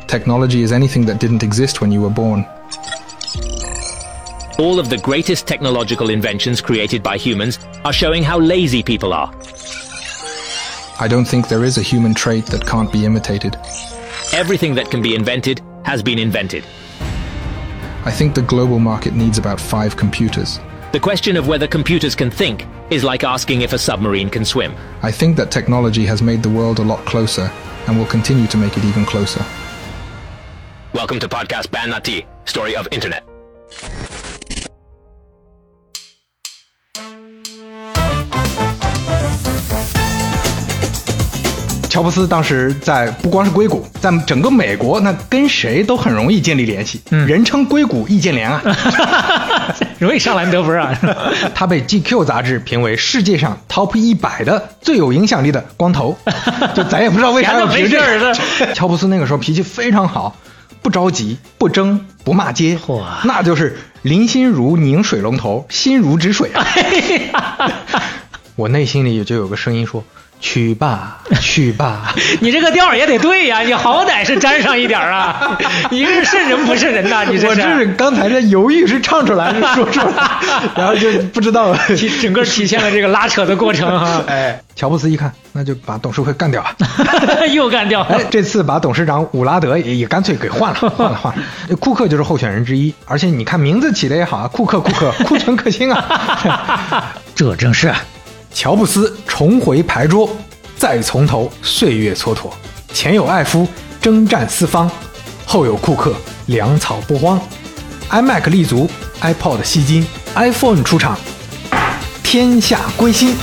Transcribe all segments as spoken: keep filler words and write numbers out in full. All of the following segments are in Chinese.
Technology is anything that didn't exist when you were born. All of the greatest technological inventions created by humans are showing how lazy people are. I don't think there is a human trait that can't be imitated. Everything that can be invented has been invented. I think the global market needs about five computers. The question of whether computers can think is like asking if a submarine can swim. I think that technology has made the world a lot closer and will continue to make it even closer. Welcome to Podcast Ban Nati, Story of Internet. 乔布斯当时在不光是硅谷，在整个美国，那跟谁都很容易建立联系，嗯、人称硅谷易建联啊， 容易上篮得分啊。 他被 G Q 杂志评为世界上 Top 一百的最有影响力的光头，就咱也不知道为啥要评这个。乔布斯那个时候脾气非常好，不着急，不争，不骂街，那就是林心如拧水龙头，心如止水啊。我内心里就有个声音说。去吧，去吧！ 你这个调也得对呀，你好歹是沾上一点啊！你这是人不是人呐？你这是我这是刚才这犹豫是唱出来是说出来，然后就不知道体整个体现了这个拉扯的过程哈。 哎，乔布斯一看，那就把董事会干掉吧， 又干掉。 哎，这次把董事长伍拉德也也干脆给换了，换了换了。库克就是候选人之一，而且你看名字起的也好啊，库克库克，库存克星啊， 这正是。 乔布斯重回牌桌，再从头，岁月蹉跎。前有艾夫征战四方，后有库克粮草不荒。iMac 立足 ，iPod 吸金 ，iPhone 出场，天下归心。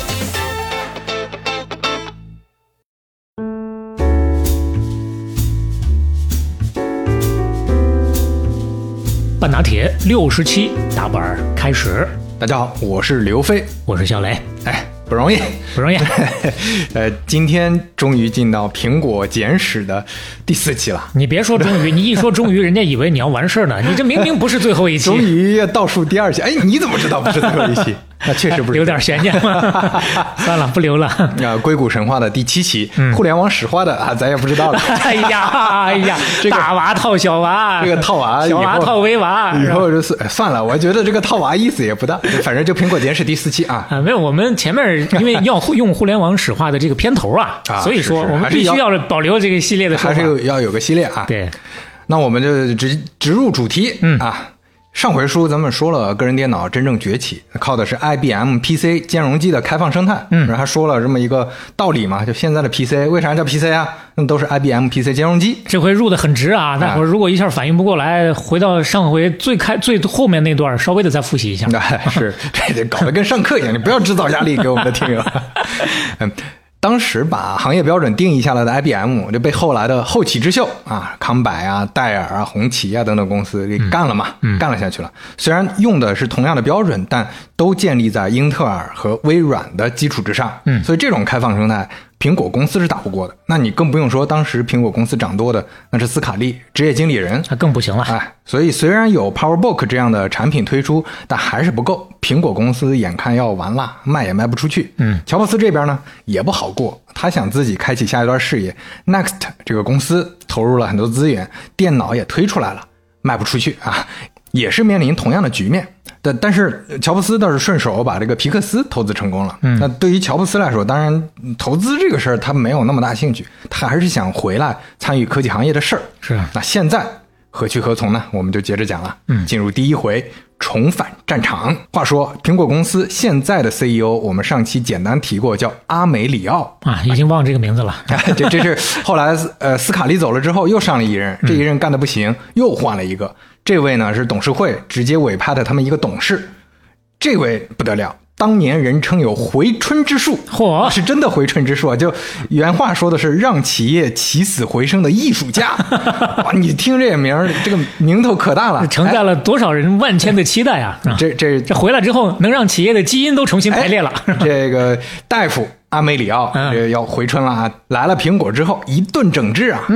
半打铁六十期大本开始。 大家好，我是刘飞， 我是小雷。 哎，不容易， 不容易。 呃，今天终于进到苹果简史的第四期了。 你别说终于，你一说终于，人家以为你要完事呢。你这明明不是最后一期。 终于要倒数第二期，哎，你怎么知道不是最后一期？那确实不是， 有点悬念嘛。算了，不留了。 啊，硅谷神话的第七期，嗯、互联网史话的啊，咱也不知道了。 哎呀，哎呀，这个、大娃套小娃， 这个套娃， 小娃套微娃， 以后就是算了。我觉得这个套娃意思也不大，反正就苹果简史第四期啊。 啊，没有，我们前面因为要用互联网史话的这个片头啊，啊所以说我们必须要保留这个系列的说法， 还是要有个系列啊。 对， 那我们就直直入主题， 嗯啊。上回书咱们说了个人电脑真正崛起靠的是 I B M P C 兼容机的开放生态，嗯，然后还说了这么一个道理嘛，就现在的 P C 为啥叫 P C 啊？那都是 I B M P C 兼容机。 这回入的很直啊，那会儿如果一下反应不过来，回到上回最开最后面那段稍微的再复习一下。 哎，是，这得搞得跟上课一样，你不要制造压力给我们的听友。嗯。当时把行业标准定义下来的 I B M 就被后来的后起之秀啊，康柏啊、戴尔啊、红旗啊等等公司给干了嘛，嗯、干了下去了。虽然用的是同样的标准，但都建立在英特尔和微软的基础之上。嗯，所以这种开放生态，苹果公司是打不过的。那你更不用说当时苹果公司掌舵的那是斯卡利，职业经理人， 那更不行了。 哎，所以虽然有 PowerBook 这样的产品推出，但还是不够。苹果公司眼看要完了，卖也卖不出去。嗯，乔布斯这边呢也不好过，他想自己开启下一段事业。Next 这个公司投入了很多资源，电脑也推出来了，卖不出去啊，也是面临同样的局面。但但是乔布斯倒是顺手把这个皮克斯投资成功了。嗯，那对于乔布斯来说，当然投资这个事儿他没有那么大兴趣，他还是想回来参与科技行业的事儿。 是， 那现在何去何从呢？我们就接着讲了。嗯，进入第一回。重返战场。话说苹果公司现在的 C E O 我们上期简单提过，叫阿梅里奥啊，已经忘这个名字了。 这这是后来呃斯卡利走了之后又上了一任，这一任干得不行，又换了一个。这位呢是董事会直接委派的他们一个董事，这位不得了。当年人称有回春之术，嚯，是真的回春之术啊！就原话说的是让企业起死回生的艺术家。哇，你听这个名儿，这个名头可大了， 承载了多少人万千的期待啊！ 哎、这这这回来之后，能让企业的基因都重新排列了。 哎、这个大夫阿梅里奥这个要回春了啊！来了苹果之后一顿整治啊，嗯、该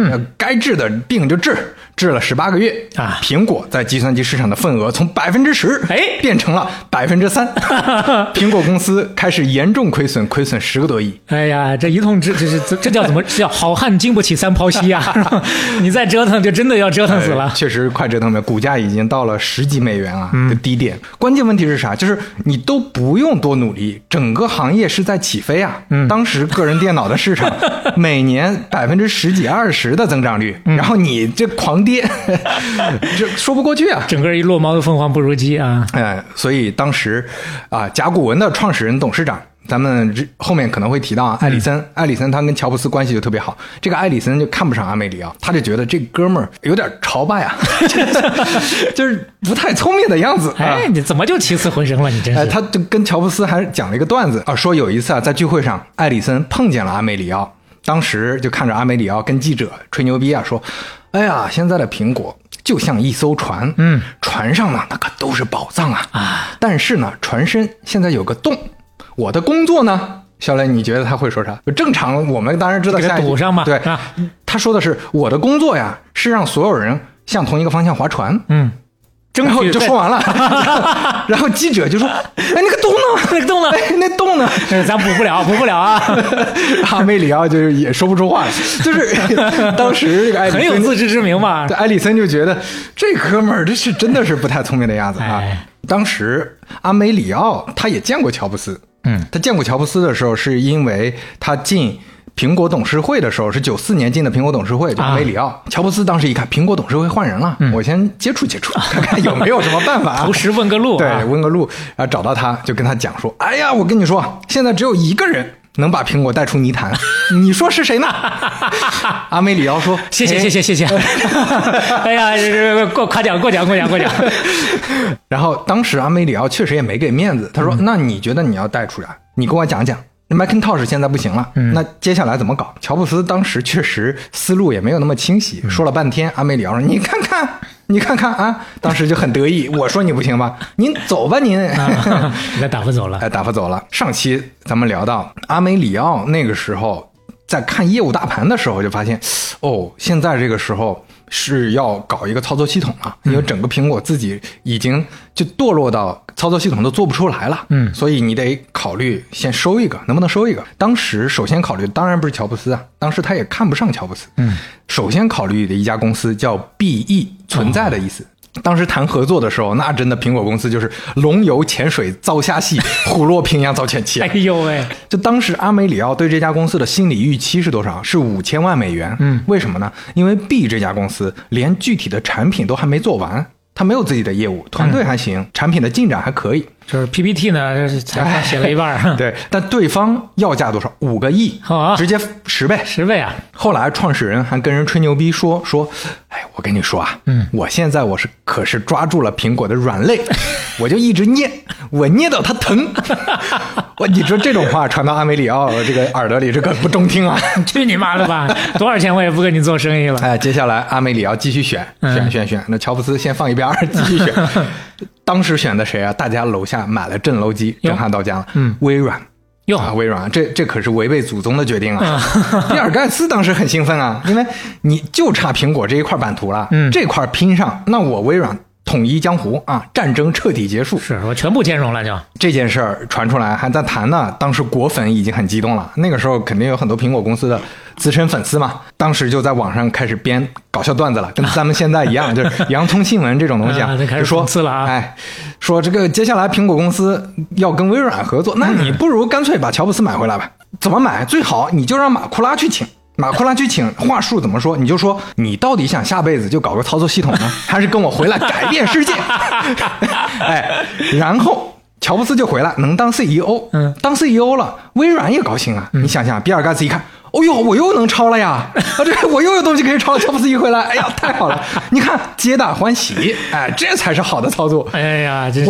该治的病就治，治了十八个月啊。苹果在计算机市场的份额从百分之十哎变成了百分之三，苹果公司开始严重亏损，亏损十个多亿。 哎呀，这一通这这这这叫怎么？这叫好汉经不起三泡稀啊！你再折腾，就真的要折腾死了。 哎、确实快折腾没，股价已经到了十几美元啊的低点。嗯、关键问题是啥？就是你都不用多努力，整个行业是在起飞啊。嗯、当时个人电脑的市场每年百分之十几二十的增长率，嗯、然后你这狂跌，这说不过去啊！ 整个一落毛的凤凰不如鸡啊！ 哎，所以当时啊，甲骨文的创始人、董事长。咱们后面可能会提到啊，艾里森，嗯、艾里森他跟乔布斯关系就特别好。这个艾里森就看不上阿梅里奥，他就觉得这哥们儿有点朝拜啊，就是不太聪明的样子。 哎，你怎么就七次浑身了？你真是！ 哎，他就跟乔布斯还讲了一个段子啊，说有一次啊，在聚会上，艾里森碰见了阿梅里奥，当时就看着阿梅里奥跟记者吹牛逼啊，说：“哎呀，现在的苹果就像一艘船，嗯，船上呢那可都是宝藏啊啊，但是呢，船身现在有个洞。”我的工作呢，小磊，你觉得他会说啥？正常，我们当然知道下一句， 堵上嘛。 对，啊、他说的是我的工作呀，是让所有人向同一个方向划船。嗯，然后就说完了，然后记者就说：“哎，那个洞呢？ 那个洞呢？ 哎，那洞呢？ 咱补不了，补不了啊！” 阿梅里奥就是也说不出话来，就是当时这个艾里森很有自知之明嘛。 艾里森就觉得这哥们儿这是真的是不太聪明的样子啊。哎、当时阿梅里奥他也见过乔布斯。嗯，他见过乔布斯的时候，是因为他进苹果董事会的时候是九四年进的苹果董事会，就阿梅里奥。啊、乔布斯当时一看苹果董事会换人了，嗯、我先接触接触，看看有没有什么办法、啊， 投石问个路、啊。 对，问个路，然后找到他，就跟他讲说：“哎呀，我跟你说，现在只有一个人能把苹果带出泥潭，你说是谁呢？”阿梅里奥说：“ 谢谢谢谢谢谢。”哎呀，过夸奖过奖过奖过奖。 然后当时阿梅里奥确实也没给面子，他说：“嗯、那你觉得你要带出来？你跟我讲讲。Macintosh 现在不行了，嗯、那接下来怎么搞？”乔布斯当时确实思路也没有那么清晰，嗯、说了半天，阿梅里奥说：“你看看，你看看啊！”当时就很得意，我说你不行吧？您走吧您， 啊、给打发走了， 哎，打发走了。上期咱们聊到阿梅里奥那个时候在看业务大盘的时候，就发现哦，现在这个时候是要搞一个操作系统了，因为整个苹果自己已经就堕落到操作系统都做不出来了，嗯，所以你得考虑先收一个，能不能收一个？当时首先考虑当然不是乔布斯啊，当时他也看不上乔布斯，嗯，首先考虑的一家公司叫 B E 存在的意思。哦，当时谈合作的时候，那真的苹果公司就是龙游浅水遭虾戏，虎落平阳遭犬欺。 哎呦喂！ 就当时阿梅里奥对这家公司的心理预期是多少？是五千万美元。嗯，为什么呢？因为 B 这家公司连具体的产品都还没做完，他没有自己的业务，团队还行，嗯、产品的进展还可以。 就是 P P T 呢，才写了一半、哎。 对，但对方要价多少？五个亿， 啊、 直接十倍， 十倍啊！ 后来创始人还跟人吹牛逼说说，哎，我跟你说啊，嗯，我现在我是可是抓住了苹果的软肋，我就一直捏，我捏到它疼。我你说这种话传到阿梅里奥这个耳朵里，这个不中听啊！ 去你妈的吧！多少钱我也不跟你做生意了。 哎，接下来阿梅里奥继续选，选选选，那乔布斯先放一边，继续选。当时选的谁啊？大家楼下买了镇楼机，震撼到家了。嗯，微软。哟啊，微软，这这可是违背祖宗的决定啊！比尔盖茨当时很兴奋啊，因为你就差苹果这一块版图了，嗯，这块拼上，那我微软统一江湖啊，战争彻底结束， 是我全部兼容了就。 这件事儿传出来还在谈呢，当时果粉已经很激动了，那个时候肯定有很多苹果公司的资深粉丝嘛，当时就在网上开始编搞笑段子了，跟咱们现在一样，就是洋葱新闻这种东西啊， 啊就说刺了啊， 哎，说这个接下来苹果公司要跟微软合作，那你不如干脆把乔布斯买回来吧？怎么买？最好你就让马库拉去请。马库拉去请，话术怎么说？你就说你到底想下辈子就搞个操作系统呢，还是跟我回来改变世界？哎，然后乔布斯就回来，能当 C E O， 嗯，当 C E O 了，微软也高兴啊。嗯、你想想，比尔盖茨一看，哦呦，我又能抄了呀！啊，这我又有东西可以抄了。乔布斯一回来，哎呀，太好了！你看，皆大欢喜，哎，这才是好的操作。 哎呀，真是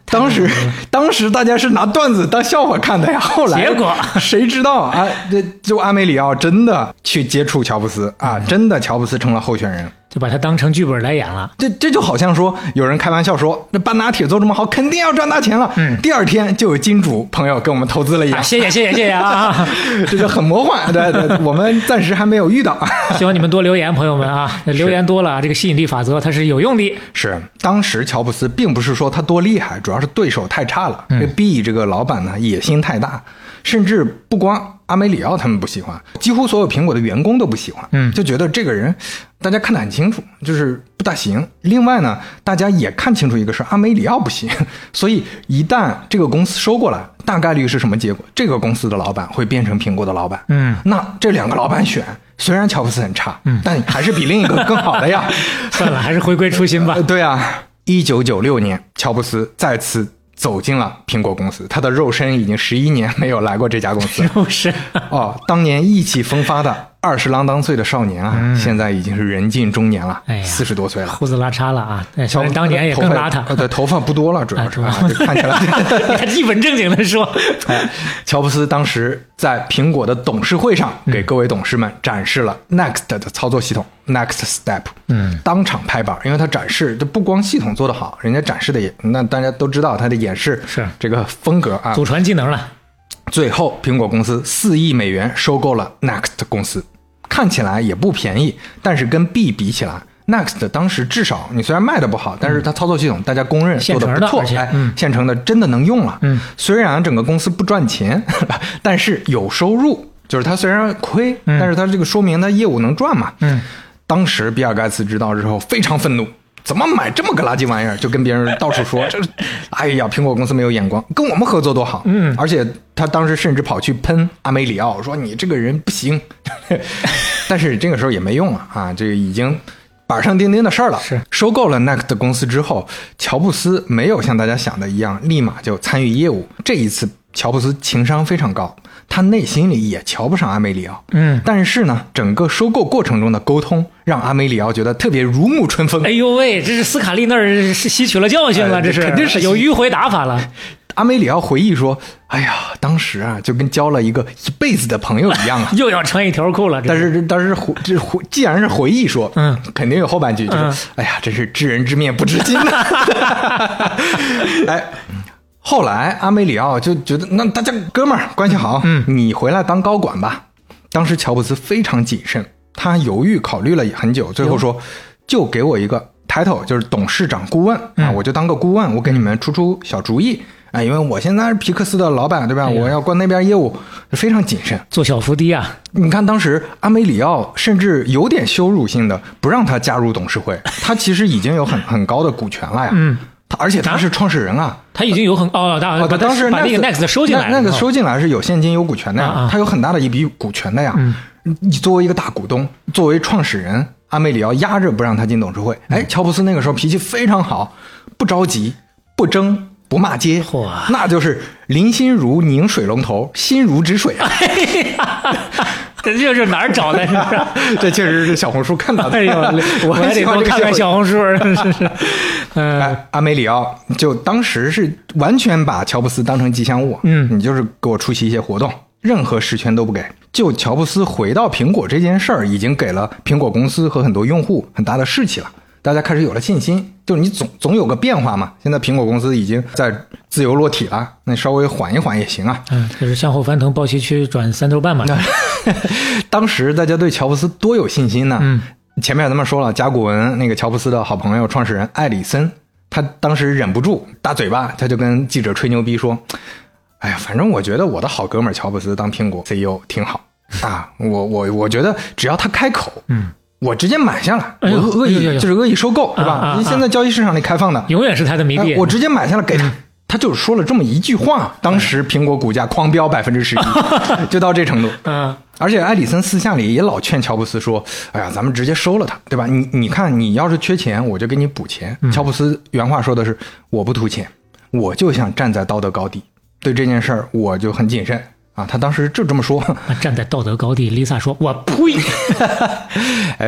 当时当时大家是拿段子当笑话看的呀，后来结果谁知道啊？这就阿梅里奥真的去接触乔布斯啊，真的乔布斯成了候选人。 就把他当成剧本来演了。 这这就好像说，有人开玩笑说，这半打铁做这么好，肯定要赚大钱了。嗯，第二天就有金主朋友跟我们投资了一样。 啊、谢谢谢谢谢谢啊！ 这就很魔幻，对对，我们暂时还没有遇到。 希望你们多留言，朋友们啊，留言多了，这个吸引力法则它是有用的。 是，当时乔布斯并不是说他多厉害，主要是对手太差了。嗯、这 B 这个老板呢，野心太大，甚至不光阿梅里奥他们不喜欢，几乎所有苹果的员工都不喜欢。嗯，就觉得这个人大家看得很清楚，就是不大行。另外呢，大家也看清楚一个事，阿梅里奥不行，所以一旦这个公司收过来，大概率是什么结果？这个公司的老板会变成苹果的老板。嗯，那这两个老板选，虽然乔布斯很差，嗯，但还是比另一个更好的呀。 算了，还是回归初心吧。 呃、对啊，一九九六年，乔布斯再次走进了苹果公司，他的肉身已经十一年没有来过这家公司。 肉身哦，当年意气风发的二十郎当岁的少年啊，嗯、现在已经是人近中年了，哎、四十多岁了， 胡子拉碴了啊！乔布斯当年也更邋遢， 呃，对，头发不多了，主要是、啊、看起来。 他一本正经的说， 哎，乔布斯当时在苹果的董事会上给各位董事们展示了 Next 的操作系统、嗯、Next Step， 嗯，当场拍板，因为他展示就不光系统做得好，人家展示的也，那大家都知道他的演示是这个风格啊， 祖传技能了。 最后，苹果公司四亿美元收购了 Next 公司，看起来也不便宜，但是跟 B 比起来 ，Next 当时至少你虽然卖的不好，但是它操作系统大家公认做的不错，哎，嗯、现成的真的能用了。嗯，虽然整个公司不赚钱，但是有收入，就是它虽然亏，嗯、但是它这个说明它业务能赚嘛。嗯，当时比尔盖茨知道之后非常愤怒。怎么买这么个垃圾玩意儿？就跟别人到处说，这，哎呀，苹果公司没有眼光，跟我们合作多好。嗯，而且他当时甚至跑去喷阿梅里奥，说你这个人不行。但是这个时候也没用了啊，这个已经板上钉钉的事儿了。是收购了 Next 公司之后，乔布斯没有像大家想的一样，立马就参与业务。这一次，乔布斯情商非常高。他内心里也瞧不上阿梅里奥，嗯，但是呢，整个收购过程中的沟通让阿梅里奥觉得特别如沐春风。 哎呦喂，这是斯卡利那儿是吸取了教训了，哎、这是肯定是有迂回打法了。 阿梅里奥回忆说：“哎呀，当时啊，就跟交了一个一辈子的朋友一样啊， 又要穿一条裤了。” 但是，但是回这回既然是回忆说，嗯，肯定有后半句，就是、嗯、哎呀，真是知人知面不知心呐。哎。后来阿梅里奥就觉得，那大家哥们儿关系好，嗯，你回来当高管吧。当时乔布斯非常谨慎，他犹豫考虑了很久，最后说，就给我一个 title， 就是董事长顾问、嗯、啊，我就当个顾问，我给你们出出小主意啊，因为我现在是皮克斯的老板，对吧？哎、我要管那边业务，非常谨慎， 做小伏低啊。 你看当时阿梅里奥甚至有点羞辱性的不让他加入董事会，他其实已经有很很高的股权了呀。嗯。他而且他是创始人啊， 他已经有很哦，他、 哦、他当时把那个 Next 收进来， 那个收进来是有现金有股权的呀，啊啊他有很大的一笔股权的呀。嗯，你作为一个大股东，作为创始人，阿梅里奥压着不让他进董事会。哎，乔布斯那个时候脾气非常好，不着急，不争，不骂街，那就是林心如拧水龙头，心如止水啊。 哎呀这就是哪儿找的？是不是？ 这确实是小红书看到的。 哎呦，我还得多看看小红书。是是。 嗯、呃，阿梅里奥就当时是完全把乔布斯当成吉祥物。嗯，你就是给我出席一些活动，任何实权都不给。就乔布斯回到苹果这件事儿，已经给了苹果公司和很多用户很大的士气了。大家开始有了信心，就是你总总有个变化嘛。现在苹果公司已经在自由落体了，那稍微缓一缓也行啊。 嗯，就是向后翻腾，抱膝区转三头半嘛。 当时大家对乔布斯多有信心呢。嗯，前面咱们说了，甲骨文那个乔布斯的好朋友创始人艾里森，他当时忍不住大嘴巴，他就跟记者吹牛逼说：“哎呀，反正我觉得我的好哥们儿乔布斯当苹果 C E O 挺好啊，我我我觉得只要他开口，嗯。”我直接买下来，我恶意、哎、就是恶意收购，对吧？啊啊啊、现在交易市场里开放的， 永远是他的迷弟、 哎。我直接买下来给他，嗯、他就是说了这么一句话，当时苹果股价狂飙百分之十一，就到这程度。嗯，而且埃里森私下里也老劝乔布斯说：“哎呀，咱们直接收了他，对吧？你你看，你要是缺钱，我就给你补钱。嗯”乔布斯原话说的是：“我不图钱，我就想站在道德高地，对这件事儿我就很谨慎。”啊，他当时就这么说。 站在道德高地 ，Lisa 说：“我呸！” 哎，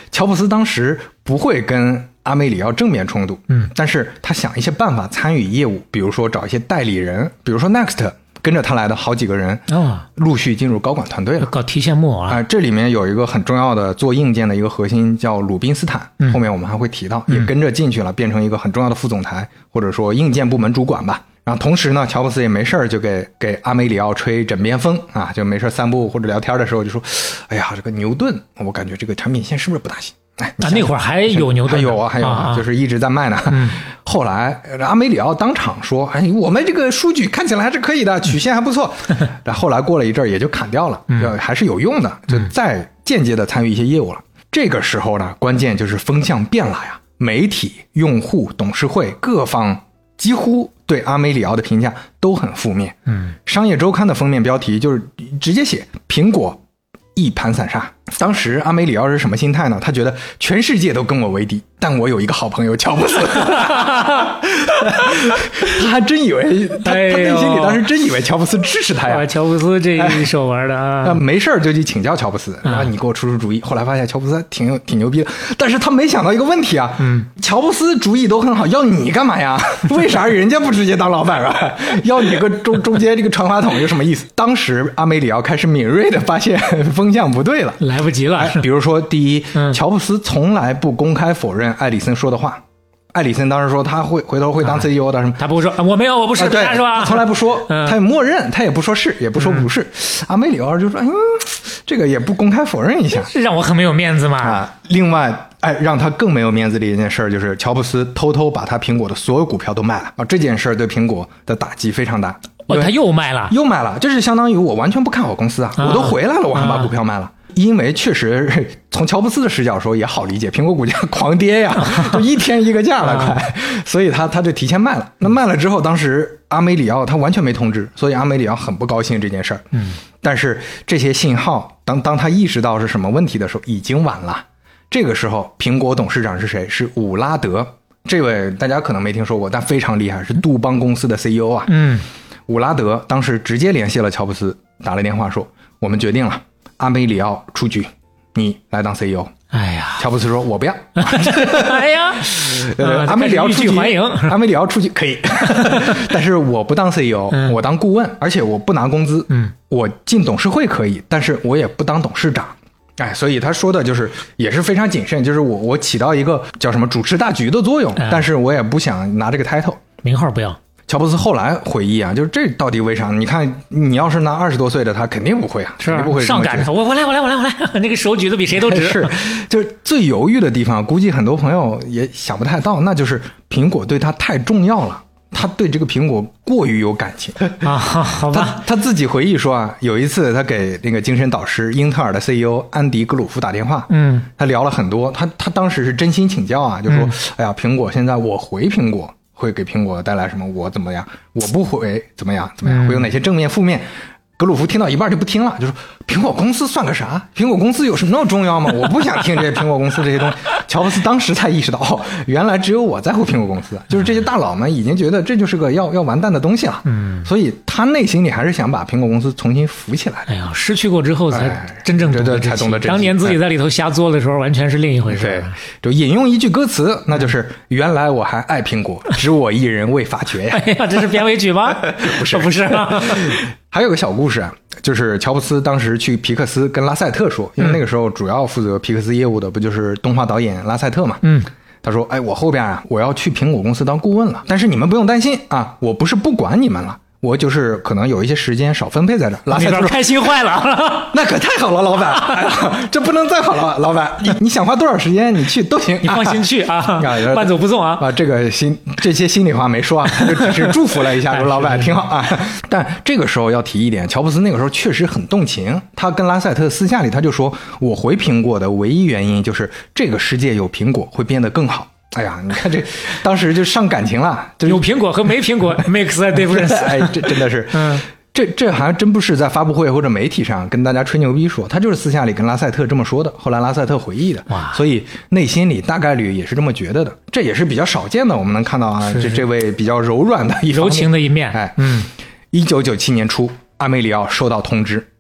乔布斯当时不会跟阿梅里奥正面冲突， 嗯， 但是他想一些办法参与业务，比如说找一些代理人，比如说 Next 跟着他来的好几个人， 哦， 陆续进入高管团队了， 搞提线木偶啊、 呃！这里面有一个很重要的做硬件的一个核心叫鲁宾斯坦， 嗯、 后面我们还会提到，也跟着进去了，变成一个很重要的副总裁，或者说硬件部门主管吧。然后同时呢，乔布斯也没事就给给阿梅里奥吹枕边风啊，就没事散步或者聊天的时候就说，哎呀，这个牛顿，我感觉这个产品线是不是不大行？哎， 啊，那会儿还有牛顿， 还有啊，还有啊，就是一直在卖呢。 嗯、 后来阿梅里奥当场说：“哎，我们这个数据看起来还是可以的，曲线还不错。”但后来过了一阵儿，也就砍掉了， 嗯、 还是有用的，就再间接的参与一些业务了。嗯、这个时候呢，关键就是风向变了呀，媒体、用户、董事会各方几乎对阿梅里奥的评价都很负面。 嗯， 商业周刊的封面标题就是直接写苹果一盘散沙。当时阿梅里奥是什么心态呢？他觉得全世界都跟我为敌，但我有一个好朋友乔布斯。他还真以为他、哎、他内心里当时真以为乔布斯支持他呀。 乔布斯这一手玩的啊， 哎、没事就去请教乔布斯，然后你给我出出主意。嗯、后来发现乔布斯挺挺牛逼的，但是他没想到一个问题啊， 嗯， 乔布斯主意都很好，要你干嘛呀？为啥人家不直接当老板啊？要你个中中间这个传话筒有什么意思？当时阿梅里奥开始敏锐的发现风向不对了， 来不及了。 哎、比如说，第一， 嗯、 乔布斯从来不公开否认艾里森说的话。艾里森当时说他会回头会当 C E O 的什么， 他不说我没有，我不是， 啊、对， 是吧？ 他从来不说， 嗯、 他也默认，他也不说是，也不说不是。嗯、阿梅里奥就说：“嗯，这个也不公开否认一下， 让我很没有面子嘛。” 啊，另外，哎，让他更没有面子的一件事就是乔布斯偷偷把他苹果的所有股票都卖了啊，这件事对苹果的打击非常大。 哦，他又卖了， 又卖了，就是相当于我完全不看好公司啊，啊我都回来了，我还把股票卖了。啊因为确实从乔布斯的视角说也好理解，苹果股价狂跌呀，就一天一个价了快，所以他他就提前卖了。那卖了之后，当时阿梅里奥他完全没通知，所以阿梅里奥很不高兴这件事儿。 嗯， 但是这些信号，当当他意识到是什么问题的时候，已经晚了。这个时候，苹果董事长是谁？是伍拉德，这位大家可能没听说过，但非常厉害，是杜邦公司的 C E O 啊。 嗯， 伍拉德当时直接联系了乔布斯，打了电话说：“我们决定了。”阿梅里奥出局，你来当 C E O。 哎呀， 乔布斯说：“我不要。” 哎呀， 呃，阿梅里奥出局， 欢迎阿梅里奥出局可以，但是我不当 C E O，、嗯、我当顾问，而且我不拿工资。 嗯， 我进董事会可以，但是我也不当董事长。哎，所以他说的就是也是非常谨慎，就是我我起到一个叫什么主持大局的作用， 嗯、 但是我也不想拿这个 title， 名号不要。 乔布斯后来回忆啊，就是这到底为啥？你看，你要是拿二十多岁的他，肯定不会啊， 是不会上赶着我我来我来我来我来，那个手举得比谁都直。 是，就是最犹豫的地方，估计很多朋友也想不太到，那就是苹果对他太重要了，他对这个苹果过于有感情啊。好吧， 他他自己回忆说啊，有一次他给那个精神导师英特尔的 C E O 安迪·格鲁夫打电话， 嗯， 他聊了很多，他他当时是真心请教啊，就说，嗯、哎呀，苹果现在我回苹果。会给苹果带来什么？我怎么样？我不回怎么样？怎么样？会有哪些正面、负面？格鲁夫听到一半就不听了，就说：“苹果公司算个啥？苹果公司有什么那么重要吗？我不想听这些苹果公司这些东西。”乔布斯当时才意识到，哦，原来只有我在乎苹果公司，就是这些大佬们已经觉得这就是个要要完蛋的东西了。 嗯， 所以他内心里还是想把苹果公司重新扶起来。 哎呀，失去过之后才真正懂得才懂得珍惜。 当年自己在里头瞎做的时候，完全是另一回事。 对，就引用一句歌词，那就是“原来我还爱苹果，只我一人未发觉呀。” 哎呀，这是片尾曲吗？ 不是， 不是。 还有个小故事啊，就是乔布斯当时去皮克斯跟拉塞特说，因为那个时候主要负责皮克斯业务的不就是动画导演拉塞特嘛？ 嗯， 他说：“哎，我后边啊，我要去苹果公司当顾问了，但是你们不用担心啊，我不是不管你们了。”我就是可能有一些时间少分配在这儿。拉塞特说开心坏了， 那可太好了，老板，哎呀，这不能再好了，老板，你你想花多少时间你去都行， 你放心去啊，慢走不送啊。 啊，这个心这些心里话没说啊，就只是祝福了一下，说老板挺好啊。但这个时候要提一点，乔布斯那个时候确实很动情，他跟拉塞特私下里他就说，我回苹果的唯一原因就是这个世界有苹果会变得更好。哎呀，你看这，当时就上感情了，就是、 有苹果和没苹果 makes a difference。 哎，这真的是， 嗯， 这这还真不是在发布会或者媒体上跟大家吹牛逼说，他就是私下里跟拉塞特这么说的。后来拉塞特回忆的， 哇， 所以内心里大概率也是这么觉得的。这也是比较少见的，我们能看到啊， 是是这这位比较柔软的一柔情的一面。 哎， 嗯， 一九九七年初，阿梅里奥收到通知，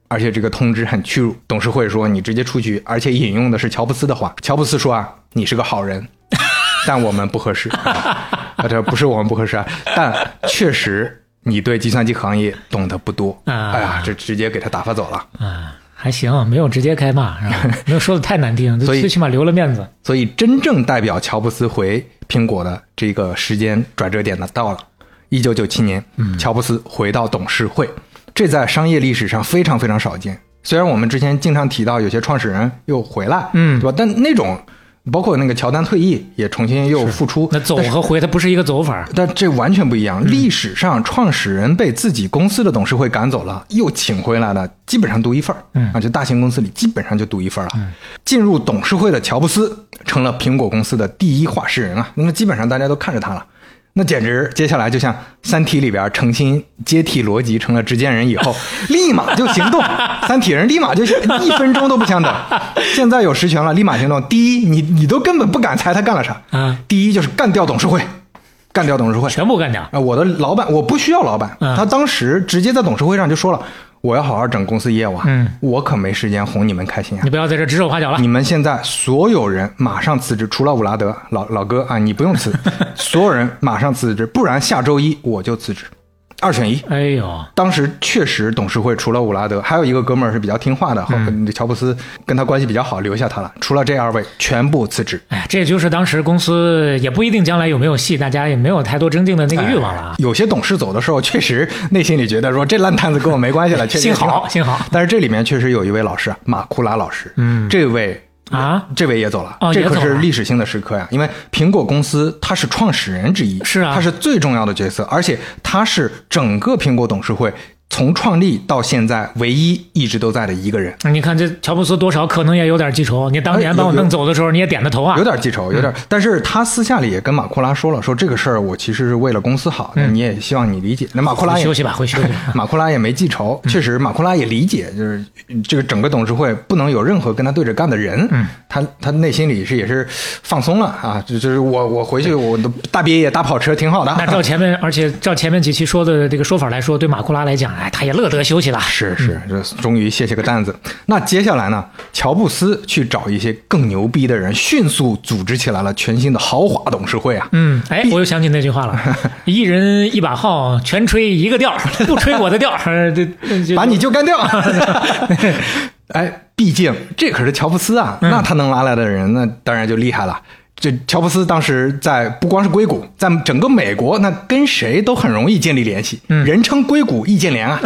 而且这个通知很屈辱。董事会说你直接出局，而且引用的是乔布斯的话。乔布斯说啊，你是个好人，但我们不合适。啊，这不是我们不合适啊，但确实你对计算机行业懂得不多。 啊、 哎呀，这直接给他打发走了。 啊，还行，没有直接开骂，是吧？没有说的太难听， 所以最起码留了面子。 所以真正代表乔布斯回苹果的这个时间转折点呢到了。一九九七年，嗯，乔布斯回到董事会，这在商业历史上非常非常少见。虽然我们之前经常提到有些创始人又回来，嗯，对吧？但那种包括那个乔丹退役也重新又复出， 那走和回它不是一个走法， 但这完全不一样。嗯、历史上创始人被自己公司的董事会赶走了，又请回来的，基本上独一份儿，嗯，啊，就大型公司里基本上就独一份了。嗯、进入董事会的乔布斯成了苹果公司的第一话事人啊，那么基本上大家都看着他了。那简直接下来就像三体里边诚心接替罗辑成了执剑人以后立马就行动，三体人立马就一分钟都不想等。现在有实权了，立马行动。第一，你你都根本不敢猜他干了啥。嗯，第一就是干掉董事会，干掉董事会， 全部干掉。 啊，我的老板我不需要老板，嗯、他当时直接在董事会上就说了。我要好好整公司业务啊！嗯，我可没时间哄你们开心啊！ 你不要在这指手画脚了。 你们现在所有人马上辞职，除了伍拉德老老哥啊，你不用辞，所有人马上辞职，不然下周一我就辞职，二选一。 哎呦， 当时确实董事会除了伍拉德，还有一个哥们儿是比较听话的，嗯、乔布斯跟他关系比较好，留下他了。除了这二位，全部辞职。 哎，这就是当时公司也不一定将来有没有戏，大家也没有太多增进的那个欲望了啊。 哎、有些董事走的时候，确实内心里觉得说这烂摊子跟我没关系了，确实幸好幸好。 但是这里面确实有一位老师，马库拉老师，嗯，这位。啊，这位也走了， 哦、 这可是历史性的时刻呀！因为苹果公司他是创始人之一， 是啊， 他是最重要的角色，而且他是整个苹果董事会从创立到现在唯一一直都在的一个人。 你看这乔布斯多少可能也有点记仇，你当年把我弄走的时候你也点的头啊， 有点记仇，有点。嗯、但是他私下里也跟马库拉说了，说这个事儿我其实是为了公司好，嗯、你也希望你理解。那马库拉也休息吧，回休息吧。 马库拉也没记仇，确实马库拉也理解，就是这个整个董事会不能有任何跟他对着干的人。嗯，他他内心里是也是放松了啊，就是我我回去我的大别野大跑车挺好的。 那照前面，而且照前面几期说的这个说法来说，对马库拉来讲，哎，他也乐得休息了。 是是，这、嗯、终于卸下个担子。那接下来呢，乔布斯去找一些更牛逼的人，迅速组织起来了全新的豪华董事会啊。 嗯，哎，我又想起那句话了，一人一把号，全吹一个调，不吹我的调， 把你就干掉。哎，毕竟这可是乔布斯啊，嗯、那他能拉来的人，那当然就厉害了。这乔布斯当时在不光是硅谷，在整个美国，那跟谁都很容易建立联系，嗯、人称硅谷易建联啊，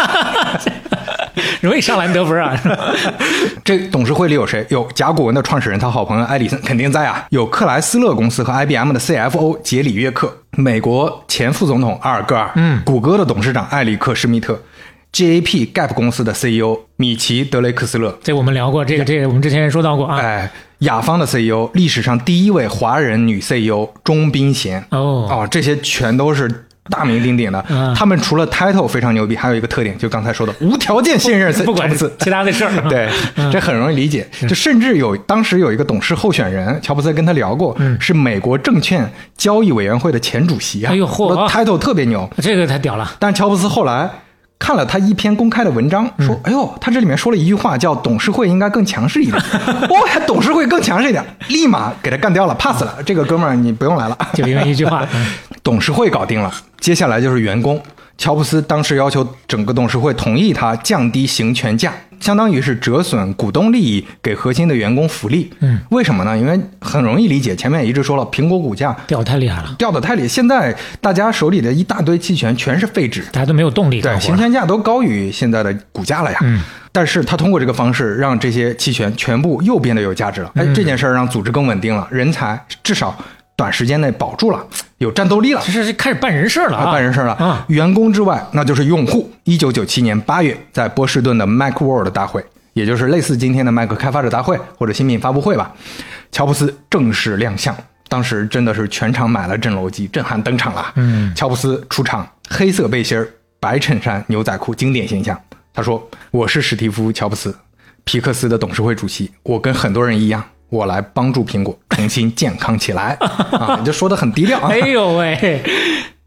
容易上篮得分啊。 这董事会里有谁？有甲骨文的创始人，他好朋友埃里森肯定在啊。有克莱斯勒公司和 I B M 的 C F O 杰里约克，美国前副总统阿尔戈尔，嗯，谷歌的董事长艾里克施密特。G A P Gap 公司的 C E O 米奇德雷克斯勒， 这我们聊过，这个这个我们之前也说到过啊。 哎，雅芳的 C E O 历史上第一位华人女 C E O 钟斌贤，哦哦，这些全都是大名鼎鼎的。嗯、他们除了 title 非常牛逼，还有一个特点，就刚才说的无条件信任， 不管是其他的事儿， 对，嗯、这很容易理解。就甚至有当时有一个董事候选人，乔布斯跟他聊过，嗯、是美国证券交易委员会的前主席啊。 哎呦嚯 ，title 特别牛， 这个太屌了。 但乔布斯后来看了他一篇公开的文章，说：“嗯、哎呦，他这里面说了一句话，叫董事会应该更强势一点。哦，还董事会更强势一点，立马给他干掉了 ，pass 了。这个哥们儿你不用来了。 就因为一句话，嗯、 董事会搞定了，接下来就是员工。乔布斯当时要求整个董事会同意他降低行权价，相当于是折损股东利益，给核心的员工福利。嗯，为什么呢？因为很容易理解，前面也一直说了，苹果股价掉得太厉害了， 掉得太厉害。现在大家手里的一大堆期权全是废纸， 大家都没有动力干活， 对，行权价都高于现在的股价了呀。嗯，但是他通过这个方式让这些期权全部又变得有价值了。哎，这件事儿让组织更稳定了，人才至少短时间内保住了，有战斗力了， 这是开始办人事了啊！ 办人事了啊！员工之外，那就是用户。一九九七年八月，在波士顿的 Macworld 大会，也就是类似今天的麦克开发者大会或者新品发布会吧，乔布斯正式亮相。当时真的是全场买了震楼机，震撼登场了。嗯，乔布斯出场，黑色背心、白衬衫、牛仔裤，经典形象。他说：“我是史蒂夫·乔布斯，皮克斯的董事会主席。我跟很多人一样。”我来帮助苹果重新健康起来啊！你就说的很低调啊。 哎呦喂，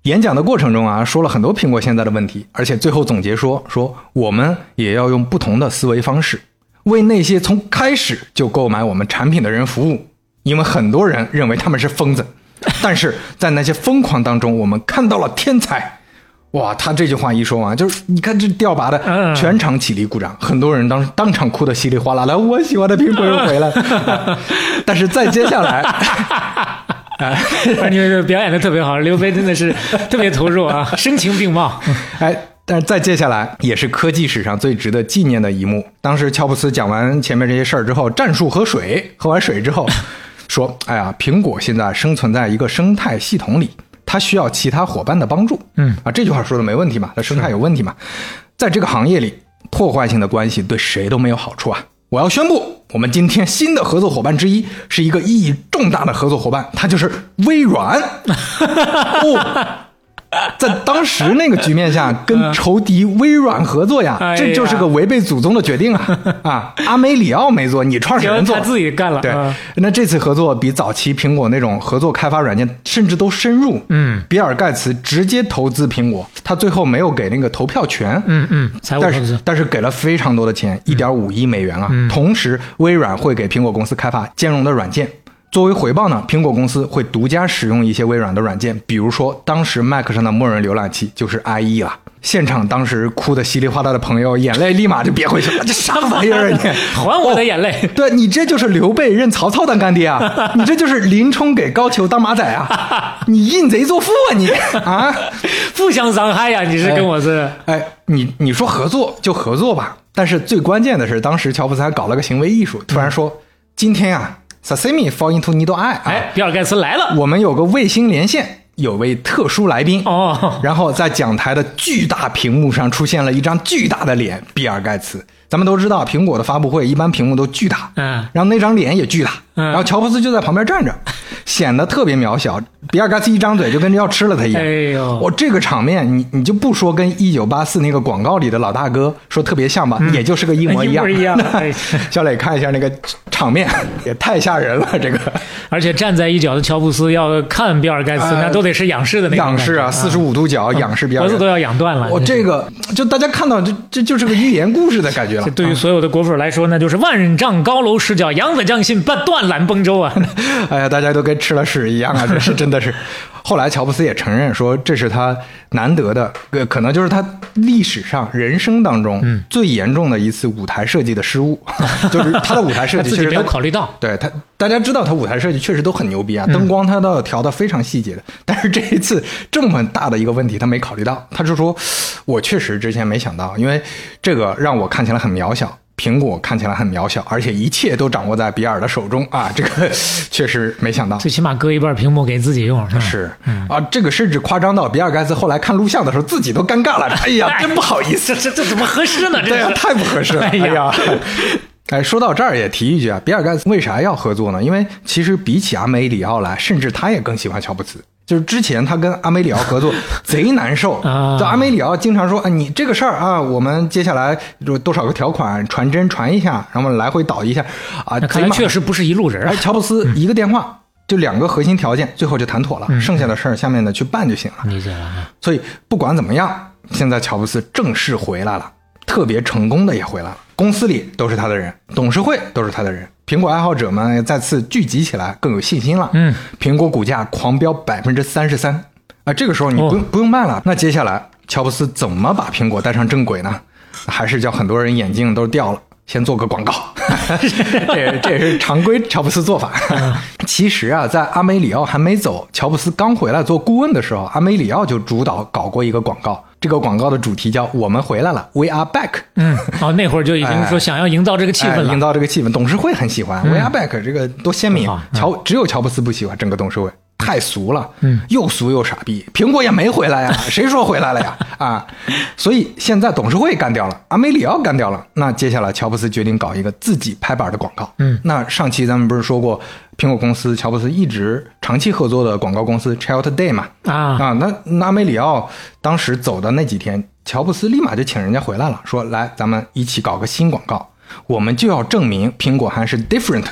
演讲的过程中啊，说了很多苹果现在的问题，而且最后总结说说我们也要用不同的思维方式，为那些从开始就购买我们产品的人服务，因为很多人认为他们是疯子，但是在那些疯狂当中，我们看到了天才。哇，他这句话一说完，就是你看这调拔的，全场起立鼓掌，很多人当当场哭得稀里哗啦的，我喜欢的苹果又回来了。但是再接下来。 啊，你们表演的特别好，刘飞真的是特别投入啊，声情并茂。 哎，但是再接下来也是科技史上最值得纪念的一幕。当时乔布斯讲完前面这些事儿之后，战术喝水，喝完水之后说：“哎呀，苹果现在生存在一个生态系统里，它需要其他伙伴的帮助。”嗯啊，这句话说的没问题嘛，它生态有问题嘛，在这个行业里，破坏性的关系对谁都没有好处啊。我要宣布，我们今天新的合作伙伴之一是一个意义重大的合作伙伴，它就是微软。哦，在当时那个局面下，跟仇敌微软合作呀， 哎、呀这就是个违背祖宗的决定啊！啊，阿梅里奥没做，你创始人做， 他自己干了。 对， 啊、 那这次合作比早期苹果那种合作开发软件甚至都深入。 嗯， 比尔盖茨直接投资苹果，他最后没有给那个投票权。 嗯嗯，财务投资， 但是但是给了非常多的钱，一点五亿美元啊！ 嗯、 同时，微软会给苹果公司开发兼容的软件。作为回报呢，苹果公司会独家使用一些微软的软件，比如说当时 Mac 上的默认浏览器就是 I E 了。现场当时哭得稀里哗啦的朋友，眼泪立马就憋回去了。这啥玩意儿啊你？ 还我的眼泪！ 哦、对你这就是刘备认曹操当干爹啊！你这就是林冲给高俅当马仔啊！你印贼作父啊你啊！ 互相伤害呀、啊！你是跟我是哎，哎你你说合作就合作吧，但是最关键的是，当时乔布斯还搞了个行为艺术，突然说、嗯、今天啊。Sasimi fall into needle eye， 哎，比尔盖茨来了， 我们有个卫星连线，有位特殊来宾哦， 然后在讲台的巨大屏幕上出现了一张巨大的脸，比尔盖茨。咱们都知道，苹果的发布会一般屏幕都巨大， 嗯， 然后那张脸也巨大， 嗯， 然后乔布斯就在旁边站着，显得特别渺小。比尔盖茨一张嘴就跟着要吃了他一样。 哎呦， 我、哦、这个场面，你你就不说跟一九八四那个广告里的老大哥说特别像吧，嗯、也就是个一模一样。 一模一样。 小磊看一下那个场面，也太吓人了，这个。 而且站在一角的乔布斯要看比尔盖茨，呃、那都得是仰视的那种。 仰视啊，四十五度角仰视比尔盖茨， 脖子都要仰断了。 我、哦、这个就大家看到这这就是个寓言故事的感觉了。 对于所有的国粉来说，那就是万丈高楼失脚，扬子将信半断缆崩舟啊！ 哎呀，大家都跟吃了屎一样啊！这是真的是。后来乔布斯也承认说，这是他难得的，呃，可能就是他历史上人生当中最严重的一次舞台设计的失误，嗯、就是他的舞台设计他自己没有考虑到。 对他，大家知道他舞台设计确实都很牛逼啊，灯光他都要调得非常细节的，嗯、但是这一次这么大的一个问题他没考虑到，他就说，我确实之前没想到，因为这个让我看起来很渺小。苹果看起来很渺小，而且一切都掌握在比尔的手中啊！这个确实没想到， 最起码割一半屏幕给自己用。 是, 是、嗯、啊，这个甚至夸张到比尔盖茨后来看录像的时候自己都尴尬了。哎呀，真不好意思， 这这这怎么合适呢？这对啊，太不合适了。哎呀，哎，说到这儿也提一句啊，比尔盖茨为啥要合作呢？因为其实比起阿梅里奥来，甚至他也更喜欢乔布斯。就是之前他跟阿梅里奥合作贼难受，就阿梅里奥经常说啊，你这个事儿啊，我们接下来有多少个条款传真传一下，然后来回导一下啊。 看来确实不是一路人啊。 哎，乔布斯一个电话、嗯、就两个核心条件，最后就谈妥了，嗯、剩下的事儿下面的去办就行了。 理解了。 所以不管怎么样，现在乔布斯正式回来了，特别成功的也回来了，公司里都是他的人，董事会都是他的人。苹果爱好者们再次聚集起来，更有信心了。嗯，苹果股价狂飙百分之三十三啊！这个时候你不用、哦、不用卖了。那接下来乔布斯怎么把苹果带上正轨呢？还是叫很多人眼镜都掉了，先做个广告。这这也是常规乔布斯做法。其实啊，在阿梅里奥还没走，乔布斯刚回来做顾问的时候，阿梅里奥就主导搞过一个广告。这个广告的主题叫“我们回来了 ，We are back”。 嗯，哦，那会儿就已经说想要营造这个气氛了， 哎哎、营造这个气氛。董事会很喜欢、嗯、“We are back” 这个多鲜明。嗯、乔只有乔布斯不喜欢，整个董事会太俗了，嗯，又俗又傻逼。苹果也没回来呀，谁说回来了呀？啊，所以现在董事会干掉了，阿梅里奥干掉了，那接下来乔布斯决定搞一个自己拍板的广告。嗯，那上期咱们不是说过？苹果公司乔布斯一直长期合作的广告公司 Child Day 嘛，啊啊，那那阿梅里奥当时走的那几天，乔布斯立马就请人家回来了，说来咱们一起搞个新广告，我们就要证明苹果还是 different 的，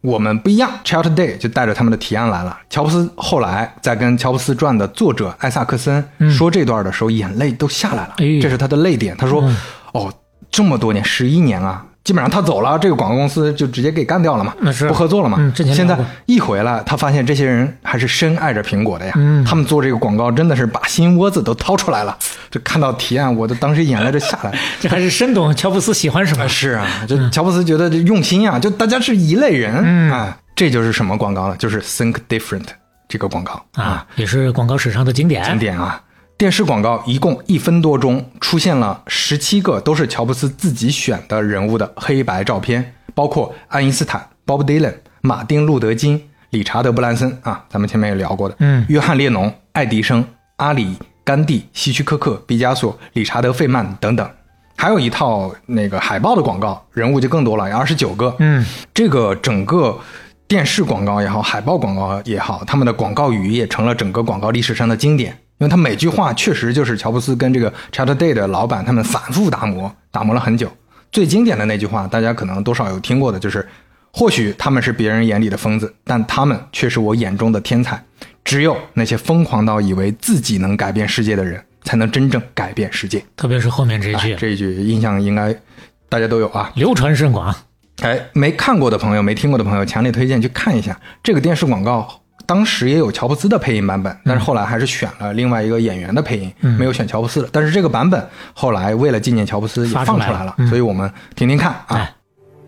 我们不一样 Child Day 就带着他们的提案来了。乔布斯后来在跟乔布斯传的作者艾萨克森说这段的时候、嗯、眼泪都下来了、哎、这是他的泪点。他说、嗯、哦，这么多年十一年啊，基本上他走了，这个广告公司就直接给干掉了嘛，不合作了嘛、 嗯、 现在一回来他发现这些人还是深爱着苹果的呀、嗯、他们做这个广告真的是把心窝子都掏出来了。就看到提案我都当时眼泪就下来这还是深懂乔布斯喜欢什么、 啊、是啊，就乔布斯觉得用心啊，就大家是一类人、嗯、啊，这就是什么广告呢？就是 Think Different 这个广告啊, 啊也是广告史上的经典经典啊。电视广告一共一分多钟，出现了十七个都是乔布斯自己选的人物的黑白照片，包括爱因斯坦、Bob Dylan、马丁路德金、理查德布兰森啊，咱们前面也聊过的，嗯，约翰列侬、爱迪生、阿里、甘地、希区柯克、毕加索、理查德费曼等等。还有一套那个海报的广告，人物就更多了，有二十九个。嗯，这个整个电视广告也好，海报广告也好，他们的广告语也成了整个广告历史上的经典。因为他每句话确实就是乔布斯跟这个 Child Day 的老板他们反复打磨，打磨了很久。最经典的那句话，大家可能多少有听过的，就是或许他们是别人眼里的疯子，但他们却是我眼中的天才。只有那些疯狂到以为自己能改变世界的人，才能真正改变世界。 特别是后面这一句、 哎、这一句印象应该大家都有啊， 流传甚广。 哎，没看过的朋友，没听过的朋友，强烈推荐去看一下这个电视广告。当时也有乔布斯的配音版本，但是后来还是选了另外一个演员的配音、嗯、没有选乔布斯的。但是这个版本后来为了纪念乔布斯也放出来了， 来了、嗯、 所以我们听听看啊。 哎、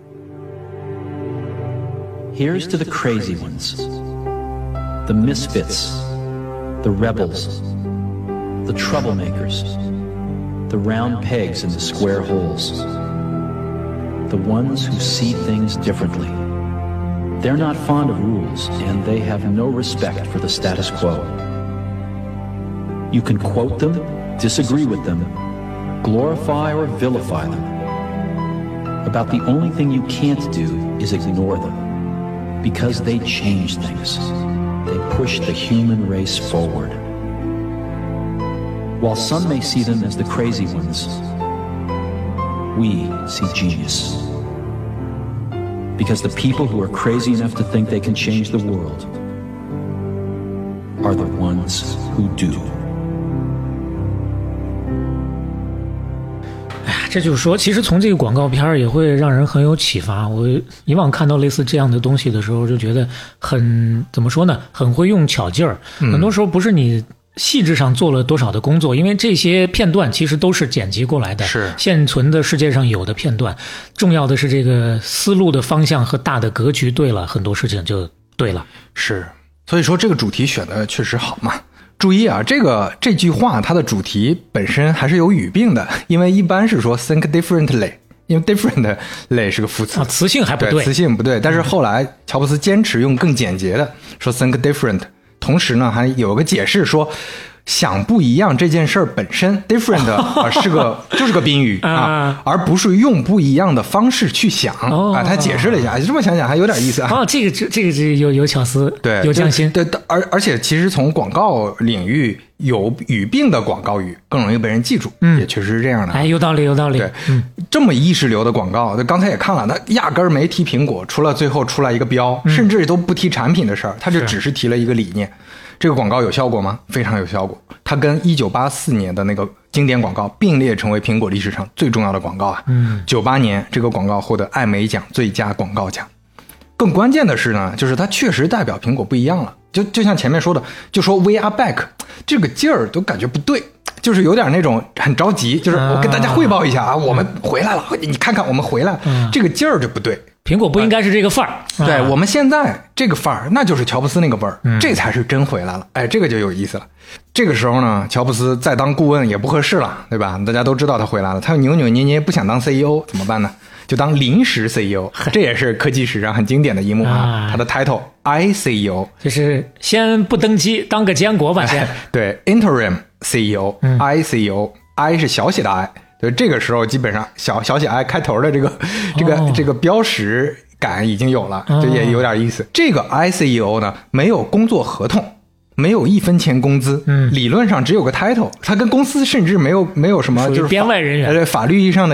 Here's to the crazy ones, the misfits, the rebels, the troublemakers, the round pegs in the square holes, the ones who see things differently.They're not fond of rules, and they have no respect for the status quo. You can quote them, disagree with them, glorify or vilify them. About the only thing you can't do is ignore them, because they change things. They push the human race forward. While some may see them as the crazy ones, we see genius.Because the people who are crazy enough to think they can change the world are the ones who do. 哎，这就是说，其实从这个广告片也会让人很有启发。我以往看到类似这样的东西的时候，就觉得很怎么说呢？很会用巧劲儿。嗯、很多时候不是你细致上做了多少的工作，因为这些片段其实都是剪辑过来的， 是现存的世界上有的片段。重要的是这个思路的方向和大的格局对了，很多事情就对了。 是，所以说这个主题选的确实好嘛。注意啊，这个这句话它的主题本身还是有语病的，因为一般是说 think differently， 因为 differently 是个副词、 啊、词性还不对， 对，词性不对。但是后来乔布斯坚持用更简洁的说 think different， 同时呢还有个解释说想不一样这件事儿本身 different、啊、是个就是个宾语啊，而不是用不一样的方式去想、哦、啊。他解释了一下，这么想想还有点意思啊。 哦，这个这这个这有有巧思， 对， 有匠心。 对，而而且其实从广告领域，有语病的广告语更容易被人记住，嗯，也确实是这样的。 哎，有道理，有道理。 对，嗯，这么意识流的广告，刚才也看了，他压根儿没提苹果，除了最后出来一个标，嗯、甚至都不提产品的事儿，他就只是提了一个理念。这个广告有效果吗？非常有效果。它跟一九八四年的那个经典广告并列成为苹果历史上最重要的广告啊。嗯，九八年这个广告获得艾美奖最佳广告奖。更关键的是呢，就是它确实代表苹果不一样了。就就像前面说的，就说 We are back， 这个劲儿都感觉不对，就是有点那种很着急，就是我跟大家汇报一下啊，我们回来了，你看看我们回来了，嗯、这个劲儿就不对。 苹果不应该是这个范儿、 啊，对、啊、我们现在这个范儿，那就是乔布斯那个味儿、嗯，这才是真回来了。哎，这个就有意思了。这个时候呢，乔布斯再当顾问也不合适了，对吧？大家都知道他回来了，他扭扭捏捏不想当 C E O 怎么办呢？就当临时 C E O， 这也是科技史上很经典的一幕啊。啊他的 title I C E O， 就是先不登基，当个监国吧先。 哎、对 ，interim C E O，、嗯、I C E O，I 是小写的 I。对，这个时候基本上小小写 I 开头的这个这个、哦、这个标识感已经有了，这也有点意思。哦、这个 I C E O 呢，没有工作合同，没有一分钱工资，嗯，理论上只有个 title， 他跟公司甚至没有没有什么就是编外人员， 对法律意义上的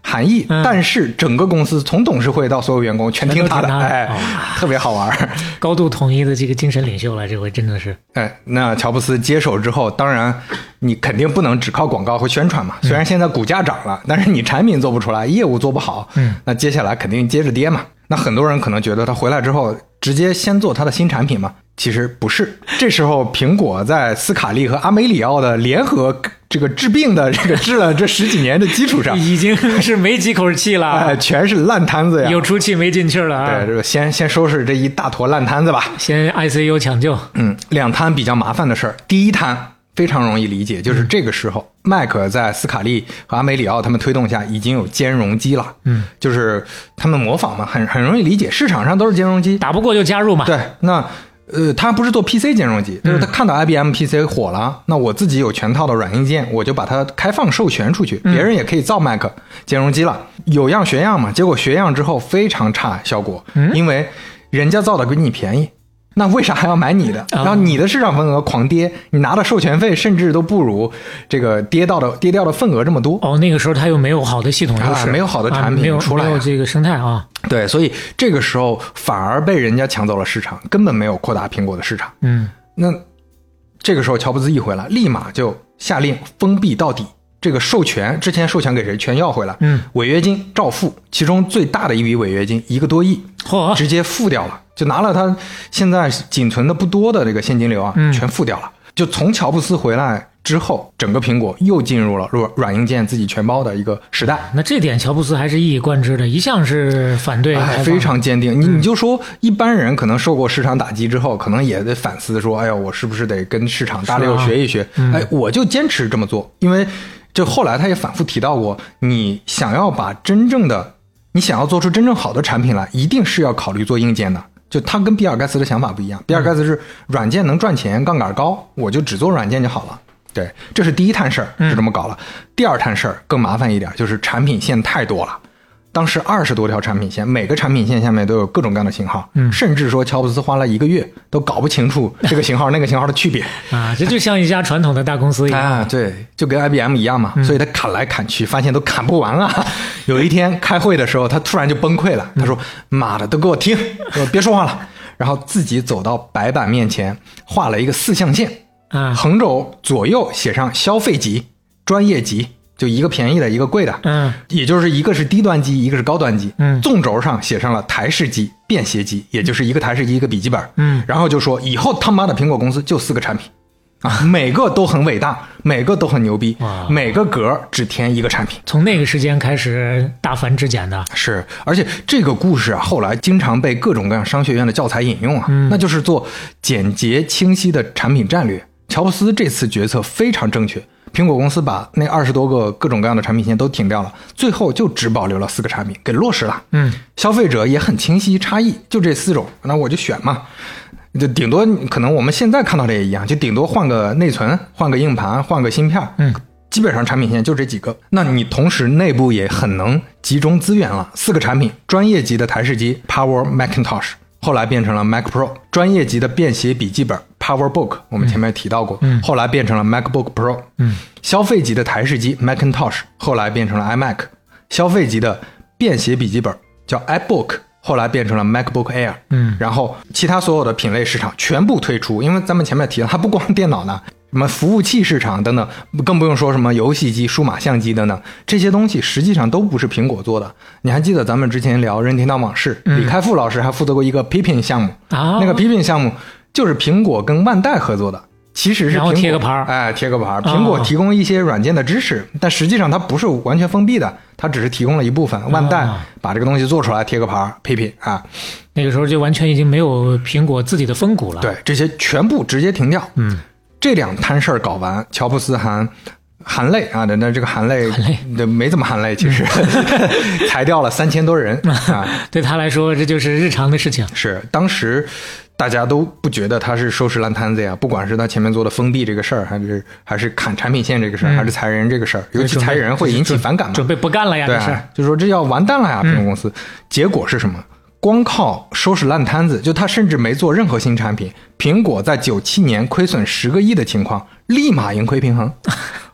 含义、嗯、但是整个公司从董事会到所有员工全听他的，他的哎、哦，特别好玩， 高度统一的这个精神领袖了，这回真的是。 哎，那乔布斯接手之后，当然你肯定不能只靠广告和宣传嘛。虽然现在股价涨了，嗯、但是你产品做不出来，业务做不好，嗯，那接下来肯定接着跌嘛。那很多人可能觉得他回来之后直接先做他的新产品嘛，其实不是。这时候苹果在斯卡利和阿梅里奥的联合这个治病的这个治了这十几年的基础上， 已经是没几口气了， 哎，全是烂摊子呀， 有出气没进气了啊。 对，这个先先收拾这一大坨烂摊子吧， 先 I C U 抢救。 嗯，两摊比较麻烦的事儿，第一摊非常容易理解，就是这个时候、嗯、麦克在斯卡利和阿梅里奥他们推动下已经有兼容机了，嗯，就是他们模仿嘛，很很容易理解，市场上都是兼容机， 打不过就加入嘛。 对，那呃，他不是做 P C 兼容机，就是他看到 I B M P C 火了、嗯、那我自己有全套的软硬件，我就把它开放授权出去、嗯、别人也可以造 Mac 兼容机了，有样学样嘛。结果学样之后非常差效果、嗯、因为人家造的比你便宜，那为啥还要买你的？然后你的市场份额狂跌，你拿的授权费甚至都不如这个跌到的跌掉的份额这么多。 哦，那个时候他又没有好的系统优势、 啊，没有好的产品出来、啊啊，没有这个生态啊。 对，所以这个时候反而被人家抢走了市场，根本没有扩大苹果的市场。嗯，那这个时候乔布斯一回来，立马就下令封闭到底。这个授权之前授权给谁全要回来，嗯，违约金照付，其中最大的一笔违约金一个多亿，嚯，直接付掉了，就拿了他现在仅存的不多的这个现金流啊，嗯、全付掉了。就从乔布斯回来之后，整个苹果又进入了软软硬件自己全包的一个时代。 那这点乔布斯还是一以贯之的，一向是反对、 哎、非常坚定。你你就说一般人可能受过市场打击之后，可能也得反思说，哎呀，我是不是得跟市场大流学一学、啊嗯、哎，我就坚持这么做。因为就后来他也反复提到过，你想要把真正的你想要做出真正好的产品来，一定是要考虑做硬件的。就他跟比尔盖茨的想法不一样，比尔盖茨是软件能赚钱，杠杆高，我就只做软件就好了。对，这是第一摊事儿，是这么搞了、嗯、第二摊事儿更麻烦一点，就是产品线太多了。当时二十多条产品线，每个产品线下面都有各种各样的型号，嗯，甚至说乔布斯花了一个月都搞不清楚这个型号那个型号的区别啊，这就像一家传统的大公司一样啊，对，就跟 I B M 一样嘛、嗯、所以他砍来砍去发现都砍不完啊。有一天开会的时候他突然就崩溃了，他说妈的都给我听，我别说话了，然后自己走到白板面前画了一个四象限啊，横轴左右写上消费级、专业级，就一个便宜的一个贵的，嗯，也就是一个是低端机，一个是高端机，嗯，纵轴上写上了台式机、便携机，也就是一个台式机一个笔记本，嗯，然后就说以后他妈的苹果公司就四个产品啊，每个都很伟大，每个都很牛逼，每个格只填一个产品。 从那个时间开始大繁至简的， 是，而且这个故事啊，后来经常被各种各样商学院的教材引用啊，嗯、那就是做简洁清晰的产品战略。乔布斯这次决策非常正确。苹果公司把那二十多个各种各样的产品线都停掉了，最后就只保留了四个产品给落实了。嗯，消费者也很清晰差异，就这四种，那我就选嘛。就顶多可能我们现在看到的也一样，就顶多换个内存，换个硬盘，换个芯片。嗯，基本上产品线就这几个。那你同时内部也很能集中资源了，四个产品，专业级的台式机 Power Macintosh。后来变成了 Mac Pro， 专业级的便携笔记本 PowerBook， 我们前面提到过，嗯、后来变成了 MacBook Pro，嗯、消费级的台式机 Macintosh， 后来变成了 iMac， 消费级的便携笔记本叫 iBook， 后来变成了 MacBook Air，嗯、然后其他所有的品类市场全部退出，因为咱们前面提了，它不光电脑呢，什么服务器市场等等，更不用说什么游戏机、数码相机等等，这些东西实际上都不是苹果做的。你还记得咱们之前聊任天堂往事，嗯、李开复老师还负责过一个 Pippin 项目，哦、那个 Pippin 项目就是苹果跟万代合作的，其实是苹果然后贴个牌， 哎，贴个牌，苹果提供一些软件的支持，哦、但实际上它不是完全封闭的，它只是提供了一部分。万代把这个东西做出来，贴个牌 Pippin 啊， 那个时候就完全已经没有苹果自己的风骨了。 对，这些全部直接停掉。嗯。这两摊事儿搞完，乔布斯还含泪啊，那这个含泪没怎么含泪，其实、嗯、裁掉了三千多人啊。 对他来说，这就是日常的事情。 是，当时大家都不觉得他是收拾烂摊子呀，不管是他前面做的封闭这个事儿，还是还是砍产品线这个事儿、嗯，还是裁人这个事儿，尤其裁人会引起反感嘛， 准备不干了呀， 对、 啊， 就说这要完蛋了呀，苹果公司。嗯、结果是什么？光靠收拾烂摊子，就他甚至没做任何新产品，苹果在九七年亏损十个亿的情况，立马盈亏平衡。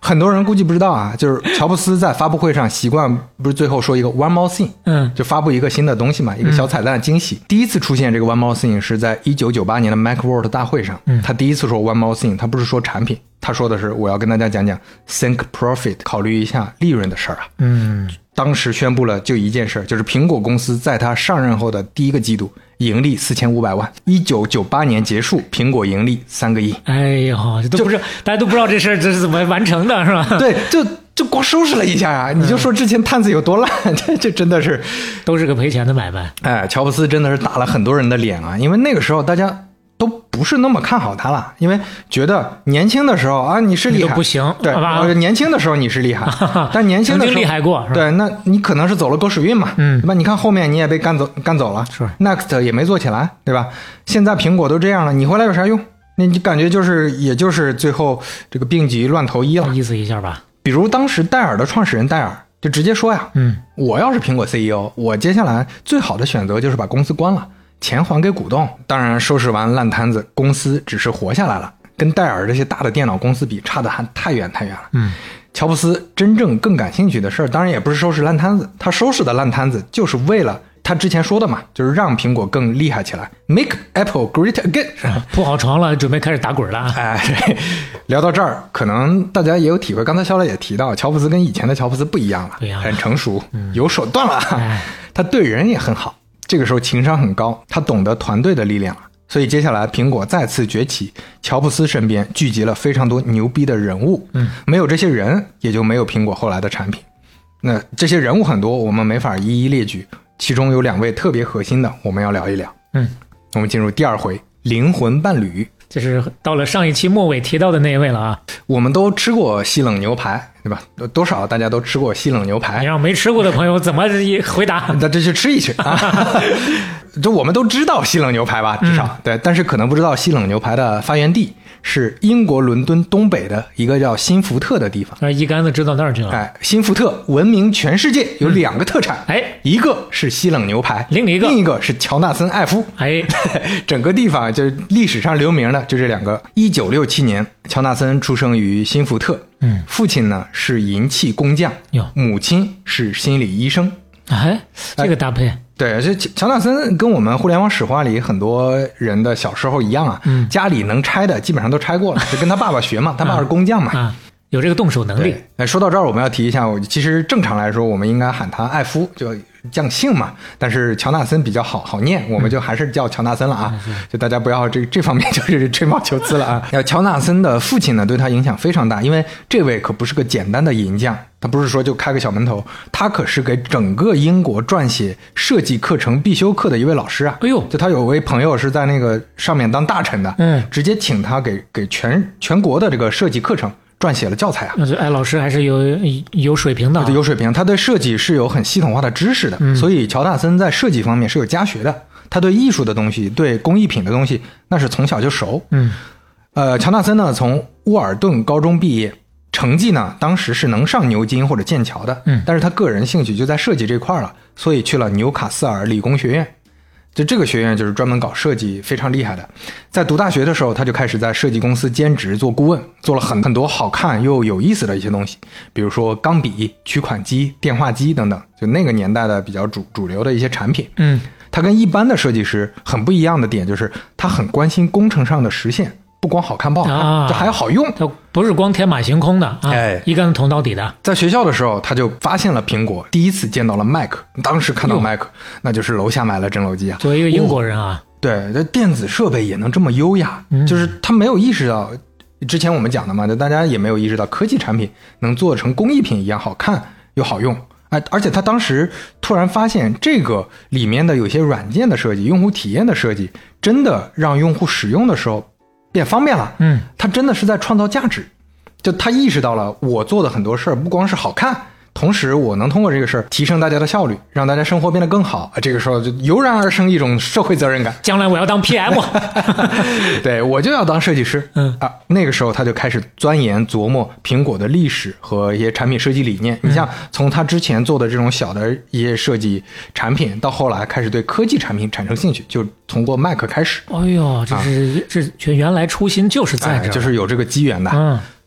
很多人估计不知道啊，就是乔布斯在发布会上习惯不是最后说一个 one more thing， 嗯， 就发布一个新的东西嘛，一个小彩蛋的惊喜。嗯、第一次出现这个 one more thing 是在一九九八年的 Macworld 大会上，嗯，他第一次说 one more thing， 他不是说产品，他说的是我要跟大家讲讲 think profit， 考虑一下利润的事儿啊。 嗯， 当时宣布了就一件事，就是苹果公司在他上任后的第一个季度盈利四千五百万，一九九八年结束，苹果盈利三个亿。 哎呦，这都不是大家都不知道这事儿这是怎么完成的，是吧？ 对，就就光收拾了一下啊！你就说之前探子有多烂，这这真的是都是个赔钱的买卖。 哎，乔布斯真的是打了很多人的脸啊！因为那个时候大家都不是那么看好他了，因为觉得年轻的时候啊你是厉害不行， 对吧？年轻的时候你是厉害，但年轻的时候曾经厉害过， 对，那你可能是走了狗屎运嘛， 嗯， 对吧？你看后面你也被干走干走了， 是 Next 也没做起来，对吧？现在苹果都这样了，你回来有啥用？那你感觉就是也就是最后这个病急乱投医了， 意思一下吧。 比如当时戴尔的创始人戴尔就直接说呀， 嗯， 我要是苹果 C E O， 我接下来最好的选择就是把公司关了，钱还给股东。当然收拾完烂摊子，公司只是活下来了，跟戴尔这些大的电脑公司比差的还太远太远了。 嗯， 乔布斯真正更感兴趣的事儿当然也不是收拾烂摊子，他收拾的烂摊子就是为了他之前说的嘛，就是让苹果更厉害起来 ，Make Apple Great Again， 铺好床了，准备开始打滚了。 哎，聊到这儿，可能大家也有体会。刚才肖磊也提到，乔布斯跟以前的乔布斯不一样了， 不一样了， 很成熟，嗯、有手段了。 哎、 他对人也很好，这个时候情商很高，他懂得团队的力量了。所以接下来苹果再次崛起，乔布斯身边聚集了非常多牛逼的人物。 嗯， 没有这些人，也就没有苹果后来的产品。那这些人物很多，我们没法一一列举。其中有两位特别核心的，我们要聊一聊。 嗯， 我们进入第二回，灵魂伴侣， 就是到了上一期末尾提到的那一位了啊。 我们都吃过西冷牛排，对吧？多少大家都吃过西冷牛排。 你让没吃过的朋友怎么回答？ 那这去吃一吃啊！就我们都知道西冷牛排吧，至少、嗯、对，但是可能不知道西冷牛排的发源地是英国伦敦东北的一个叫新福特的地方。 一竿子知道那儿去了。 哎，新福特闻名全世界，有两个特产， 哎、 嗯，一个是西冷牛排， 另一个另一个是乔纳森·艾夫。 哎， 整个地方就是历史上留名的就这两个。一九六七年，乔纳森出生于新福特， 嗯， 父亲呢是银器工匠，母亲是心理医生。 哎，这个搭配。哎， 对，这乔纳森跟我们互联网史话里很多人的小时候一样啊， 嗯， 家里能拆的基本上都拆过了，就跟他爸爸学嘛，他爸爸是工匠嘛， 啊啊，有这个动手能力。 哎，说到这儿，我们要提一下，我其实正常来说，我们应该喊他艾夫，就将姓嘛。但是乔纳森比较好好念，我们就还是叫乔纳森了啊。 嗯、 就大家不要这这方面就是吹毛求疵了啊。要乔纳森的父亲呢，对他影响非常大，因为这位可不是个简单的银匠。他不是说就开个小门头，他可是给整个英国撰写设计课程必修课的一位老师啊！ 哎呦， 就他有位朋友是在那个上面当大臣的， 嗯， 直接请他给给全全国的这个设计课程撰写了教材啊！ 那艾老师还是有有水平的、啊， 有水平，他对设计是有很系统化的知识的， 嗯、 所以乔纳森在设计方面是有家学的。他对艺术的东西，对工艺品的东西，那是从小就熟。 嗯， 呃，乔纳森呢，从沃尔顿高中毕业。成绩呢，当时是能上牛津或者剑桥的， 嗯， 但是他个人兴趣就在设计这块了，所以去了纽卡斯尔理工学院。就这个学院就是专门搞设计，非常厉害的。在读大学的时候，他就开始在设计公司兼职做顾问，做了很很多好看又有意思的一些东西，比如说钢笔、取款机、电话机等等，就那个年代的比较主主流的一些产品。 嗯， 他跟一般的设计师很不一样的点就是他很关心工程上的实现。不光好看不好看， 啊、 这还要好用， 它不是光天马行空的啊！ 哎， 一竿子捅到底的。 在学校的时候，他就发现了苹果，第一次见到了 Mac， 当时看到 Mac， 那就是楼下买了蒸馏机啊。 作为一个英国人啊， 哦、对，这电子设备也能这么优雅， 嗯、 就是他没有意识到，之前我们讲的嘛，就大家也没有意识到科技产品能做成工艺品一样好看又好用。哎，而且他当时突然发现，这个里面的有些软件的设计、用户体验的设计，真的让用户使用的时候变方便了。 嗯， 他真的是在创造价值。就他意识到了，我做的很多事儿不光是好看，同时我能通过这个事儿提升大家的效率，让大家生活变得更好。这个时候就油然而生一种社会责任感。 将来我要当 P M， 对，我就要当设计师。 嗯啊，那个时候他就开始钻研琢磨苹果的历史和一些产品设计理念。 嗯、 你像从他之前做的这种小的一些设计产品，到后来开始对科技产品产生兴趣，就通过 Mac 开始。 哎呦，这是、啊、这全原来初心就是在这、 哎，就是有这个机缘的。 嗯。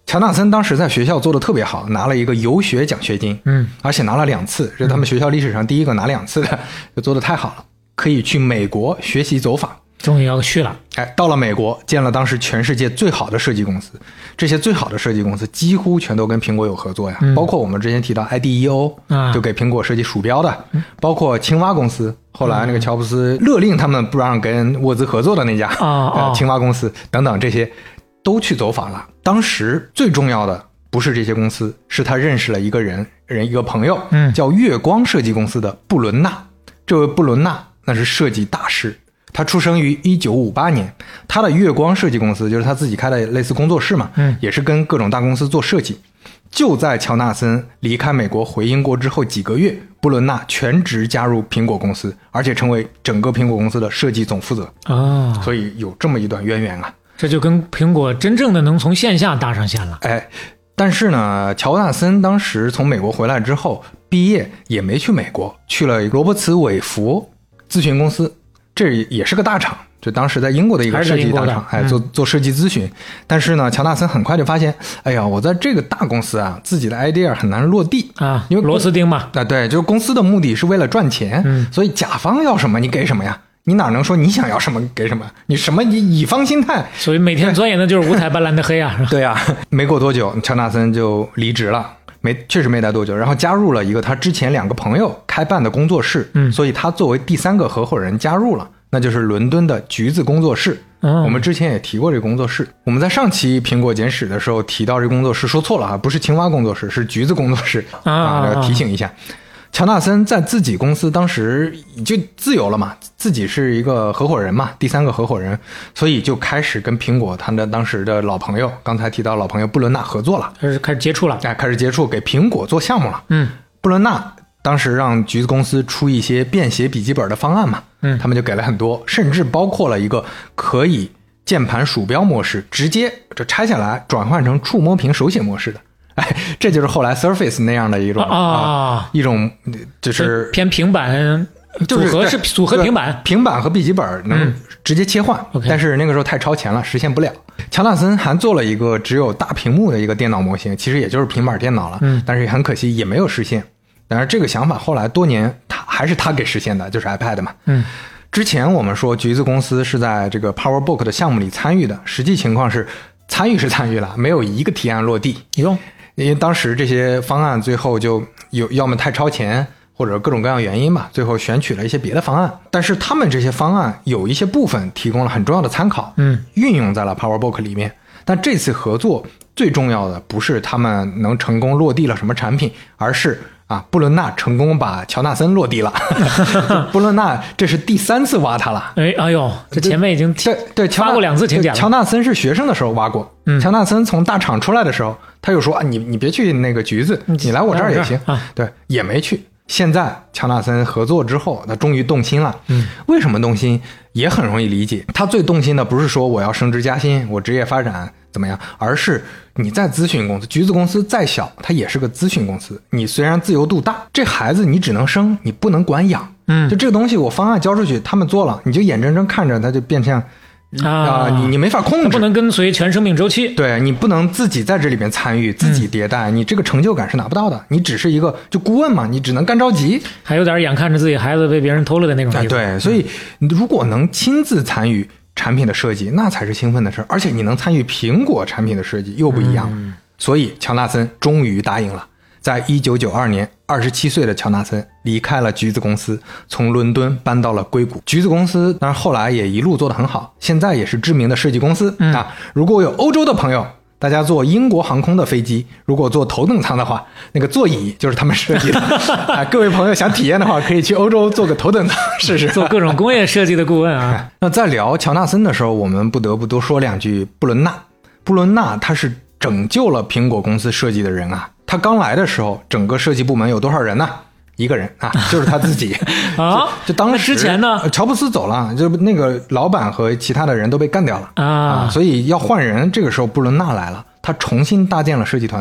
乔纳森当时在学校做的特别好，拿了一个游学奖学金， 嗯， 而且拿了两次，这是他们学校历史上第一个拿两次的，就做的太好了，可以去美国学习走法。 终于要去了。 哎，到了美国，见了当时全世界最好的设计公司，这些最好的设计公司几乎全都跟苹果有合作呀， 嗯、 包括我们之前提到 I D E O，、啊、就给苹果设计鼠标的，嗯、包括青蛙公司，后来那个乔布斯勒令他们不让跟沃兹合作的那家、 啊呃、青蛙公司等等，这些都去走访了。当时最重要的不是这些公司，是他认识了一个人，人一个朋友， 嗯， 叫月光设计公司的布伦纳。这位布伦纳那是设计大师。他出生于一九五八年，他的月光设计公司就是他自己开的类似工作室嘛， 嗯， 也是跟各种大公司做设计。就在乔纳森离开美国回英国之后几个月，布伦纳全职加入苹果公司，而且成为整个苹果公司的设计总负责。 哦， 所以有这么一段渊源啊， 这就跟苹果真正的能从线下搭上线了。 哎，但是呢，乔纳森当时从美国回来之后，毕业也没去美国，去了罗伯茨韦弗咨询公司。这也是个大厂，就当时在英国的一个设计大厂，哎，做做设计咨询。但是呢，乔纳森很快就发现，哎呀，我在这个大公司啊，自己的 idea 很难落地啊， 因为螺丝钉嘛。 啊，对，就是公司的目的是为了赚钱， 嗯， 所以甲方要什么你给什么呀？你哪能说你想要什么给什么？你什么以乙方心态？ 所以每天钻研的就是五彩斑斓的黑啊。 对啊，没过多久，乔纳森就离职了。没，确实没待多久，然后加入了一个他之前两个朋友开办的工作室， 嗯， 所以他作为第三个合伙人加入了，那就是伦敦的橘子工作室。 嗯， 我们之前也提过这个工作室，我们在上期苹果简史的时候提到这个工作室，说错了啊，不是青蛙工作室，是橘子工作室啊， 啊，提醒一下。乔纳森在自己公司当时就自由了嘛，自己是一个合伙人嘛，第三个合伙人，所以就开始跟苹果他的当时的老朋友，刚才提到老朋友布伦纳合作了， 开始开始接触了， 哎，开始接触，给苹果做项目了。 嗯， 布伦纳当时让橘子公司出一些便携笔记本的方案嘛， 嗯， 他们就给了很多，甚至包括了一个可以键盘鼠标模式，直接这拆下来转换成触摸屏手写模式的。哎，这就是后来 Surface 那样的一种啊、 啊，一种就是偏平板，组合是组合平板， 平板和笔记本能直接切换， 嗯、 但是那个时候太超前了，实现不了。乔纳森还做了一个只有大屏幕的一个电脑模型，其实也就是平板电脑了， 嗯， 但是很可惜也没有实现。但是这个想法后来多年他还是他给实现的，就是 iPad 嘛， 嗯。 之前我们说橘子公司是在这个 PowerBook 的项目里参与的，实际情况是参与是参与了，没有一个提案落地。 哟。 因为当时这些方案最后就有要么太超前，或者各种各样原因吧，最后选取了一些别的方案。但是他们这些方案有一些部分提供了很重要的参考， 嗯， 运用在了 PowerBook 里面。但这次合作最重要的不是他们能成功落地了什么产品，而是啊，布伦纳成功把乔纳森落地了。布伦纳这是第三次挖他了。 哎，哎呦，这前面已经对对发过两次请柬了。 乔纳森是学生的时候挖过， 嗯， 乔纳森从大厂出来的时候，他又说啊，你你别去那个橘子，你来我这儿也行。 啊， 对，也没去。现在乔纳森合作之后，他终于动心了。 嗯， 为什么动心？也很容易理解。他最动心的不是说我要升职加薪，我职业发展怎么样，而是你在咨询公司，橘子公司再小，它也是个咨询公司。你虽然自由度大，这孩子你只能生，你不能管养。 嗯， 就这个东西，我方案交出去，他们做了，你就眼睁睁看着它就变成。啊、呃，你你没法控制， 不能跟随全生命周期。 对，你不能自己在这里面参与，自己迭代，嗯、你这个成就感是拿不到的。你只是一个就顾问嘛，你只能干着急， 还有点眼看着自己孩子被别人偷了的那种地方。 对，所以如果能亲自参与产品的设计，那才是兴奋的事儿。而且你能参与苹果产品的设计又不一样。嗯、所以乔纳森终于答应了。在一九九二年，二十七岁的乔纳森离开了橘子公司，从伦敦搬到了硅谷。橘子公司当然后来也一路做得很好，现在也是知名的设计公司、嗯、啊。如果有欧洲的朋友，大家坐英国航空的飞机，如果坐头等舱的话，那个座椅就是他们设计的啊。各位朋友想体验的话，可以去欧洲坐个头等舱试试， 做各种工业设计的顾问啊。 那在聊乔纳森的时候，我们不得不多说两句布伦纳。布伦纳他是拯救了苹果公司设计的人啊。他刚来的时候，整个设计部门有多少人呢？一个人啊，就是他自己啊。 就, 就当时之前呢， 乔布斯走了，就那个老板和其他的人都被干掉了啊, 啊，所以要换人。这个时候布伦纳来了，他重新搭建了设计团队。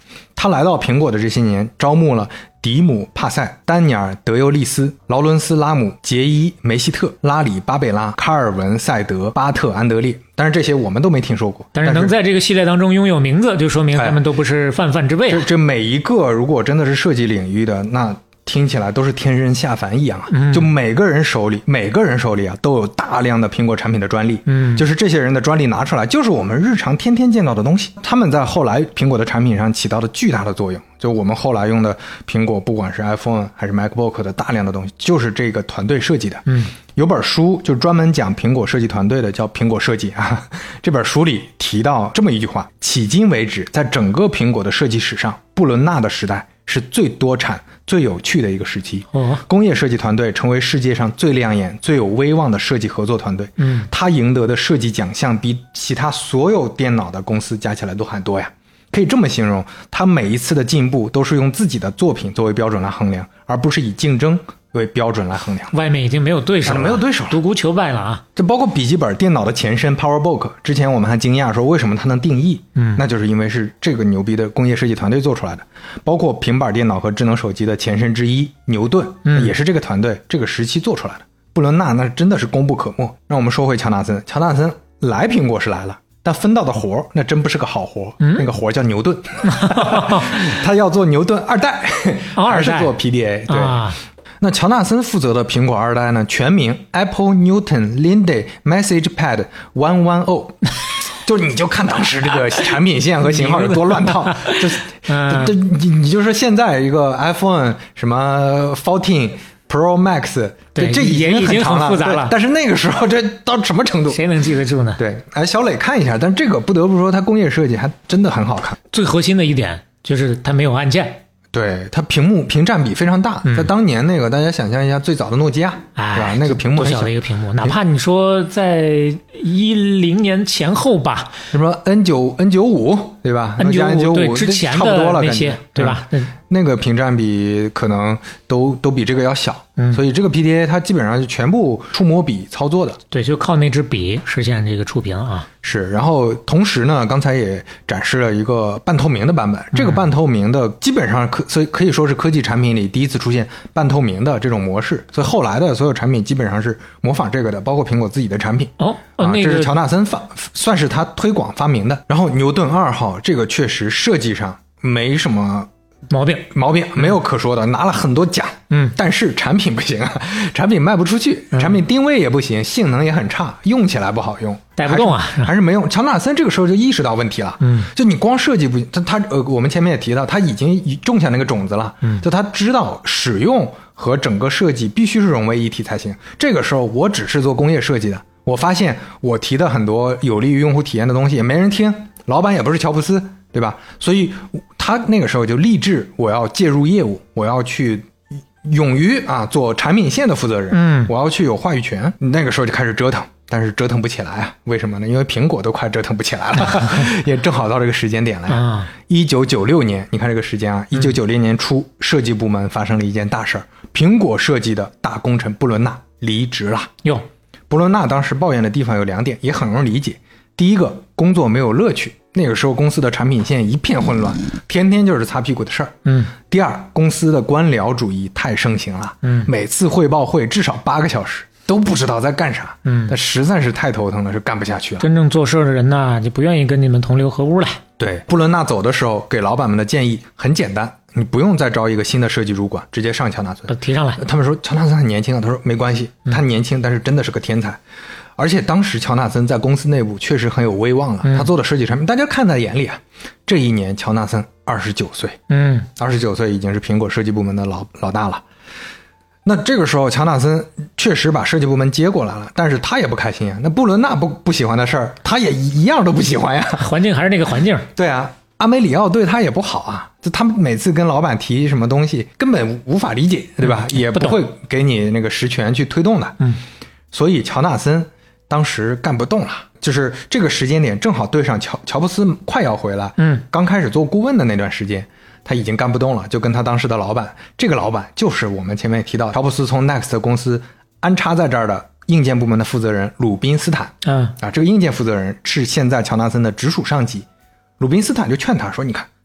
他来到苹果的这些年，招募了迪姆·帕塞、丹尼尔·德尤利斯、劳伦斯·拉姆、杰伊·梅希特、拉里·巴贝拉、卡尔文·塞德、巴特·安德烈。但是这些我们都没听说过， 但是能在这个系列当中拥有名字，就说明他们都不是泛泛之辈、啊哎、这这每一个如果真的是设计领域的，那听起来都是天人下凡一样啊！嗯、就每个人手里，每个人手里啊，都有大量的苹果产品的专利。嗯，就是这些人的专利拿出来，就是我们日常天天见到的东西。他们在后来苹果的产品上起到了巨大的作用。就我们后来用的苹果，不管是 iPhone 还是 MacBook 的大量的东西，就是这个团队设计的。嗯，有本书就专门讲苹果设计团队的，叫《苹果设计》啊。这本书里提到这么一句话：迄今为止，在整个苹果的设计史上，布伦纳的时代是最多产、最有趣的一个时期。哦，工业设计团队成为世界上最亮眼、最有威望的设计合作团队。嗯，他赢得的设计奖项比其他所有电脑的公司加起来都还多呀。可以这么形容，他每一次的进步都是用自己的作品作为标准来衡量，而不是以竞争为标准来衡量。 外面已经没有对手了， 没有对手了， 独孤求败了啊！ 这包括笔记本电脑的前身 PowerBook， 之前我们还惊讶说为什么它能定义，嗯，那就是因为是这个牛逼的工业设计团队做出来的。包括平板电脑和智能手机的前身之一牛顿，嗯，也是这个团队这个时期做出来的。布伦纳那真的是功不可没。让我们说回乔纳森，乔纳森来苹果是来了。但分到的活那真不是个好活、嗯、那个活叫牛顿他要做牛顿二代、哦、还是做 P D A 对、啊、那乔纳森负责的苹果二代呢，全名 Apple Newton Linde Message Pad 一百十就你就看当时这个产品线和型号有多乱套就、嗯、就你你就说现在一个 iPhone 什么十四Pro Max， 对，这已经很长了， 复杂了。 但是那个时候这到什么程度？ 谁能记得住呢？ 对，哎，小磊看一下，但这个不得不说，它工业设计还真的很好看。 最核心的一点就是它没有按键。 对，它屏幕屏占比非常大，在当年那个大家想象一下最早的诺基亚， 哎、 是吧？那个屏幕很小的一个屏幕，哪怕你说在一零年前后吧， 什么 N 九 N 九五对吧 ？N 九五 N 九五对之前的差不多了那些对吧？ 嗯那个屏占比可能都都比这个要小、嗯、所以这个 P D A 它基本上是全部触摸笔操作的， 对，就靠那支笔实现这个触屏啊。 是，然后同时呢，刚才也展示了一个半透明的版本，这个半透明的基本上可所以可以说是科技产品里第一次出现半透明的这种模式，所以后来的所有产品基本上是模仿这个的，包括苹果自己的产品。 哦，哦啊， 那个、 这是乔纳森发算是他推广发明的。然后牛顿二号这个确实设计上没什么毛病毛病没有可说的，拿了很多奖，嗯，但是产品不行啊，产品卖不出去，产品定位也不行，性能也很差，用起来不好用， 带不动啊， 还是, 还是没用。乔纳森这个时候就意识到问题了，嗯，就你光设计不行，他他呃，我们前面也提到，他已经种下那个种子了，嗯，就他知道使用和整个设计必须是融为一体才行。这个时候我只是做工业设计的，我发现我提的很多有利于用户体验的东西也没人听，老板也不是乔布斯。对吧？所以他那个时候就立志，我要介入业务，我要去勇于啊做产品线的负责人，嗯，我要去有话语权。那个时候就开始折腾，但是折腾不起来啊？为什么呢？因为苹果都快折腾不起来了，也正好到这个时间点了呀。一九九六年，你看这个时间啊，一九九六年初，设计部门发生了一件大事儿，苹果设计的大功臣布伦纳离职了。哟，布伦纳当时抱怨的地方有两点，也很容易理解。第一个，工作没有乐趣。那个时候公司的产品线一片混乱，天天就是擦屁股的事儿。嗯。第二，公司的官僚主义太盛行了。嗯。每次汇报会至少八个小时，都不知道在干啥。嗯。那实在是太头疼了，是干不下去了。 真正做事的人呐，就不愿意跟你们同流合污了。 对，布伦纳走的时候给老板们的建议很简单，你不用再招一个新的设计主管，直接上乔纳森。 提上来。 他们说乔纳森很年轻啊，他说没关系，他年轻，但是真的是个天才。而且当时乔纳森在公司内部确实很有威望了，他做的设计产品大家看在眼里啊。这一年乔纳森二十九岁，嗯，二十九岁已经是苹果设计部门的老老大了。那这个时候乔纳森确实把设计部门接过来了，但是他也不开心啊。那布伦纳不不喜欢的事儿，他也一样都不喜欢呀。 环境还是那个环境。 对啊，阿梅里奥对他也不好啊，就他们每次跟老板提什么东西根本无法理解，对吧？嗯、也不会给你那个实权去推动的。嗯，所以乔纳森当时干不动了，就是这个时间点正好对上乔乔布斯快要回来，嗯，刚开始做顾问的那段时间，他已经干不动了，就跟他当时的老板，这个老板就是我们前面提到乔布斯从 Next 公司安插在这儿的硬件部门的负责人鲁宾斯坦，嗯啊，这个硬件负责人是现在乔纳森的直属上级，鲁宾斯坦就劝他说，你看，哎，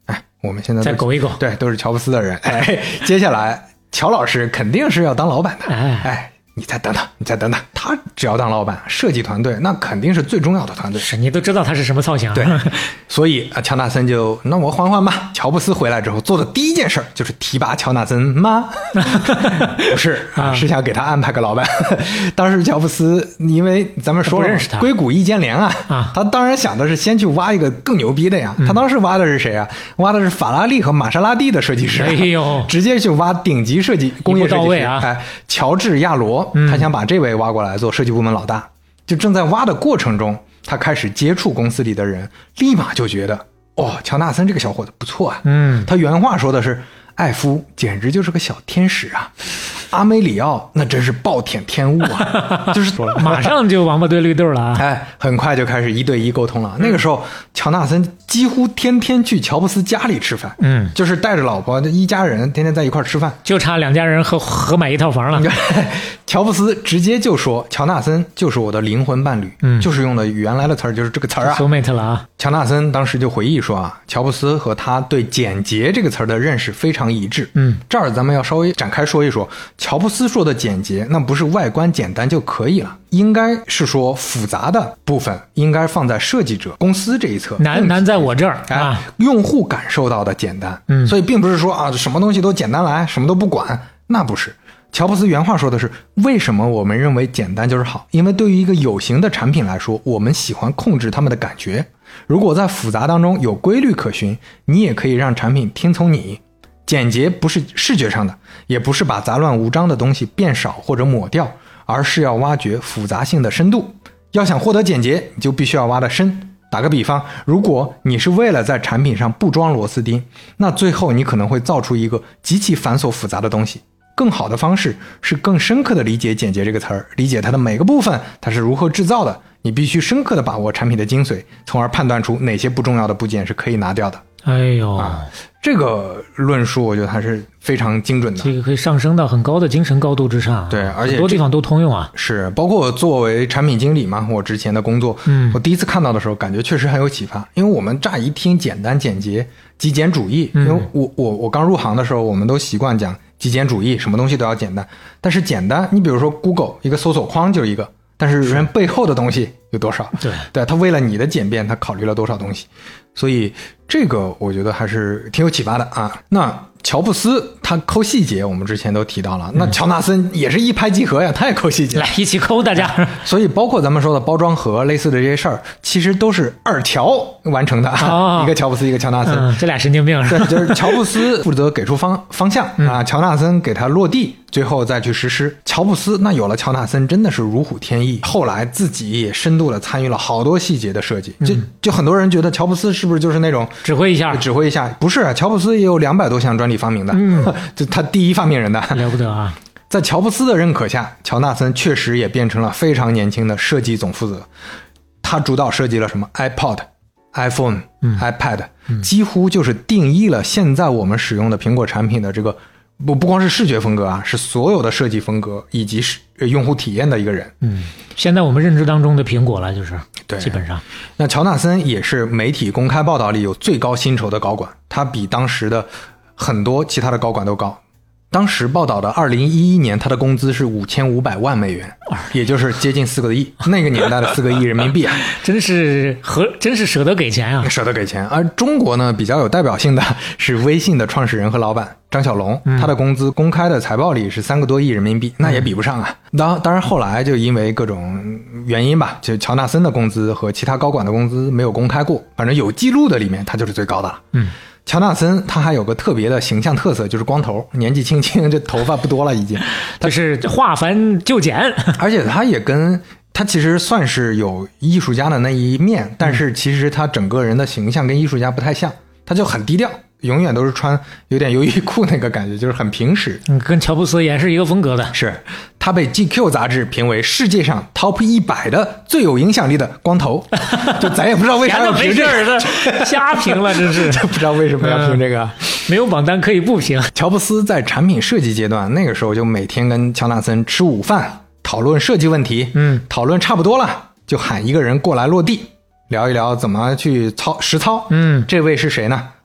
我们现在再苟一苟， 对，都是乔布斯的人。哎，接下来乔老师肯定是要当老板的。 哎哎。你再等等，你再等等，他只要当老板，设计团队那肯定是最重要的团队。 是你都知道他是什么造型。 对，所以啊，乔纳森就那我缓缓吧。乔布斯回来之后做的第一件事就是提拔乔纳森吗？不是啊，是想给他安排个老板。当时乔布斯因为咱们说了不认识他， 硅谷易建联啊，啊，他当然想的是先去挖一个更牛逼的呀。嗯、他当时挖的是谁啊？挖的是法拉利和玛莎拉蒂的设计师。 哎呦， 直接去挖顶级设计工业设计师到位啊！ 哎，乔治亚罗。他想把这位挖过来做设计部门老大，就正在挖的过程中，他开始接触公司里的人，立马就觉得，哦，乔纳森这个小伙子不错啊。嗯，他原话说的是，艾夫简直就是个小天使啊，阿梅里奥那真是暴殄天物啊，就是马上就王八堆绿豆了啊！ 哎，很快就开始一对一沟通了。嗯、那个时候，乔纳森几乎天天去乔布斯家里吃饭，嗯，就是带着老婆一家人天天在一块吃饭， 就差两家人合合买一套房了。 乔布斯直接就说，乔纳森就是我的灵魂伴侣，嗯，就是用的原来的词儿，就是这个词儿啊 ，soulmate 了啊。 乔纳森当时就回忆说啊，乔布斯和他对简洁这个词儿的认识非常一致，嗯，这儿咱们要稍微展开说一说。乔布斯说的简洁，那不是外观简单就可以了，应该是说复杂的部分应该放在设计者公司这一侧， 难难在我这儿啊、 哎，用户感受到的简单，嗯，所以并不是说啊什么东西都简单来，什么都不管，那不是。乔布斯原话说的是，为什么我们认为简单就是好？因为对于一个有形的产品来说，我们喜欢控制它们的感觉。如果在复杂当中有规律可循，你也可以让产品听从你。简洁不是视觉上的，也不是把杂乱无章的东西变少或者抹掉，而是要挖掘复杂性的深度。要想获得简洁，你就必须要挖得深。打个比方，如果你是为了在产品上不装螺丝钉，那最后你可能会造出一个极其繁琐复杂的东西。更好的方式是更深刻的理解简洁这个词儿，理解它的每个部分，它是如何制造的。你必须深刻的把握产品的精髓，从而判断出哪些不重要的部件是可以拿掉的。 哎呦、 啊，这个论述我觉得还是非常精准的， 这个可以上升到很高的精神高度之上。 对，而且很多地方都通用啊。 是，包括作为产品经理嘛，我之前的工作，嗯，我第一次看到的时候，感觉确实很有启发。因为我们乍一听简单简洁、极简主义，因为我我我刚入行的时候，我们都习惯讲极简主义，什么东西都要简单。但是简单，你比如说 Google 一个搜索框就一个。但是人背后的东西有多少？对对，他为了你的简便，他考虑了多少东西？所以这个我觉得还是挺有启发的啊。那乔布斯他抠细节，我们之前都提到了。那乔纳森也是一拍即合呀，他也抠细节， 来一起抠大家。 所以包括咱们说的包装盒类似的这些事儿，其实都是二乔完成的，哦、一个乔布斯，一个乔纳森， 嗯、这俩神经病是吧？ 对，就是乔布斯负责给出方方向啊，乔纳森给他落地。最后再去实施。乔布斯那有了乔纳森真的是如虎添翼，后来自己也深度的参与了好多细节的设计。就就很多人觉得乔布斯是不是就是那种指挥一下指挥一下？不是啊，乔布斯也有两百多项专利发明的，嗯，就他第一发明人的， 了不得啊！ 在乔布斯的认可下，乔纳森确实也变成了非常年轻的设计总负责。他主导设计了什么 iPod、iPhone、嗯、iPad，、嗯、几乎就是定义了现在我们使用的苹果产品的这个。不不光是视觉风格啊，是所有的设计风格以及用户体验的一个人。 嗯，现在我们认知当中的苹果了，就是对，基本上。 那乔纳森也是媒体公开报道里有最高薪酬的高管，他比当时的很多其他的高管都高。当时报道的二零一一年，他的工资是五千五百万美元，也就是接近四个亿。那个年代的四个亿人民币啊， 真是和真是舍得给钱啊， 舍得给钱。而中国呢，比较有代表性的是微信的创始人和老板张小龙，他的工资公开的财报里是三个多亿人民币，那也比不上啊。当当然后来就因为各种原因吧，就乔纳森的工资和其他高管的工资没有公开过，反正有记录的里面他就是最高的了。嗯。乔纳森他还有个特别的形象特色，就是光头，年纪轻轻这头发不多了已经， 他是化繁就简， 而且他也跟他其实算是有艺术家的那一面，但是其实他整个人的形象跟艺术家不太像，他就很低调，永远都是穿有点优衣库那个感觉，就是很平实。 嗯，跟乔布斯也是一个风格的。 是，他被 G Q 杂志评为世界上 Top 一百的最有影响力的光头，就咱也不知道为啥要评这个， 瞎评了，真是不知道为什么要评这个、嗯。 没有榜单可以不评。 乔布斯在产品设计阶段，那个时候就每天跟乔纳森吃午饭，讨论设计问题。嗯，讨论差不多了，就喊一个人过来落地，聊一聊怎么去操实操。嗯，这位是谁呢？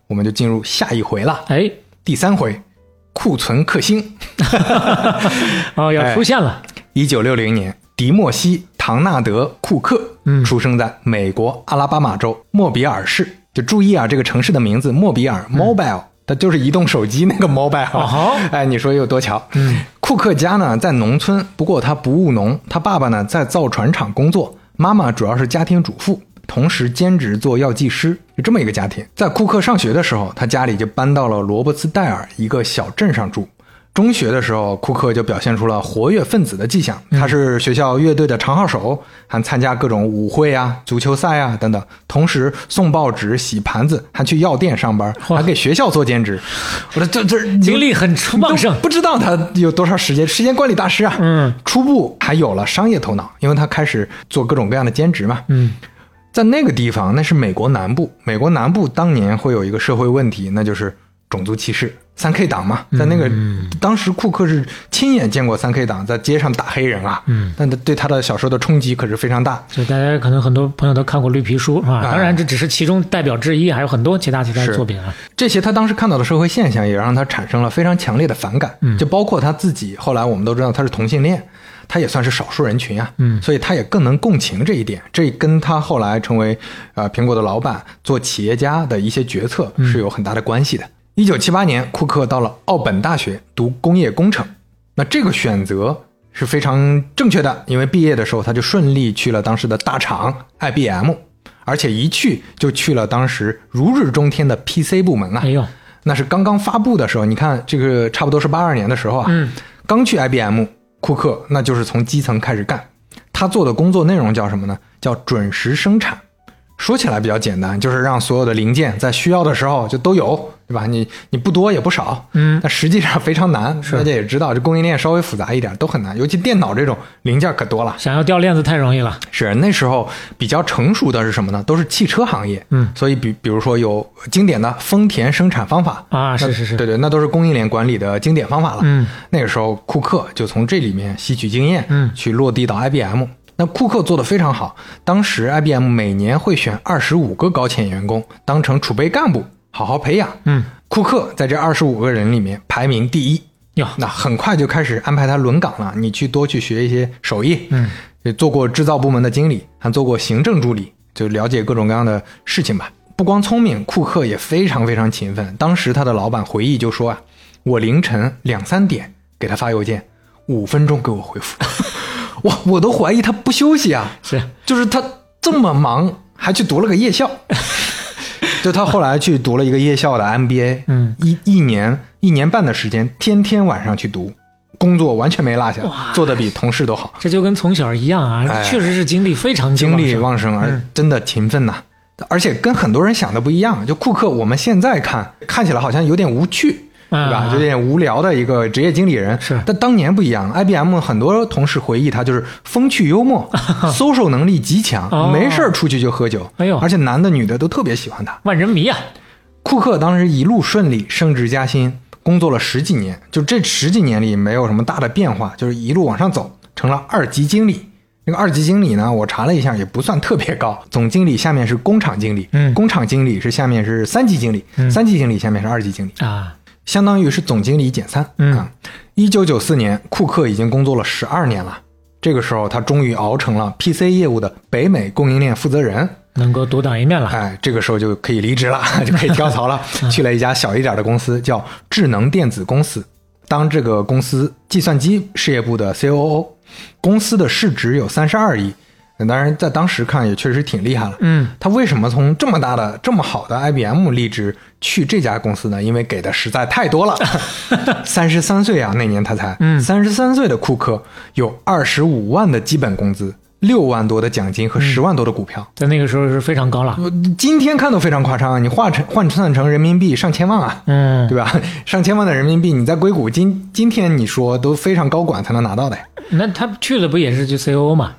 我们就进入下一回了。 哎， 第三回，库存克星。 哦，要出现了。 一九六零年，迪莫西·唐纳德·库克出生在美国阿拉巴马州莫比尔市。就注意啊，这个城市的名字莫比尔 Mobile，它就是移动手机那个 mobile，、哦、哎，你说有多巧？嗯，库克家呢在农村，不过他不务农，他爸爸呢在造船厂工作，妈妈主要是家庭主妇，同时兼职做药剂师，就这么一个家庭。在库克上学的时候，他家里就搬到了罗伯茨戴尔一个小镇上住。中学的时候，库克就表现出了活跃分子的迹象，他是学校乐队的长号手，还参加各种舞会啊、足球赛啊等等，同时送报纸、洗盘子，还去药店上班，还给学校做兼职。我说这这精力很旺盛， 不知道他有多少时间，时间管理大师啊。嗯，初步还有了商业头脑，因为他开始做各种各样的兼职嘛。嗯。在那个地方，那是美国南部，美国南部当年会有一个社会问题，那就是种族歧视。三 K 党嘛，在那个、嗯、当时库克是亲眼见过三 K 党在街上打黑人啊，嗯，但对他的小时候的冲击可是非常大。 所以大家可能很多朋友都看过绿皮书啊，当然这只是其中代表之一，还有很多其他其他的作品啊。 这些他当时看到的社会现象也让他产生了非常强烈的反感，嗯，就包括他自己，后来我们都知道他是同性恋，他也算是少数人群啊，嗯，所以他也更能共情这一点，这跟他后来成为呃苹果的老板、做企业家的一些决策是有很大的关系的。一九七八年，库克到了奥本大学读工业工程，那这个选择是非常正确的，因为毕业的时候他就顺利去了当时的大厂 I B M， 而且一去就去了当时如日中天的 P C 部门啊。哎呦，那是刚刚发布的时候，你看这个差不多是八二年的时候啊，嗯，刚去 I B M， 库克那就是从基层开始干，他做的工作内容叫什么呢？叫准时生产。说起来比较简单，就是让所有的零件在需要的时候就都有，对吧？你你不多也不少，嗯，但实际上非常难。大家也知道，这供应链稍微复杂一点都很难，尤其电脑这种零件可多了， 想要掉链子太容易了。 是那时候比较成熟的是什么呢？都是汽车行业，嗯，所以比比如说有经典的丰田生产方法啊，是是是， 对对，那都是供应链管理的经典方法了。嗯，那个时候库克就从这里面吸取经验，嗯，去落地到 I B M。那库克做得非常好，当时 I B M 每年会选二十五个高潜员工当成储备干部，好好培养。嗯，库克在这二十五个人里面排名第一。哟，那很快就开始安排他轮岗了，你去多去学一些手艺。嗯，也做过制造部门的经理，还做过行政助理，就了解各种各样的事情吧。不光聪明，库克也非常非常勤奋。当时他的老板回忆就说啊，我凌晨两三点给他发邮件，五分钟给我回复。哇，我都怀疑他不休息啊！ 是， 就是他这么忙，还去读了个夜校。就他后来去读了一个夜校的 M B A， 嗯，一一年一年半的时间，天天晚上去读，工作完全没落下，做得比同事都好。 这就跟从小一样啊，哎、确实是精力非常精力旺盛，而真的勤奋呐、啊嗯。而且跟很多人想的不一样，就库克，我们现在看看起来好像有点无趣。对吧？有点无聊的一个职业经理人， 是。 但当年不一样 ，I B M 很多同事回忆他就是风趣幽默，social 能力极强，哦、没事出去就喝酒，哎呦，而且男的女的都特别喜欢他， 万人迷啊！ 库克当时一路顺利，升职加薪，工作了十几年，就这十几年里没有什么大的变化，就是一路往上走，成了二级经理。那个二级经理呢，我查了一下，也不算特别高。总经理下面是工厂经理，嗯，工厂经理是下面是三级经理，嗯、三级经理下面是二级经理啊。相当于是总经理减三。嗯啊，一九九四年，库克已经工作了十二年了。这个时候，他终于熬成了 P C 业务的北美供应链负责人， 能够独当一面了。 哎，这个时候就可以离职了，就可以跳槽了，去了一家小一点的公司，叫智能电子公司，当这个公司计算机事业部的 C O O。公司的市值有三十二亿。当然在当时看也确实挺厉害了。嗯，他为什么从这么大的这么好的 I B M 离职去这家公司呢？因为给的实在太多了。三十三岁啊，那年他才嗯，三十三岁的库克有二十五万的基本工资，六万多的奖金和十万多的股票， 在那个时候是非常高了。 今天看都非常夸张啊！你换成换算成人民币上千万啊，嗯，对吧？上千万的人民币，你在硅谷今今天你说都非常高管才能拿到的。 那他去了不也是就 C O O 嘛？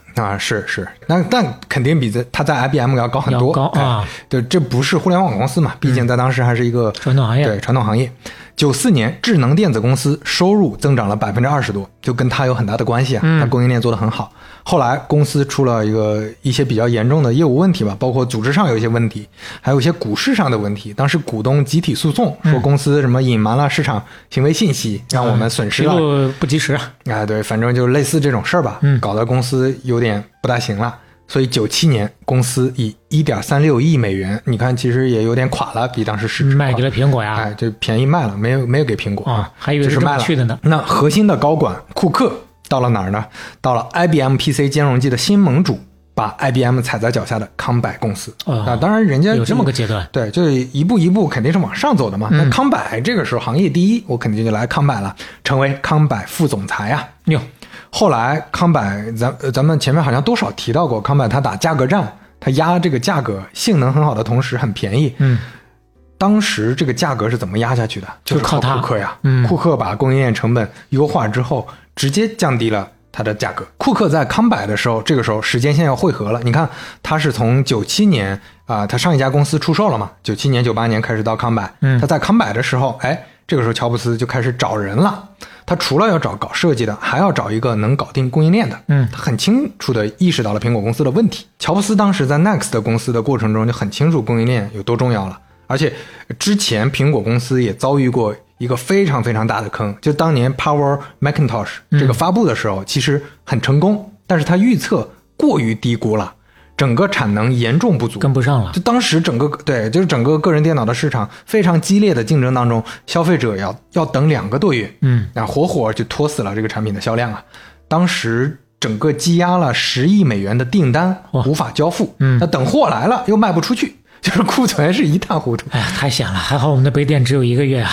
啊，是是，那但肯定比在他在 I B M 要高很多， 要高啊。 对，这不是互联网公司嘛，毕竟在当时还是一个传统行业。 对，传统行业。九四年，智能电子公司收入增长了百分之二十多，就跟他有很大的关系啊。 嗯， 他供应链做得很好。后来公司出了一个一些比较严重的业务问题吧，包括组织上有一些问题，还有一些股市上的问题。当时股东集体诉讼，说公司什么隐瞒了市场行为信息，让我们损失了， 记录不及时啊。 哎，对，反正就类似这种事儿吧， 嗯， 搞得公司有点不大行了。所以九七年公司以 一点三六亿美元，你看其实也有点垮了，比当时市值卖给了苹果呀， 哎，就便宜卖了，没有没有给苹果啊、哦，还以为是这么去的呢。 那核心的高管库克到了哪儿呢？到了 I B M P C 兼容机的新盟主，把 I B M 踩在脚下的康柏公司、 哦、 啊，当然人家有这么个阶段， 对，就一步一步肯定是往上走的嘛。嗯、那康柏这个时候行业第一，我肯定就来康柏了，成为康柏副总裁啊。 哟。 后来康柏咱咱们前面好像多少提到过，康柏他打价格战，他压这个价格，性能很好的同时很便宜。 嗯， 当时这个价格是怎么压下去的？就是靠库克呀。 嗯， 库克把供应链成本优化之后，直接降低了它的价格。库克在康柏的时候，这个时候时间线要汇合了。你看，他是从九七年啊、呃，他上一家公司出售了嘛？九七年、九八年开始到康柏。 嗯， 他在康柏的时候，哎，这个时候乔布斯就开始找人了。他除了要找搞设计的，还要找一个能搞定供应链的。 嗯， 他很清楚地意识到了苹果公司的问题。乔布斯当时在 Next 公司的过程中就很清楚供应链有多重要了，而且之前苹果公司也遭遇过一个非常非常大的坑，就当年 Power Macintosh 这个发布的时候，嗯、其实很成功，但是他预测过于低估了。整个产能严重不足， 跟不上了。 就当时整个对，就是整个个人电脑的市场非常激烈的竞争当中，消费者要要等两个多月， 嗯， 然后活活就拖死了这个产品的销量啊。当时整个积压了十亿美元的订单无法交付， 嗯， 那等货来了又卖不出去，就是库存是一塌糊涂。 哎呀，太险了，还好我们的杯垫只有一个月啊。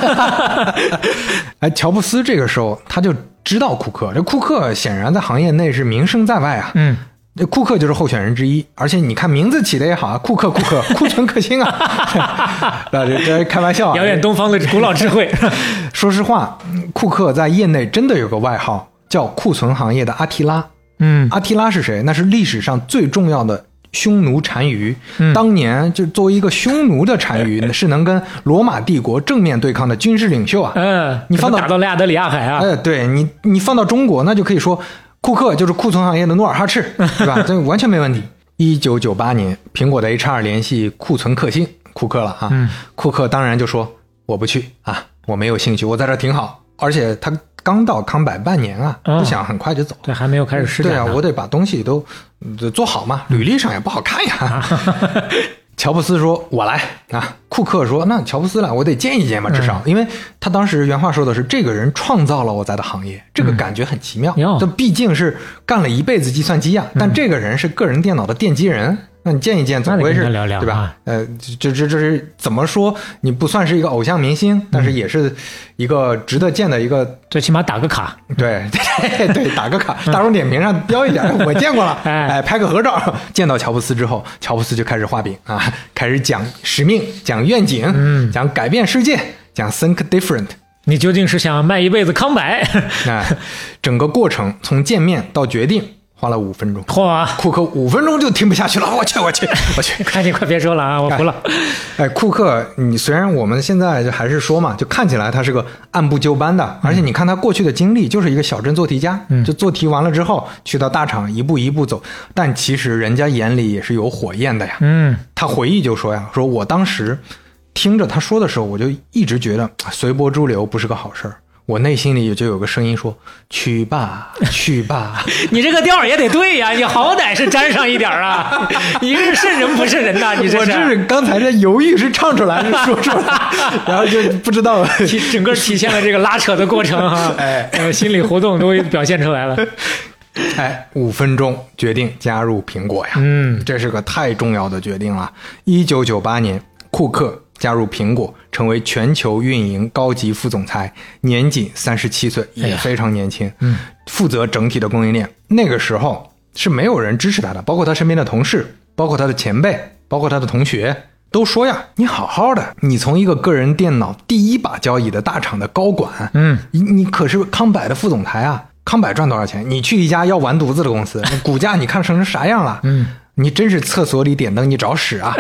哎，乔布斯这个时候他就知道库克，这库克显然在行业内是名声在外啊， 嗯。 这库克就是候选人之一，而且你看名字起的也好啊，库克库克，库存可兴啊，这这开玩笑啊， 遥远东方的古老智慧。 说实话，库克在业内真的有个外号叫库存行业的阿提拉。 嗯， 阿提拉是谁？那是历史上最重要的匈奴单于。嗯、当年就作为一个匈奴的单于，是能跟罗马帝国正面对抗的军事领袖啊。 嗯， 你放到打到亚得里亚海啊。 哎，对你你放到中国，那就可以说。库克就是库存行业的努尔哈赤，对吧？这完全没问题。一九九八年，苹果的 H R 联系库存克星库克了啊， 嗯、 库克当然就说我不去啊，我没有兴趣，我在这挺好。而且他刚到康柏半年啊， 哦、 不想很快就走， 对，还没有开始施展。 对啊，我得把东西都做好嘛，履历上也不好看呀。乔布斯说：“我来啊。”库克说：“那乔布斯来，我得见一见嘛，至少，嗯、因为他当时原话说的是，这个人创造了我在的行业，这个感觉很奇妙。这、嗯、毕竟是干了一辈子计算机呀、啊，嗯、但这个人是个人电脑的奠基人。”那你见一见，怎么回事？ 聊聊对吧？呃，这这这是怎么说？你不算是一个偶像明星，但是也是一个值得见的一个， 最起码打个卡。 对对对，打个卡，大众点评上标一点，我见过了，哎，拍个合照。见到乔布斯之后，乔布斯就开始画饼啊，开始讲使命，讲愿景， 嗯， 讲改变世界，讲 think different。 你究竟是想卖一辈子康柏？ 哎，整个过程从见面到决定。花了五分钟， 嚯！ 库克五分钟就听不下去了，我去，我去，我去！ 快点，快别说了啊，我服了。 哎，库克，你虽然我们现在就还是说嘛，就看起来他是个按部就班的，嗯、而且你看他过去的经历，就是一个小镇做题家， 嗯、 就做题完了之后去到大厂一步一步走，但其实人家眼里也是有火焰的呀。 嗯， 他回忆就说呀，说我当时听着他说的时候，我就一直觉得随波逐流不是个好事儿。我内心里就有个声音说：“去吧，去吧。” 你这个调也得对呀，你好歹是沾上一点啊！你是是人不是人呐？你这是我这是刚才这犹豫是唱出来是说出来，然后就不知道体整个体现了这个拉扯的过程哈， 哎， 呃，心理活动都表现出来了。 哎，五分钟决定加入苹果呀， 嗯， 这是个太重要的决定了。一九九八年，库克加入苹果，成为全球运营高级副总裁，年仅三十七岁，也非常年轻。 嗯， 负责整体的供应链。那个时候是没有人支持他的，包括他身边的同事，包括他的前辈，包括他的同学，都说呀，你好好的，你从一个个人电脑第一把交椅的大厂的高管， 嗯， 你你可是康柏的副总裁啊。 康柏赚多少钱？你去一家要完犊子的公司，那股价你看成啥样了？ 嗯， 你真是厕所里点灯，你找屎啊！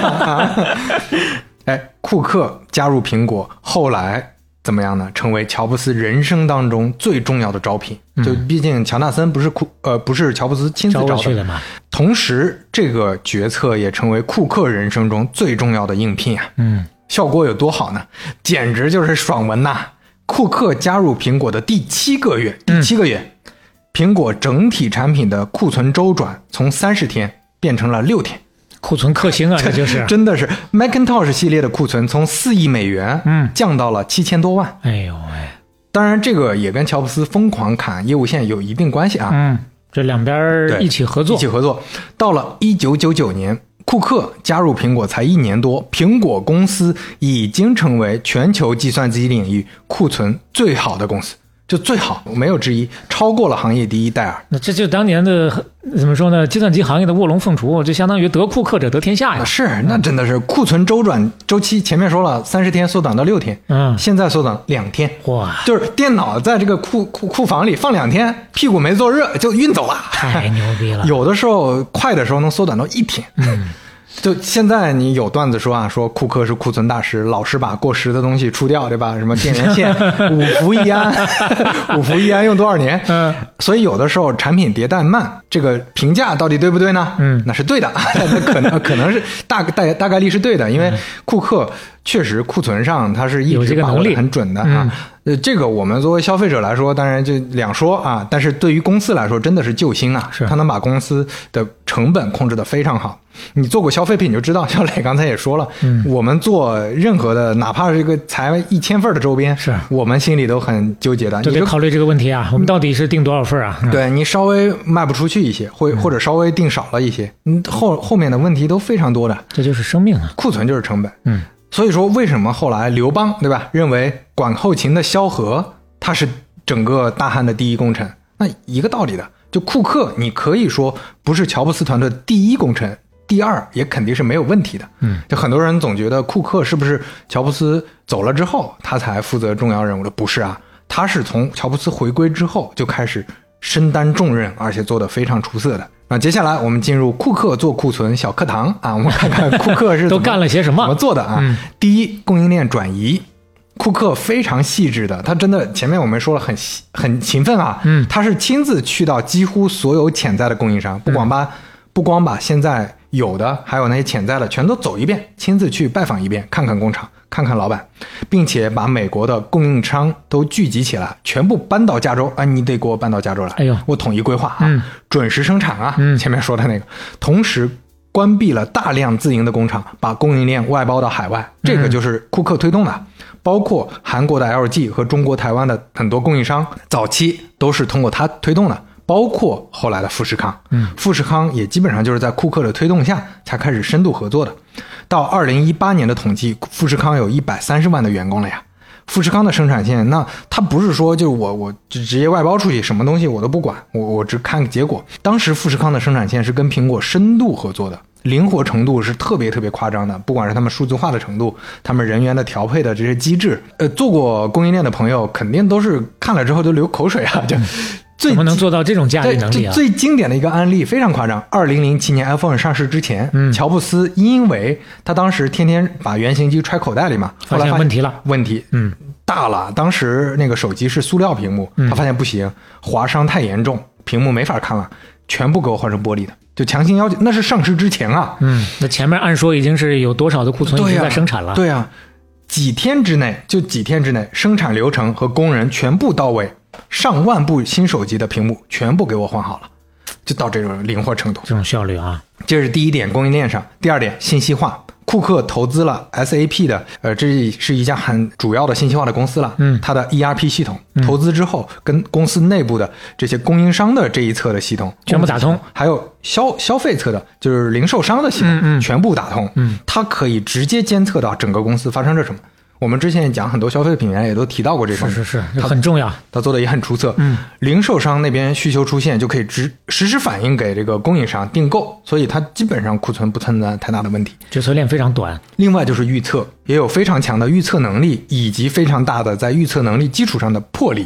哎，库克加入苹果，后来怎么样呢？成为乔布斯人生当中最重要的招聘。嗯、就毕竟乔纳森不是库呃不是乔布斯亲自招的， 的嘛。 同时，这个决策也成为库克人生中最重要的应聘啊。 嗯， 效果有多好呢？简直就是爽文呐！库克加入苹果的第七个月，第七个月，嗯、苹果整体产品的库存周转从三十天变成了六天。 库存克星啊，这就是真的是 Macintosh 系列的库存从四亿美元，嗯，降到了七千多万。 哎呦喂！ 当然，这个也跟乔布斯疯狂砍业务线有一定关系啊。 嗯，这两边一起合作， 一起合作。到了一九九九年，库克加入苹果才一年多，苹果公司已经成为全球计算机领域库存最好的公司。就最好没有之一，超过了行业第一戴尔。 那这就当年的怎么说呢？计算机行业的卧龙凤雏，就相当于得库克者得天下呀。 是，那真的是库存周转周期，前面说了三十天缩短到六天，嗯，现在缩短两天。 哇， 就是电脑在这个库库库房里放两天，屁股没坐热就运走了， 太牛逼了。 有的时候快的时候能缩短到一天。 嗯。 就现在你有段子说啊，说库克是库存大师，老是把过时的东西出掉，对吧？什么电源线五伏一安，五伏一安用多少年？嗯，所以有的时候产品迭代慢，这个评价到底对不对呢？嗯，那是对的，那可能可能是大概大概率是对的，因为库克确实库存上它是一直把握得很准的啊。呃，这个我们作为消费者来说，当然就两说啊，但是对于公司来说，真的是救星啊！ 是， 他能把公司的成本控制得非常好。你做过消费品你就知道，小磊刚才也说了，嗯，我们做任何的，哪怕是一个才一千份的周边， 是我们心里都很纠结的， 就得考虑这个问题啊，我们到底是订多少份啊？ 嗯、对你稍微卖不出去一些，或或者稍微订少了一些，嗯，后后面的问题都非常多的， 这就是生命啊， 库存就是成本， 嗯。 所以说，为什么后来刘邦对吧，认为管后勤的萧何他是整个大汉的第一功臣？那一个道理的，就库克，你可以说不是乔布斯团队第一功臣，第二也肯定是没有问题的。嗯，就很多人总觉得库克是不是乔布斯走了之后他才负责重要任务的？不是啊，他是从乔布斯回归之后就开始身担重任，而且做得非常出色的。那接下来我们进入库克做库存小课堂啊，我们看看库克是都干了些什么， 怎么做的啊？嗯、第一，供应链转移，库克非常细致的，他真的前面我们说了很很勤奋啊，嗯，他是亲自去到几乎所有潜在的供应商，不光把、嗯、不光把现在有的，还有那些潜在的全都走一遍，亲自去拜访一遍，看看工厂，看看老板，并且把美国的供应商都聚集起来，全部搬到加州。啊，你得给我搬到加州来， 哎呦， 我统一规划啊， 嗯、 准时生产啊， 嗯、 前面说的那个，同时关闭了大量自营的工厂，把供应链外包到海外，这个就是库克推动的。嗯、包括韩国的 L G 和中国台湾的很多供应商，早期都是通过他推动的。包括后来的富士康，嗯，富士康也基本上就是在库克的推动下才开始深度合作的。到二零一八年的统计，富士康有一百三十万的员工了呀。富士康的生产线，那它不是说就是我我直接外包出去，什么东西我都不管，我我只看结果。当时富士康的生产线是跟苹果深度合作的，灵活程度是特别特别夸张的，不管是他们数字化的程度，他们人员的调配的这些机制，呃，做过供应链的朋友肯定都是看了之后就流口水啊，就。 怎么能做到这种驾驭能力啊？ 最经典的一个案例非常夸张。二零零七年 iPhone 上市之前，嗯，乔布斯因为他当时天天把原型机揣口袋里嘛， 发现问题了， 问题嗯大了。当时那个手机是塑料屏幕，他发现不行，划伤太严重，屏幕没法看了，全部给我换成玻璃的，就强行要求。那是上市之前啊， 嗯，那前面按说已经是有多少的库存已经在生产了， 对啊，几天之内就几天之内，生产流程和工人全部到位。上万部新手机的屏幕全部给我换好了，就到这种灵活程度， 这种效率啊！ 这是第一点，供应链上。第二点，信息化。库克投资了 S A P 的，呃，这是一家很主要的信息化的公司了。嗯，它的 E R P 系统投资之后，跟公司内部的这些供应商的这一侧的系统全部打通， 还有消消费侧的，就是零售商的系统，嗯嗯全部打通。嗯，它可以直接监测到整个公司发生着什么。我们之前讲很多消费品牌也都提到过这方面， 是是是，很重要， 他做的也很出色。 嗯， 零售商那边需求出现就可以直实时反映给这个供应商订购，所以它基本上库存不存在太大的问题， 决策链非常短。 另外就是预测，也有非常强的预测能力，以及非常大的在预测能力基础上的魄力。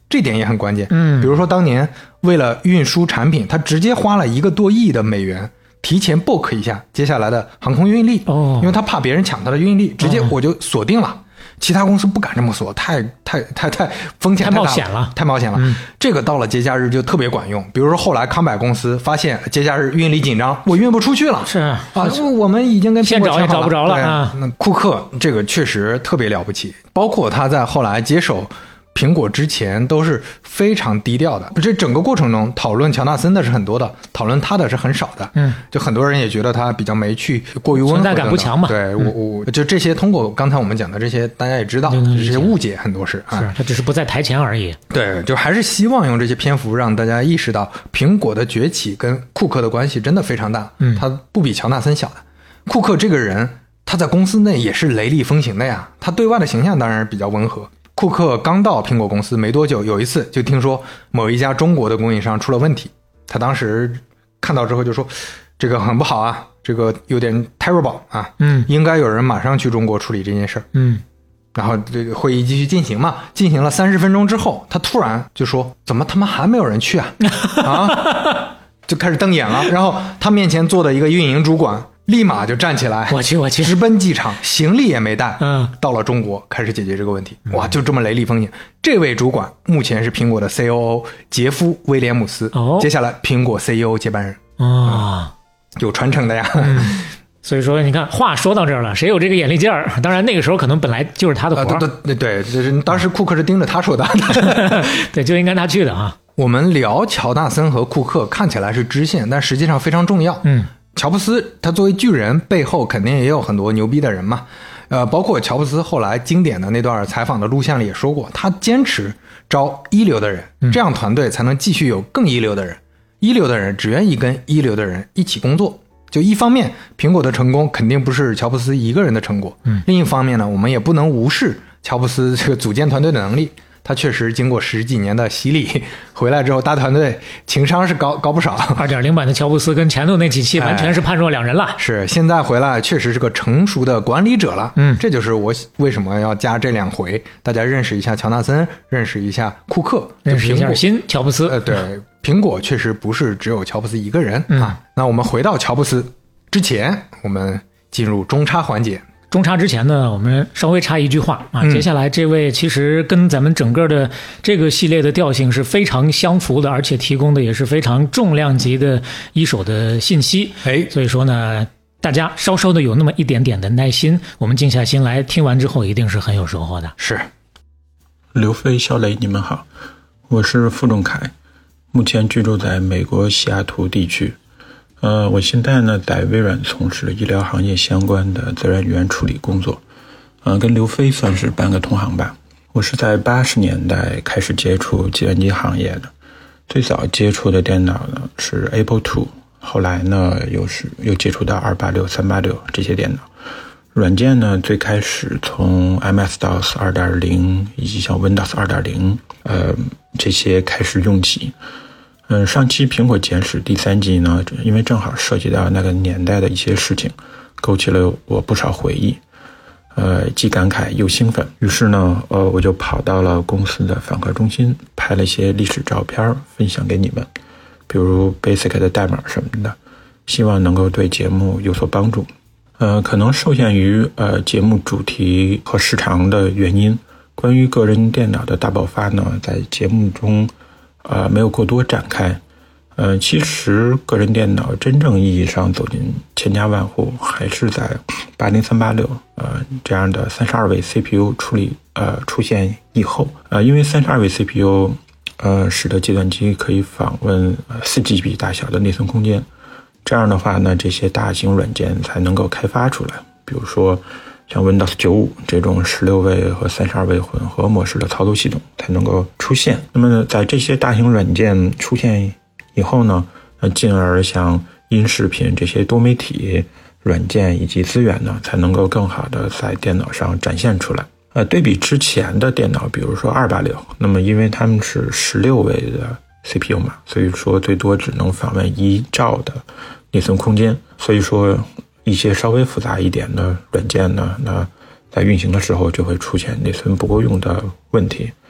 这点也很关键。 嗯， 比如说当年为了运输产品，他直接花了一个多亿的美元提前 book 一下接下来的航空运力， 哦， 因为他怕别人抢他的运力，直接我就锁定了。哦，其他公司不敢这么锁，太太太太风险太大了， 太冒险了， 太冒险了。 嗯， 这个到了节假日就特别管用。比如说后来康柏公司发现节假日运力紧张，我运不出去了， 是啊， 我们已经跟苹果现找也找不着了啊。 那库克这个确实特别了不起，包括他在后来接手苹果之前都是非常低调的，这整个过程中讨论乔纳森的是很多的，讨论他的是很少的。 嗯， 就很多人也觉得他比较没趣，过于温和， 存在感不强嘛。 对， 嗯、 我我就这些，通过刚才我们讲的这些，大家也知道，这些误解很多是啊， 是他只是不在台前而已。 对，就还是希望用这些篇幅让大家意识到，苹果的崛起跟库克的关系真的非常大。 嗯， 他不比乔纳森小的。库克这个人，他在公司内也是雷厉风行的呀，他对外的形象当然比较温和。库克刚到苹果公司没多久，有一次就听说某一家中国的供应商出了问题，他当时看到之后就说这个很不好啊，这个有点 terrible 啊， 嗯， 应该有人马上去中国处理这件事儿。 嗯， 然后这个会议继续进行嘛，进行了三十分钟之后，他突然就说怎么他妈还没有人去啊啊，就开始瞪眼了。然后他面前坐的一个运营主管立马就站起来， 我去我去， 直奔机场，行李也没带， 嗯， 到了中国开始解决这个问题。哇，就这么雷厉风行。这位主管目前是苹果的 C O O 杰夫威廉姆斯， 哦， 接下来苹果 C E O 接班人啊、哦嗯，有传承的呀。 嗯，所以说你看，话说到这儿了，谁有这个眼力劲儿？当然那个时候可能本来就是他的活儿、 呃、对对对，就是当时库克是盯着他说的， 对，就应该他去的啊。 我们聊乔纳森和库克看起来是支线，但实际上非常重要。 嗯。 乔布斯他作为巨人，背后肯定也有很多牛逼的人嘛，呃，包括乔布斯后来经典的那段采访的录像里也说过，他坚持招一流的人，这样团队才能继续有更一流的人。一流的人只愿意跟一流的人一起工作。就一方面，苹果的成功肯定不是乔布斯一个人的成果， 嗯， 另一方面呢，我们也不能无视乔布斯这个组建团队的能力。他确实经过十几年的洗礼，回来之后大团队情商是高高不少。 二点零版的乔布斯跟前头那几期完全是判若两人了。哎、 是，现在回来确实是个成熟的管理者了。 嗯， 这就是我为什么要加这两回，大家认识一下乔纳森，认识一下库克， 认识一下新乔布斯。 呃，对，苹果确实不是只有乔布斯一个人、 嗯、 啊。那我们回到乔布斯之前，我们进入中插环节。 中插之前呢，我们稍微插一句话啊， 嗯、 接下来这位其实跟咱们整个的这个系列的调性是非常相符的，而且提供的也是非常重量级的一手的信息。 哎， 所以说呢，大家稍稍的有那么一点点的耐心，我们静下心来听完之后，一定是很有收获的。 是， 刘飞、小雷，你们好，我是付仲凯，目前居住在美国西雅图地区。呃，我现在呢在微软从事医疗行业相关的自然语言处理工作，呃，跟刘飞算是半个同行吧。我是在八十年代开始接触计算机行业的，最早接触的电脑呢是 Apple 二， 后来呢又是又接触到二八六、三八六这些电脑。软件呢最开始从 M S DOS 二点零 以及像 Windows 二点零 呃这些开始用起。嗯，上期苹果简史第三集呢，因为正好涉及到那个年代的一些事情，勾起了我不少回忆，呃，既感慨又兴奋。于是呢，呃，我就跑到了公司的访客中心，拍了一些历史照片分享给你们，比如 Basic 的代码什么的，希望能够对节目有所帮助。呃，可能受限于呃节目主题和时长的原因，关于个人电脑的大爆发呢，在节目中呃，没有过多展开。呃，其实个人电脑真正意义上走进千家万户，还是在八零三八六呃这样的三十二位 C P U 处理呃出现以后。呃，因为三十二位 C P U 呃使得计算机可以访问四 G B 大小的内存空间，这样的话呢，这些大型软件才能够开发出来。比如说像 Windows 九十五这种十六位和三十二位混合模式的操作系统才能够出现。那么在这些大型软件出现以后呢，呃，进而像音视频这些多媒体软件以及资源呢，才能够更好的在电脑上展现出来。呃，对比之前的电脑，比如说二八六，那么因为它们是十六位的 C P U 嘛，所以说最多只能访问一兆的内存空间，所以说一些稍微复杂一点的软件呢，那在运行的时候就会出现内存不够用的问题。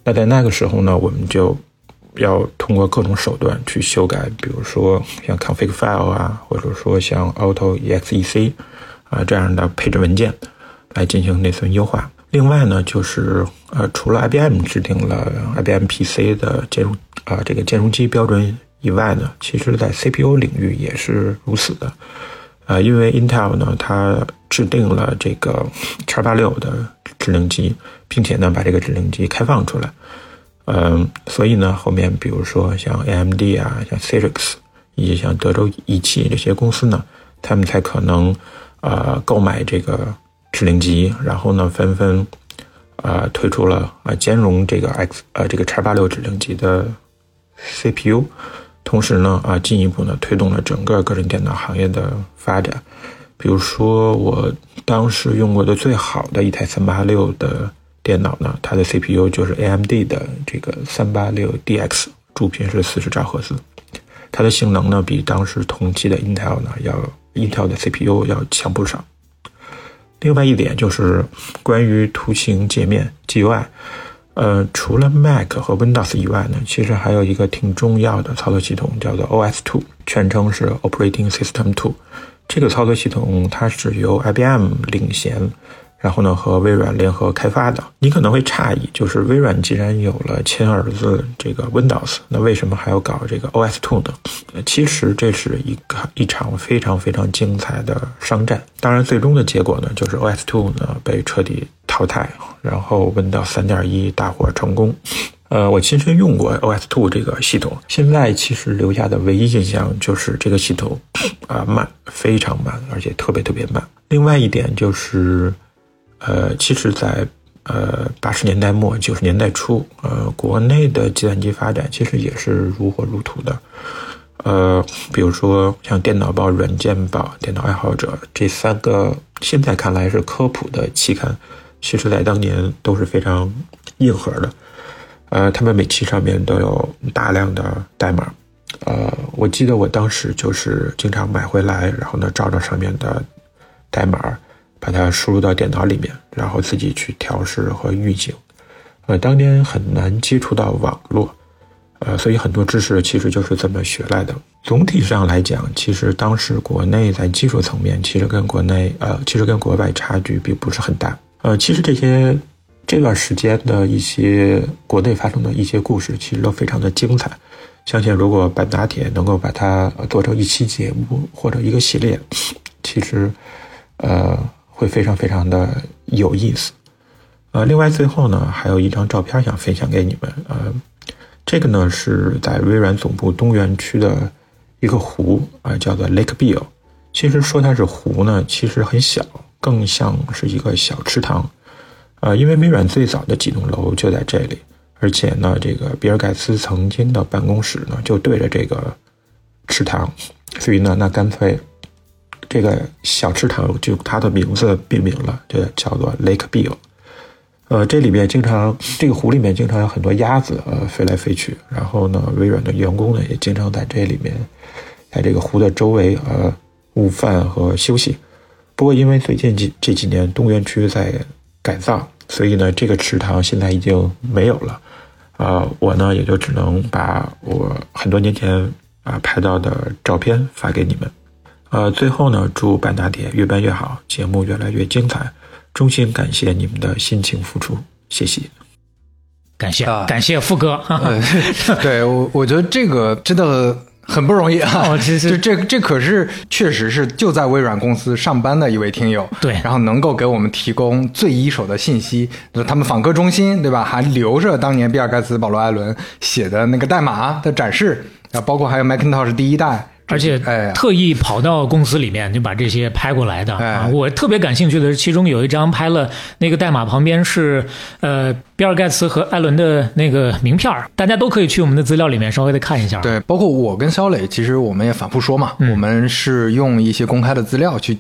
那在那个时候呢，我们就要通过各种手段去修改，比如说像 config file 啊，或者说像 auto exec 啊这样的配置文件来进行内存优化。另外呢，就是呃，除了 I B M 制定了 I B M P C 的兼容啊、呃、这个兼容机标准以外呢，其实在 C P U 领域也是如此的。呃，因为 Intel 呢，它制定了这个 X 八十六 的指令集，并且呢把这个指令集开放出来。嗯、呃，所以呢，后面比如说像 A M D 啊，像 Citrix 以及像德州仪器这些公司呢，他们才可能呃购买这个指令集，然后呢纷纷呃推出了呃兼容这个 X 呃这个 X 八十六 指令集的 C P U。同时呢，啊，进一步呢推动了整个个人电脑行业的发展。比如说，我当时用过的最好的一台三八六的电脑呢，它的 C P U 就是 A M D 的这个三八六 D X， 主频是四十兆赫兹。它的性能呢，比当时同期的 Intel 呢要 Intel 的 C P U 要强不少。另外一点就是关于图形界面 G U I。呃，除了 Mac 和 Windows 以外呢，其实还有一个挺重要的操作系统叫做 O S 二， 全称是 Operating System 二。这个操作系统它是由 I B M 领衔，然后呢和微软联合开发的。你可能会诧异，就是微软既然有了亲儿子这个 Windows， 那为什么还要搞这个 O S 二 呢？其实这是一个一场非常非常精彩的商战。当然最终的结果呢，就是 O S 二 呢被彻底淘汰，然后 Windows 三点一 大获成功。呃，我亲身用过 O S 二 这个系统，现在其实留下的唯一印象就是这个系统啊、呃、慢，非常慢，而且特别特别慢。另外一点就是，呃，其实在呃八十年代末九十年代初，呃，国内的计算机发展其实也是如火如荼的。呃，比如说像电脑报、软件报、电脑爱好者这三个现在看来是科普的期刊，其实在当年都是非常硬核的。呃，他们每期上面都有大量的代码。呃，我记得我当时就是经常买回来，然后呢照着上面的代码把它输入到电脑里面，然后自己去调试和运行。呃，当年很难接触到网络，呃，所以很多知识其实就是这么学来的。总体上来讲，其实当时国内在技术层面，其实跟国内呃，其实跟国外差距并不是很大。呃，其实这些这段时间的一些国内发生的一些故事，其实都非常的精彩。相信如果半打铁能够把它做成一期节目或者一个系列，其实呃会非常非常的有意思。呃，另外最后呢，还有一张照片想分享给你们。呃，这个呢是在微软总部东园区的一个湖啊、呃，叫做 Lake Bill。其实说它是湖呢，其实很小，更像是一个小池塘。呃，因为微软最早的几栋楼就在这里，而且呢，这个比尔盖茨曾经的办公室呢就对着这个池塘，所以呢，那干脆这个小池塘就它的名字命名了，就叫做 Lake Bill。呃，这里面经常这个湖里面经常有很多鸭子呃飞来飞去，然后呢，微软的员工呢也经常在这里面，在这个湖的周围呃午饭和休息。不过因为最近几这几年东园区在改造，所以呢，这个池塘现在已经没有了。呃，我呢也就只能把我很多年前啊、呃、拍到的照片发给你们。呃，最后呢，祝半打铁越办越好，节目越来越精彩。衷心感谢你们的辛勤付出，谢谢。 感谢、 啊、 感谢富哥。 呃、对我我觉得这个真的很不容易啊！ 哦，其实这这可是确实是就在微软公司上班的一位听友， 对， 然后能够给我们提供最一手的信息，他们访客中心对吧，还留着当年比尔盖茨、保罗·艾伦写的那个代码的展示，啊，包括还有 Macintosh 第一代。 而且特意跑到公司里面就把这些拍过来的、哎、啊！我特别感兴趣的是，其中有一张拍了那个代码旁边是呃比尔盖茨和艾伦的那个名片，大家都可以去我们的资料里面稍微的看一下。 对，包括我跟肖磊，其实我们也反复说嘛，嗯、我们是用一些公开的资料去讲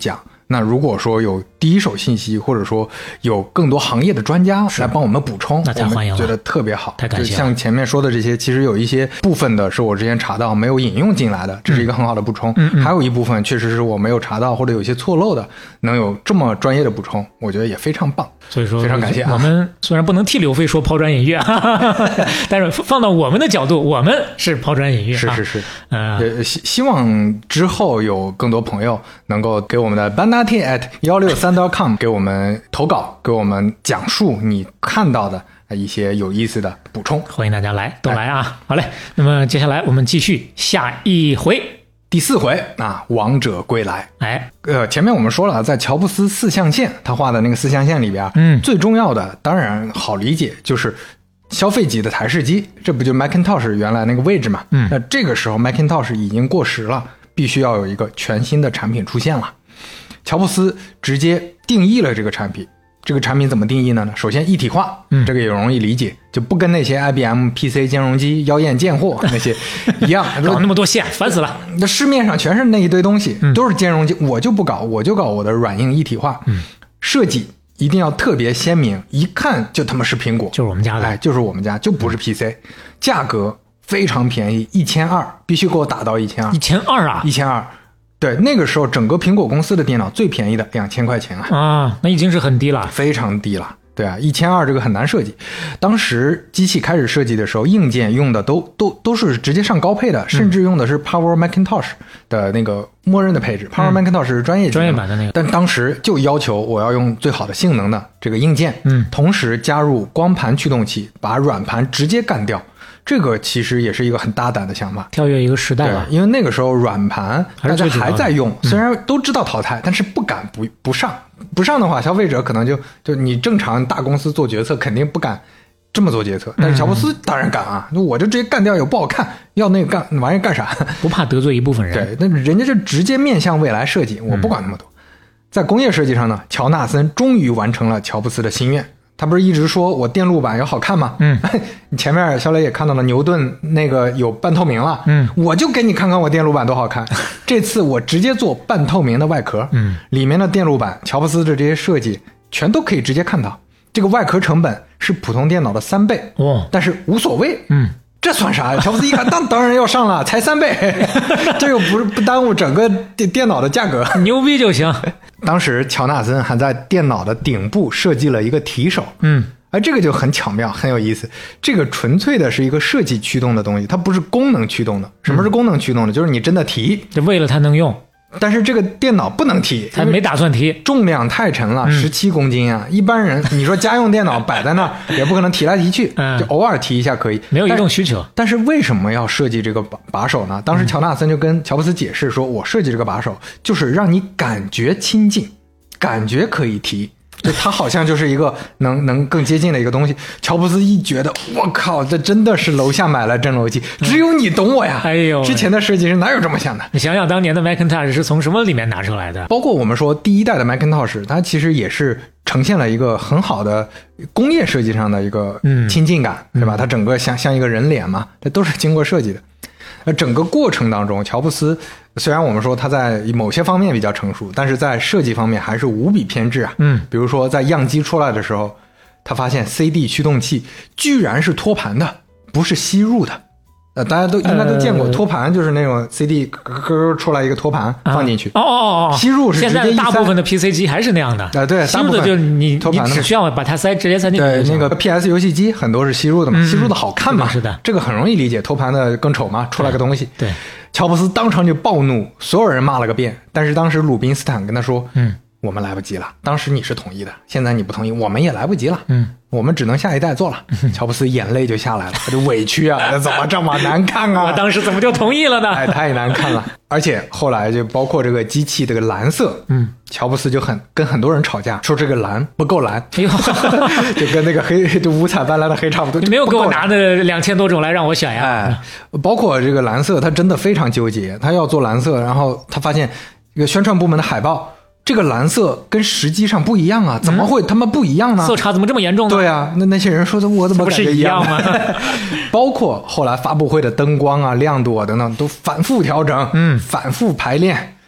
那如果说有第一手信息，或者说有更多行业的专家来帮我们补充， 那太欢迎了， 我们觉得特别好， 太感谢了。 就像前面说的这些，其实有一些部分的是我之前查到没有引用进来的，这是一个很好的补充。嗯嗯、还有一部分确实是我没有查到或者有些错漏的，能有这么专业的补充，我觉得也非常棒。 所以说非常感谢、啊。 我们虽然不能替刘飞说抛砖引玉，但是放到我们的角度，我们是抛砖引玉。 是是是， 呃， 希希望之后有更多朋友能够给我们的 bandati at 一六三 dot com 给我们投稿，给我们讲述你看到的一些有意思的补充。 欢迎大家来，都来啊！哎、好嘞，那么接下来我们继续下一回。 第四回啊，王者归来。 哎， 呃，前面我们说了，在乔布斯四象限他画的那个四象限里边， 嗯， 最重要的当然好理解就是消费级的台式机，这不就 Macintosh 原来那个位置嘛？ 嗯， 那这个时候 Macintosh 已经过时了，必须要有一个全新的产品出现了。乔布斯直接定义了这个产品。这个产品怎么定义呢？首先一体化， 嗯， 这个也容易理解，就不跟那些 I B M P C 兼容机妖艳贱货那些一样， 搞那么多线，烦死了。 那市面上全是那一堆东西， 嗯、 都是兼容机，我就不搞，我就搞我的软硬一体化。 嗯， 设计一定要特别鲜明，一看就他妈是苹果， 就是我们家的， 哎，就是我们家，就不是 P C。嗯、价格非常便宜，一千二，必须给我打到一千二， 一千二啊， 一千二。对，那个时候整个苹果公司的电脑最便宜的两千块钱啊， 啊，那已经是很低了， 非常低了。对啊，一千二这个很难设计。当时机器开始设计的时候，硬件用的都都都是直接上高配的，嗯、甚至用的是 Power Macintosh 的那个默认的配置。Power Macintosh 是专业专业版的那个， 但当时就要求我要用最好的性能的这个硬件， 嗯， 同时加入光盘驱动器，把软盘直接干掉。这个其实也是一个很大胆的想法， 跳跃一个时代了。 因为那个时候软盘大家还在用， 嗯、 虽然都知道淘汰，但是不敢不不上。不上的话，消费者可能就就你正常大公司做决策肯定不敢这么做决策，但是乔布斯当然敢啊！嗯、我就直接干掉也不好看，要那个干玩意干啥？ 不怕得罪一部分人。 对，那人家就直接面向未来设计，我不管那么多。嗯、在工业设计上呢，乔纳森终于完成了乔布斯的心愿。他不是一直说我电路板要好看吗？ 嗯， 你前面小磊也看到了，牛顿那个有半透明了。 嗯， 我就给你看看我电路板多好看。这次我直接做半透明的外壳， 嗯， 里面的电路板，乔布斯的这些设计全都可以直接看到。这个外壳成本是普通电脑的三倍， 哦， 但是无所谓。 嗯。 这算啥呀？乔布斯一看，当当然要上了，才三倍，这又不是不耽误整个电电脑的价格， 牛逼就行。 当时乔纳森还在电脑的顶部设计了一个提手， 嗯， 而这个就很巧妙，很有意思。这个纯粹的是一个设计驱动的东西，它不是功能驱动的。什么是功能驱动的？就是你真的提， 就为了它能用。 但是这个电脑不能提， 他没打算提， 重量太沉了，十七公斤啊！一般人你说家用电脑摆在那儿也不可能提来提去， 嗯、 就偶尔提一下可以， 没有移动需求。 但是为什么要设计这个把把手呢？当时乔纳森就跟乔布斯解释说，我设计这个把手就是让你感觉亲近，感觉可以提。就它好像就是一个能能更接近的一个东西。乔布斯一觉得，我靠，这真的是楼下买了震楼机，只有你懂我呀！ 哎呦， 之前的设计师哪有这么想的？ 你想想当年的 Macintosh 是从什么里面拿出来的？ 包括我们说第一代的 Macintosh， 它其实也是呈现了一个很好的工业设计上的一个亲近感， 嗯、 对吧？它整个像像一个人脸嘛，这都是经过设计的。那整个过程当中，乔布斯虽然我们说他在某些方面比较成熟，但是在设计方面还是无比偏执啊。 嗯， 比如说在样机出来的时候，他发现 C D 驱动器居然是托盘的，不是吸入的。呃，大家都应该都见过、呃、托盘，就是那种 C D 咯咯出来一个托盘、啊、放进去。 哦哦哦， 吸入是直接一塞。 现在大部分的 P C 机还是那样的。 呃，对， 吸入的就是你你只需要把它塞直接塞进去。 对，那个 P S 游戏机很多是吸入的嘛，嗯、吸入的好看嘛， 是的， 这个很容易理解。托盘的更丑嘛，出来个东西。 对， 乔布斯当场就暴怒，所有人骂了个遍。但是当时鲁宾斯坦跟他说：“嗯，我们来不及了。当时你是同意的，现在你不同意，我们也来不及了。嗯，我们只能下一代做了。嗯”乔布斯眼泪就下来了，他就委屈啊，怎么这么难看啊？ 我当时怎么就同意了呢？ 哎，太难看了。而且后来就包括这个机器这个蓝色，嗯，乔布斯就很跟很多人吵架，说这个蓝不够蓝， 哎呦， 就跟那个黑就五彩斑斓的黑差不多。 你没有给我拿的两千多种来让我选呀？ 哎，包括这个蓝色，他真的非常纠结，他要做蓝色，然后他发现这个宣传部门的海报。这个蓝色跟实际上不一样啊，怎么会他妈不一样呢？ 色差怎么这么严重呢？ 对啊，那那些人说的我怎么感觉一样吗？ 包括后来发布会的灯光啊、亮度啊等等都反复调整，嗯，反复排练，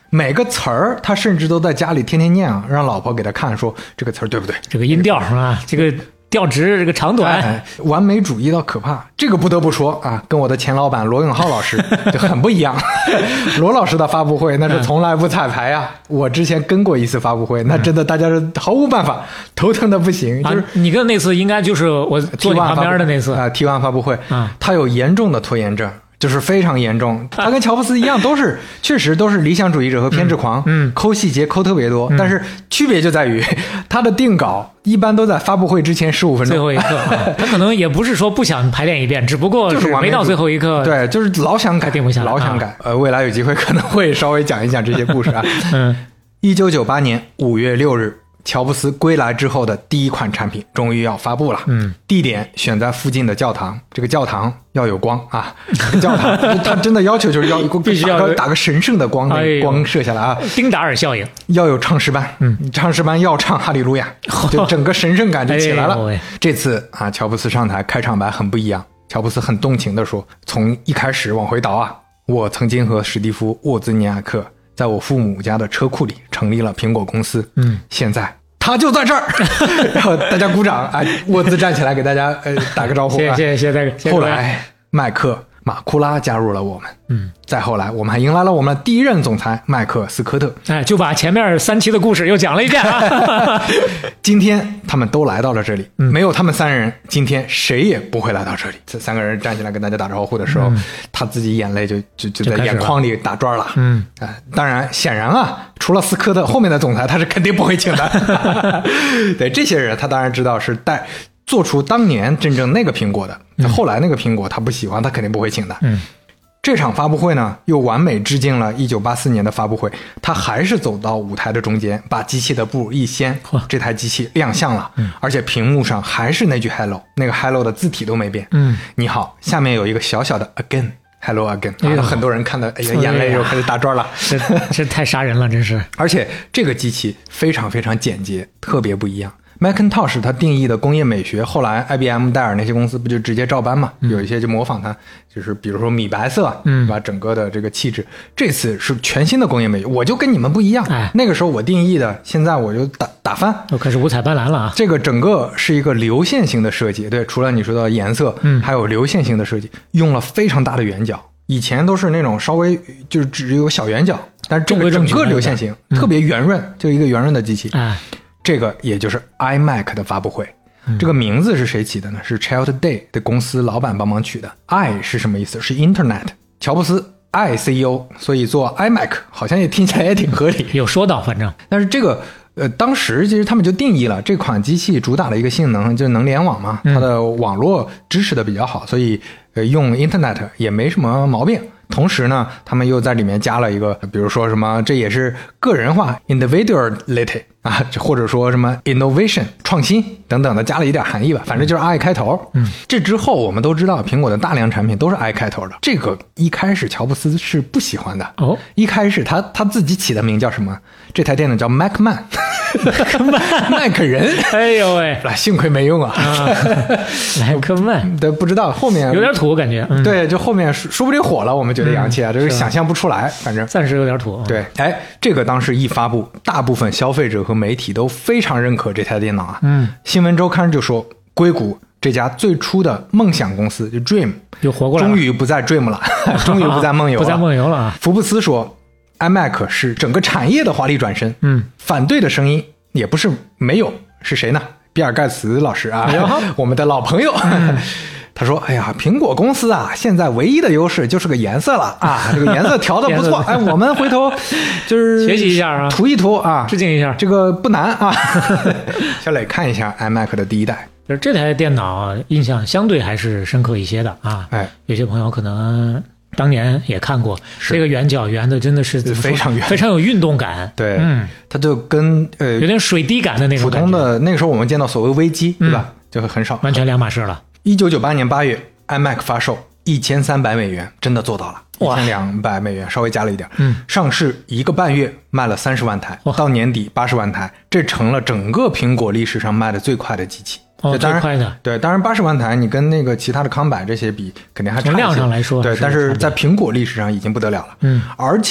每个词儿他甚至都在家里天天念啊，让老婆给他看，说这个词儿对不对？ 这个音调是吧？这个调值，这个长短， 哎，完美主义到可怕。这个不得不说啊，跟我的前老板罗永浩老师就很不一样。罗老师的发布会那是从来不彩排呀、啊，我之前跟过一次发布会，那真的大家是毫无办法，头疼的不行。就是、 啊、你跟那次应该就是我坐你旁边的那次啊 ，T 一 发布会， 啊， 他有严重的拖延症。就是非常严重，他跟乔布斯一样，都是确实都是理想主义者和偏执狂， 嗯， 抠细节抠特别多，嗯、但是区别就在于他的定稿一般都在发布会之前十五分钟， 最后一刻、啊，他可能也不是说不想排练一遍，只不过是没到最后一刻， 对，就是老想改， 定不下来， 老想改。啊、呃，未来有机会可能会稍微讲一讲这些故事啊。 嗯， 一九九八年五月六日。乔布斯归来之后的第一款产品终于要发布了， 嗯， 地点选在附近的教堂，这个教堂要有光啊，教堂他真的要求就是要必须要打个打个神圣的光， 哎、 光射下来啊， 丁达尔效应， 要有唱诗班， 嗯， 唱诗班要唱哈利路亚，就整个神圣感就起来了。 哎、 这次啊，乔布斯上台开场白很不一样，乔布斯很动情地说，从一开始往回倒啊，我曾经和史蒂夫·沃兹尼亚克在我父母家的车库里成立了苹果公司， 嗯， 现在他就在这儿，然后大家鼓掌啊！沃兹站起来给大家呃打个招呼， 谢谢谢谢谢谢。 后来麦克马库拉加入了我们， 嗯， 再后来我们还迎来了我们的第一任总裁麦克斯科特， 哎，就把前面三期的故事又讲了一遍啊。 今天他们都来到了这里，嗯、没有他们三人，今天谁也不会来到这里。这三个人站起来跟大家打招呼的时候，嗯、他自己眼泪就就就在眼眶里打转了。 嗯， 啊、呃，当然，显然啊，除了斯科特，后面的总裁他是肯定不会请的。对，这些人他当然知道是带做出当年真正那个苹果的，嗯、后来那个苹果他不喜欢，他肯定不会请的。 嗯。 这场发布会呢，又完美致敬了一九八四年的发布会，他还是走到舞台的中间，把机器的布一掀，这台机器亮相了， 嗯、 而且屏幕上还是那句 hello， 那个 hello 的字体都没变， 嗯， 你好，下面有一个小小的 again hello again，、哎啊、很多人看的，哎呀，眼泪又开始打转了， 这这太杀人了，真是。 而且这个机器非常非常简洁，特别不一样。Macintosh 它定义的工业美学，后来 I B M 戴尔那些公司不就直接照搬嘛？嗯、有一些就模仿它，就是比如说米白色， 嗯， 把整个的这个气质。这次是全新的工业美学，我就跟你们不一样。 哎， 那个时候我定义的，现在我就打打翻， 都开始五彩斑斓了啊！ 这个整个是一个流线型的设计，对，除了你说的颜色， 嗯， 还有流线型的设计，用了非常大的圆角。以前都是那种稍微就是只有小圆角，但是这个整个流线型特别圆润，嗯、就一个圆润的机器。 哎。 这个也就是 iMac 的发布会， 嗯、 这个名字是谁起的呢？是 Child Day 的公司老板帮忙取的。I 是什么意思？是 Internet。乔布斯 I C E O， 所以做 iMac 好像也听起来也挺合理。 有说到，反正， 但是这个呃，当时其实他们就定义了这款机器主打的一个性能就是能联网嘛， 嗯、 它的网络支持的比较好，所以呃用 Internet 也没什么毛病。同时呢，他们又在里面加了一个，比如说什么，这也是个人化 individuality 啊，或者说什么 innovation 创新等等的，加了一点含义吧。反正就是 I 开头。 嗯， 这之后我们都知道，苹果的大量产品都是 I 开头的。这个一开始乔布斯是不喜欢的。 哦， 一开始他他自己起的名叫什么？这台电脑叫 Macman， 麦克人。 哎呦喂， 幸亏没用啊。 麦克曼， 对，不知道后面有点土，感觉。 嗯、对，就后面说不定火了，我们觉得洋气啊，这、嗯、是想象不出来，反正暂时有点土。 对，哎，这个当时一发布，大部分消费者和媒体都非常认可这台电脑啊。 嗯， 新闻周刊就说，硅谷这家最初的梦想公司就 Dream 又活过来了， 终于不再 Dream 了，终于不再梦游了， 不再梦游了啊。 福布斯说 ，iMac 是整个产业的华丽转身。 嗯， 反对的声音也不是没有，是谁呢？比尔盖茨老师啊， 哎、 我们的老朋友。嗯他说：“哎呀，苹果公司啊，现在唯一的优势就是个颜色了啊，这个颜色调的不错。哎，我们回头就是学习一下啊， 涂一涂啊， 致敬一下， 这个不难啊。小磊看一下 iMac 的第一代， 就是这台电脑印象相对还是深刻一些的啊。 哎， 有些朋友可能当年也看过，这个圆角圆的真的是非常圆， 非常有运动感。 对， 嗯， 它就跟呃有点水滴感的那种普通的那个时候我们见到所谓微机，对吧？ 嗯、 就会很少， 完全两码事了。 一九九八年八月。iMac 发售一千三百美元，真的做到了一千两百美元，稍微加了一点。 嗯， 上市一个半月卖了三十万台，到年底八十万台，这成了整个苹果历史上卖的最快的机器。 哦， 当然最快的。 对，当然八十万台你跟那个其他的康柏这些比，肯定还差一些。 从量上来说， 对，但是在苹果历史上已经不得了了。 嗯， 而且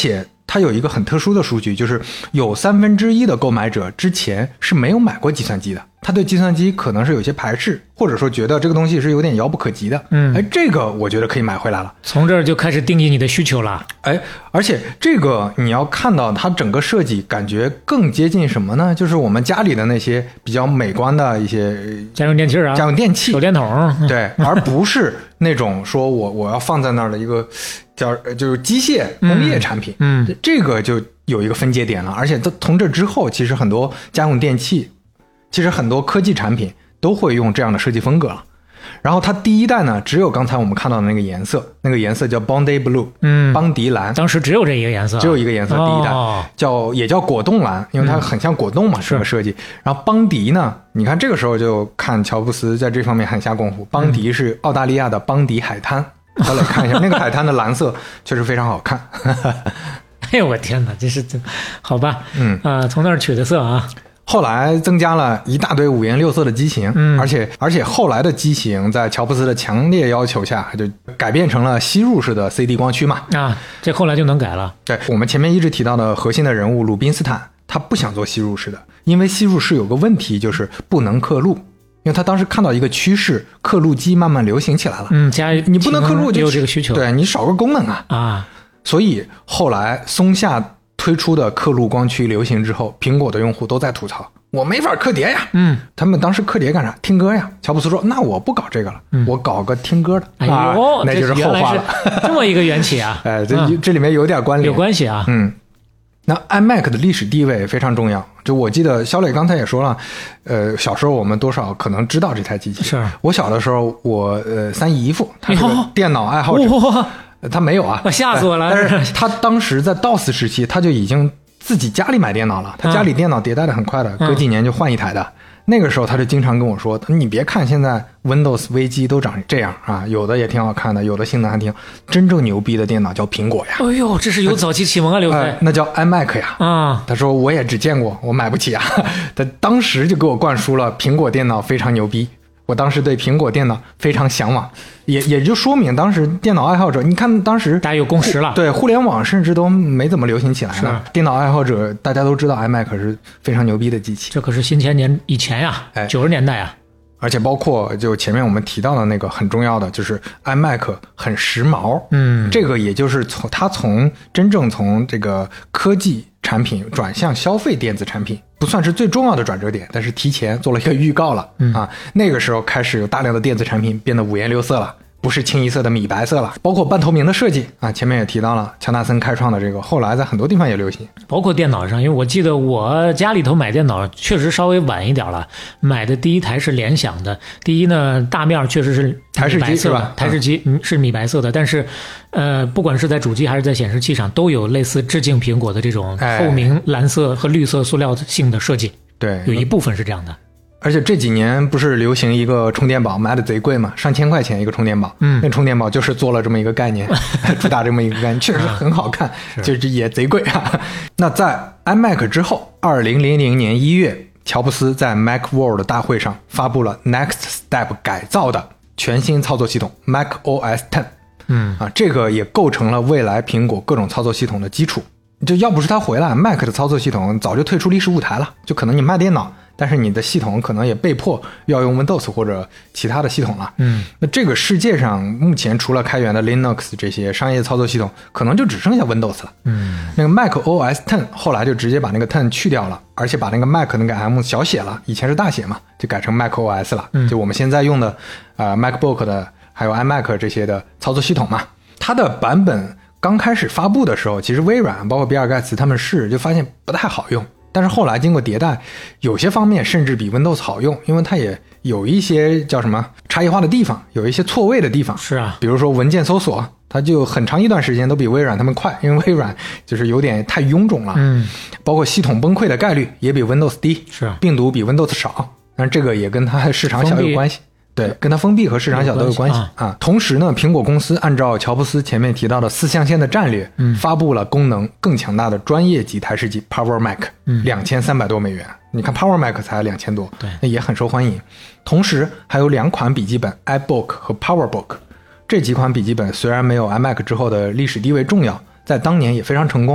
它有一个很特殊的数据，就是有三分之一的购买者之前是没有买过计算机的，他对计算机可能是有些排斥，或者说觉得这个东西是有点遥不可及的。嗯，哎，这个我觉得可以买回来了。 从这儿就开始定义你的需求了。 哎，而且这个你要看到它整个设计，感觉更接近什么呢？就是我们家里的那些比较美观的一些家用电器啊， 家用电器、 手电筒， 对，而不是那种说我我要放在那儿的一个叫就是机械工业产品。嗯，嗯这个就有一个分界点了。而且从这之后，其实很多家用电器，其实很多科技产品都会用这样的设计风格了。然后它第一代呢，只有刚才我们看到的那个颜色，那个颜色叫 Bondi Blue， 嗯，邦迪蓝， 当时只有这一个颜色， 只有一个颜色，第一代、哦、叫也叫果冻蓝，因为它很像果冻嘛，这个设计。然后邦迪呢，你看这个时候就看乔布斯在这方面很下功夫。邦迪是澳大利亚的邦迪海滩，咱来看一下那个海滩的蓝色，确实非常好看。 哎呦我天哪，这是这好吧？嗯啊、呃，从那儿取的色啊。 后来增加了一大堆五颜六色的机型，嗯，而且而且后来的机型在乔布斯的强烈要求下，就改变成了吸入式的 C D 光驱嘛。 啊，这后来就能改了。 对，我们前面一直提到的核心的人物鲁宾斯坦，他不想做吸入式的，因为吸入式有个问题就是不能刻录。因为他当时看到一个趋势，刻录机慢慢流行起来了。嗯， 加你不能刻录就有这个需求， 对你少个功能啊啊！所以后来松下推出的刻录光驱流行之后，苹果的用户都在吐槽，我没法刻碟呀。嗯，他们当时刻碟干啥？听歌呀。乔布斯说，那我不搞这个了，嗯、我搞个听歌的。 哎呦、 啊，那就是后话了。 这, 这么一个缘起啊！ 哎，这、嗯、这里面有点关联， 有关系啊。 嗯，那 iMac 的历史地位非常重要。就我记得小磊刚才也说了，呃，小时候我们多少可能知道这台机器。 是我小的时候，我呃三姨夫他是个电脑爱好者。 哦他没有啊， 吓死我了！ 但是他当时在 D O S 时期，他就已经自己家里买电脑了。他家里电脑迭代的很快的，嗯、隔几年就换一台的。那个时候他就经常跟我说：“你别看现在 Windows 危机都长这样啊，有的也挺好看的，有的性能还挺，真正牛逼的电脑叫苹果呀。” 哎呦，这是有早期启蒙啊，刘飞、呃。 那叫 iMac 呀。啊，他说我也只见过，我买不起啊。他当时就给我灌输了苹果电脑非常牛逼。我当时对苹果电脑非常向往，也也就说明当时电脑爱好者，你看当时大家有共识了， 对互联网甚至都没怎么流行起来呢。电脑爱好者大家都知道 iMac 是非常牛逼的机器， 这可是新千年以前呀，哎，九十年代啊。 而且包括就前面我们提到的那个很重要的，就是 iMac 很时髦，嗯，这个也就是从它从真正从这个科技产品转向消费电子产品，不算是最重要的转折点，但是提前做了一个预告了、嗯、啊。那个时候开始有大量的电子产品变得五颜六色了，不是清一色的米白色了，包括半透明的设计啊，前面也提到了乔纳森开创的这个，后来在很多地方也流行， 包括电脑上，因为我记得我家里头买电脑确实稍微晚一点了，买的第一台是联想的，第一呢大面确实是台式机是吧？ 台式机嗯是米白色的，但是呃不管是在主机还是在显示器上，都有类似致敬苹果的这种透明蓝色和绿色塑料性的设计， 对， 有一部分是这样的。 而且这几年不是流行一个充电宝，买的贼贵嘛，上千块钱一个充电宝。嗯，那充电宝就是做了这么一个概念，主打这么一个概念，确实很好看，就是也贼贵啊。那在 iMac 之后，二零零零年一月，乔布斯在 Macworld 大会上发布了 Next Step 改造的全新操作系统 macOS X。嗯啊，这个也构成了未来苹果各种操作系统的基础。就要不是他回来 ，Mac 的操作系统早就退出历史舞台了，就可能你卖电脑。但是你的系统可能也被迫要用 Windows 或者其他的系统了。嗯，那这个世界上目前除了开源的 Linux 这些商业操作系统，可能就只剩下 Windows 了。嗯，那个 macOS X 后来就直接把那个 X 去掉了，而且把那个 Mac 那个 M 小写了，以前是大写嘛，就改成 macOS 了。嗯，就我们现在用的呃 MacBook 的还有 iMac 这些的操作系统嘛。它的版本刚开始发布的时候，其实微软包括比尔盖茨他们试就发现不太好用。但是后来经过迭代，有些方面甚至比 Windows 好用，因为它也有一些叫什么差异化的地方，有一些错位的地方。 是啊， 比如说文件搜索，它就很长一段时间都比微软他们快，因为微软就是有点太臃肿了。嗯，包括系统崩溃的概率也比 Windows 低， 是啊，病毒比 Windows 少，但这个也跟它市场小有关系。对，跟它封闭和市场小都有关系 啊, 啊。同时呢，苹果公司按照乔布斯前面提到的四象限的战略，嗯，发布了功能更强大的专业级台式机 Power Mac， 两千三百多美元。你看 Power Mac 才两千多，对，那也很受欢迎。同时还有两款笔记本 iBook 和 PowerBook， 这几款笔记本虽然没有 iMac 之后的历史地位重要，在当年也非常成功。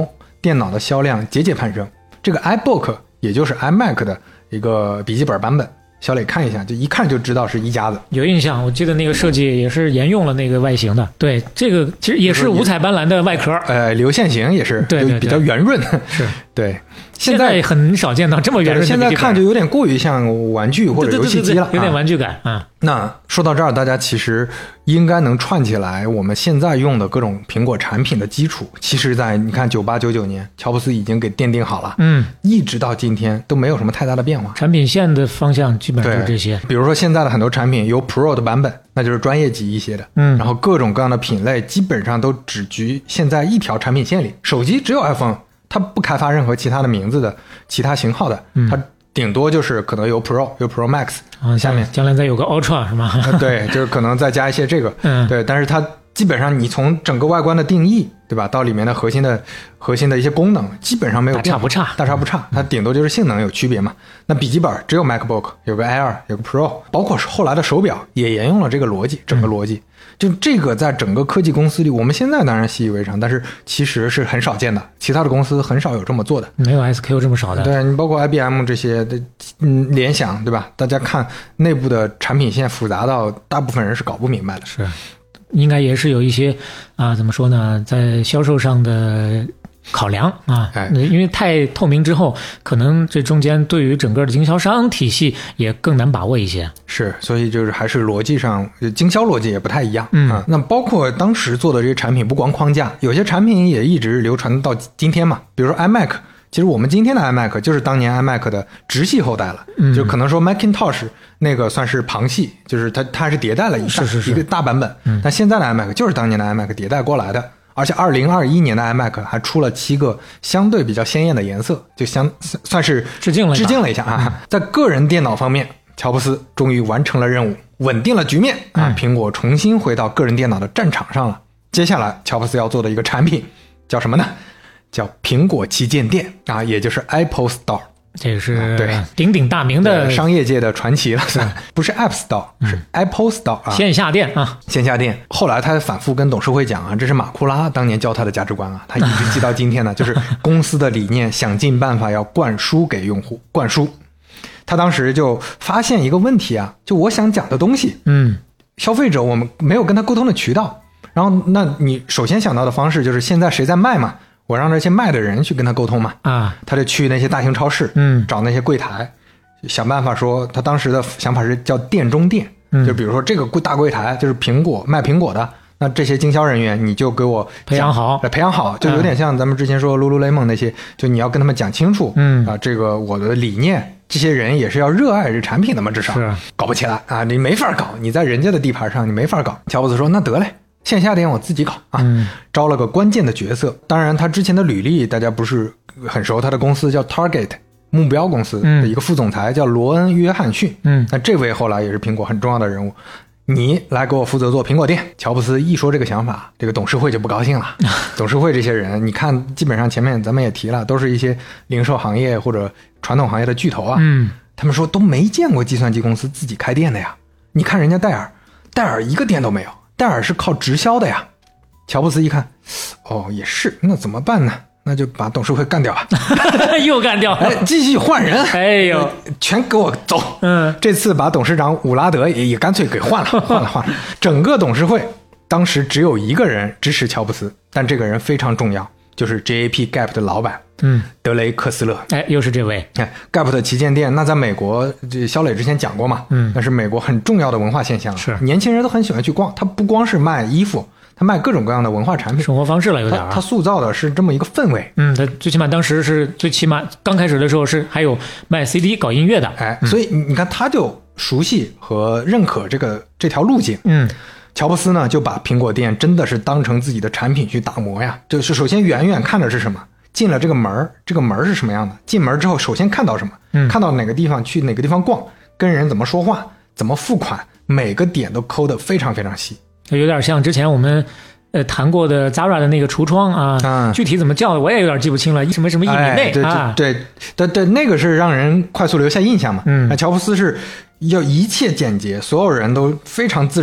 电脑的销量节节攀升。这个 iBook 也就是 iMac 的一个笔记本版本，小磊看一下，就一看就知道是一家子。 有印象，我记得那个设计也是沿用了那个外形的。对，这个其实也是五彩斑斓的外壳， 呃，流线型也是， 对对对， 比较圆润。 是， 对。 现在很少见到这么圆润的。 现在看就有点过于像玩具或者游戏机了， 对对对对，有点玩具感啊。 那说到这儿，大家其实应该能串起来，我们现在用的各种苹果产品的基础，其实在你看九八九九年，乔布斯已经给奠定好了， 嗯， 一直到今天都没有什么太大的变化。 产品线的方向基本上就是这些。 比如说现在的很多产品有 Pro 的版本，那就是专业级一些的， 嗯， 然后各种各样的品类基本上都只局限在一条产品线里。手机只有 iPhone。它不开发任何其他的名字的其他型号的，嗯、它顶多就是可能有 Pro 有 Pro Max，、 啊、 下面将来再有个 Ultra 是吗？ 对，就是可能再加一些这个， 嗯， 对，但是它基本上你从整个外观的定义，对吧，到里面的核心的核心的一些功能，基本上没有变化， 大差不差， 大差不差，它顶多就是性能有区别嘛。那笔记本只有 MacBook 有个 Air 有个 Pro， 包括后来的手表也沿用了这个逻辑，整个逻辑。嗯，就这个在整个科技公司里，我们现在当然习以为常，但是其实是很少见的，其他的公司很少有这么做的， 没有 S Q 这么少的。 对，你包括 I B M 这些的，嗯，联想对吧？大家看内部的产品线复杂到大部分人是搞不明白的。 是，应该也是有一些啊，怎么说呢，在销售上的考量啊， 哎， 因为太透明之后，可能这中间对于整个的经销商体系也更难把握一些。 是，所以就是还是逻辑上，经销逻辑也不太一样。 嗯啊，那包括当时做的这些产品，不光框架，有些产品也一直流传到今天嘛。比如说 iMac， 其实我们今天的 iMac 就是当年 iMac 的直系后代了。嗯，就可能说 Macintosh 那个算是旁系，就是它它是迭代了一是是是一个大版本。嗯，但现在的 iMac 就是当年的 iMac 迭代过来的。而且二零二一年的 iMac 还出了七个相对比较鲜艳的颜色，就相算是致敬了致敬了一下啊。在个人电脑方面，乔布斯终于完成了任务，稳定了局面啊！苹果重新回到个人电脑的战场上了。接下来，乔布斯要做的一个产品叫什么呢？叫苹果旗舰店啊，也就是 Apple Store。 这个是对鼎鼎大名的商业界的传奇了，不是 App Store，、嗯、是 Apple Store 啊， 线下店啊， 线下店。后来他反复跟董事会讲啊，这是马库拉当年教他的价值观啊，他一直记到今天呢，就是公司的理念，想尽办法要灌输给用户，灌输。他当时就发现一个问题啊，就我想讲的东西， 嗯， 消费者我们没有跟他沟通的渠道，然后那你首先想到的方式就是现在谁在卖嘛。我让这些卖的人去跟他沟通嘛， 啊， 他就去那些大型超市， 嗯， 找那些柜台，想办法说，他当时的想法是叫店中店， 嗯， 就比如说这个大柜台就是苹果卖苹果的，那这些经销人员你就给我培养好， 培养好，就有点像咱们之前说 Lululemon 那些，就你要跟他们讲清楚， 嗯啊，这个我的理念，这些人也是要热爱这产品的嘛，至少是搞不起来啊，你没法搞，你在人家的地盘上你没法搞。乔布斯说，那得嘞。线下店我自己搞啊、 嗯， 招了个关键的角色。当然，他之前的履历大家不是很熟，他的公司叫 Target 目标公司的一个副总裁叫罗恩·约翰逊。 嗯， 那这位后来也是苹果很重要的人物。你来给我负责做苹果店。乔布斯一说这个想法，这个董事会就不高兴了。董事会这些人，你看，基本上前面咱们也提了，都是一些零售行业或者传统行业的巨头啊。 嗯， 他们说都没见过计算机公司自己开店的呀。你看人家戴尔，戴尔一个店都没有。戴尔是靠直销的呀。乔布斯一看，哦，也是，那怎么办呢？那就把董事会干掉啊！ 又干掉， 哎，继续换人， 哎呦， 全给我走！ 嗯， 这次把董事长伍拉德也也干脆给换了，换了，换了。整个董事会当时只有一个人支持乔布斯，但这个人非常重要，就是 J A P Gap 的老板， 嗯， 德雷克斯勒。 哎，又是这位。 哎 ，Gap 的旗舰店，那在美国，这肖磊之前讲过嘛， 嗯， 那是美国很重要的文化现象， 是年轻人都很喜欢去逛。他不光是卖衣服，他卖各种各样的文化产品， 生活方式了有点。 他塑造的是这么一个氛围。 嗯，他最起码当时是最起码刚开始的时候是还有卖 C D 搞音乐的。 哎，所以你看，他就熟悉和认可这个这条路径。 嗯。 乔布斯呢，就把苹果店真的是当成自己的产品去打磨呀。就是首先远远看的是什么？进了这个门，这个门是什么样的？进门之后，首先看到什么？ 嗯， 看到哪个地方去哪个地方逛，跟人怎么说话，怎么付款，每个点都抠得非常非常细。 有点像之前我们呃谈过的 Zara 的那个橱窗啊，嗯、具体怎么叫我也有点记不清了，什么什么一米内、 哎、对啊， 对对对，那个是让人快速留下印象嘛。 嗯， 那乔布斯是要一切简洁，所有人都非常自然的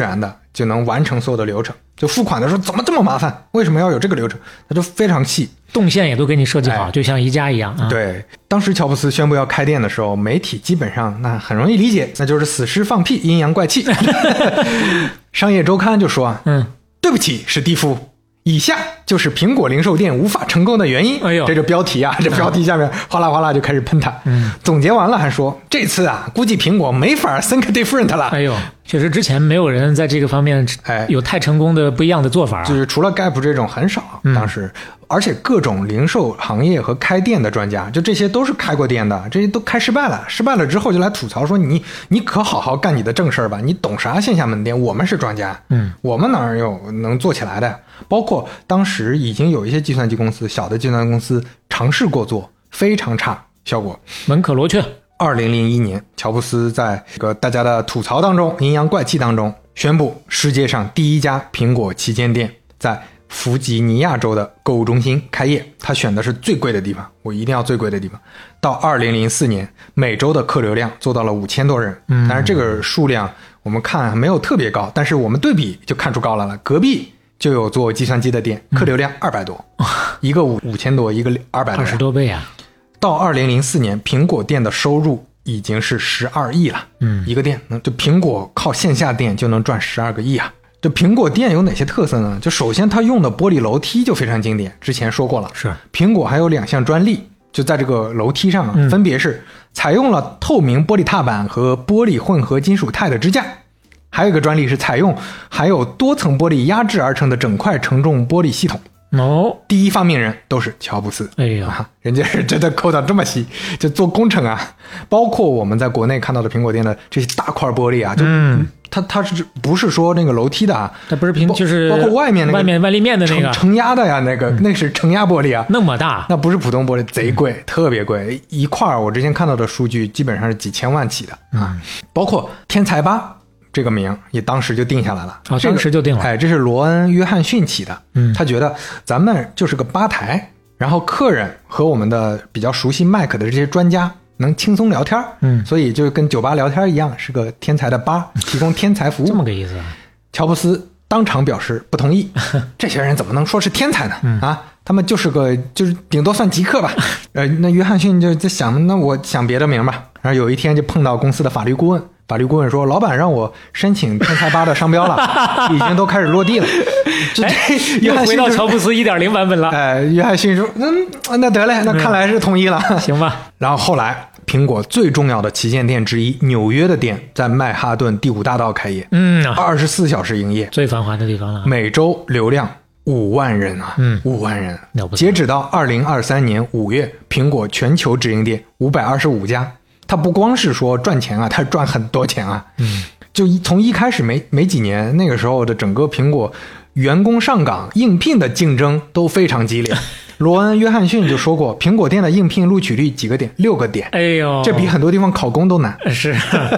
就能完成所有的流程。就付款的时候怎么这么麻烦？为什么要有这个流程？他就非常气， 动线也都给你设计好， 哎、 就像宜家一样啊。 对，当时乔布斯宣布要开店的时候，媒体基本上那很容易理解，那就是死尸放屁，阴阳怪气。商业周刊就说啊， 嗯， 对不起，史蒂夫。以下就是苹果零售店无法成功的原因。 哎呦， 这就标题啊，这标题下面哗啦哗啦就开始喷他。 嗯， 总结完了还说，这次啊，估计苹果没法 think different 了。 哎呦，确实之前没有人在这个方面哎有太成功的不一样的做法、啊， 就是除了 Gap 这种很少，当时、嗯，而且各种零售行业和开店的专家，就这些都是开过店的，这些都开失败了，失败了之后就来吐槽说你你可好好干你的正事儿吧，你懂啥线下门店？我们是专家， 嗯， 我们哪有能做起来的？包括当时已经有一些计算机公司，小的计算机公司尝试过做，非常差效果， 门可罗雀。 二零零一年，乔布斯在这个大家的吐槽当中、阴阳怪气当中，宣布世界上第一家苹果旗舰店在弗吉尼亚州的购物中心开业。他选的是最贵的地方，我一定要最贵的地方。到二零零四年，每周的客流量做到了五千多人， 嗯， 但是这个数量我们看没有特别高，但是我们对比就看出高来了。隔壁就有做计算机的店，客流量二百多，嗯，一个五五千多，一个二百多， 二十多倍啊！ 到二零零四年，苹果店的收入已经是十二亿了。 嗯， 一个店，就苹果靠线下店就能赚十二个亿啊！这苹果店有哪些特色呢？就首先它用的玻璃楼梯就非常经典，之前说过了。 是， 苹果还有两项专利，就在这个楼梯上啊， 嗯， 分别是采用了透明玻璃踏板和玻璃混合金属钛的支架。还有一个专利是采用含有多层玻璃压制而成的整块承重玻璃系统。 哦， 第一发明人都是乔布斯。 哎呀， 啊，人家是真的抠到这么细，就做工程啊。包括我们在国内看到的苹果店的这些大块玻璃啊，就嗯， 它它是不是说那个楼梯的啊？ 它不是平，就是包括外面那个外面外立面的那个承压的呀，那个、嗯、那是承压玻璃啊， 那么大， 那不是普通玻璃，贼贵，嗯、特别贵，一块我之前看到的数据基本上是几千万起的啊。 嗯、 包括天才吧。这个名也当时就定下来了， 啊、哦，当时就定了。 哎，这是罗恩·约翰逊起的， 嗯， 他觉得咱们就是个吧台，然后客人和我们的比较熟悉 Mac 的这些专家能轻松聊天， 嗯， 所以就跟酒吧聊天一样，是个天才的吧，提供天才服务， 这么个意思。 乔布斯当场表示不同意，这些人怎么能说是天才呢？ 嗯、 啊，他们就是个就是顶多算极客吧。呃，那约翰逊就在想，那我想别的名吧。然后有一天就碰到公司的法律顾问。法律顾问说：“老板让我申请天才吧的商标了，已经都开始落地了。”这又回到乔布斯 一点零 版本了。 哎，约翰逊说：“嗯，那得嘞，那看来是同意了， 嗯、行吧。” 然后后来，苹果最重要的旗舰店之一纽约的店在曼哈顿第五大道开业， 嗯， 二十四小时营业， 最繁华的地方了。 每周流量五万人啊， 嗯， 五万人。截止到二零二三年五月，苹果全球直营店五百二十五家。他不光是说赚钱啊，他赚很多钱啊。 嗯， 就从一开始没没几年，那个时候的整个苹果员工上岗应聘的竞争都非常激烈。罗恩·约翰逊就说过，苹果店的应聘录取率几个点？六个点。 哎呦， 这比很多地方考公都难。 是。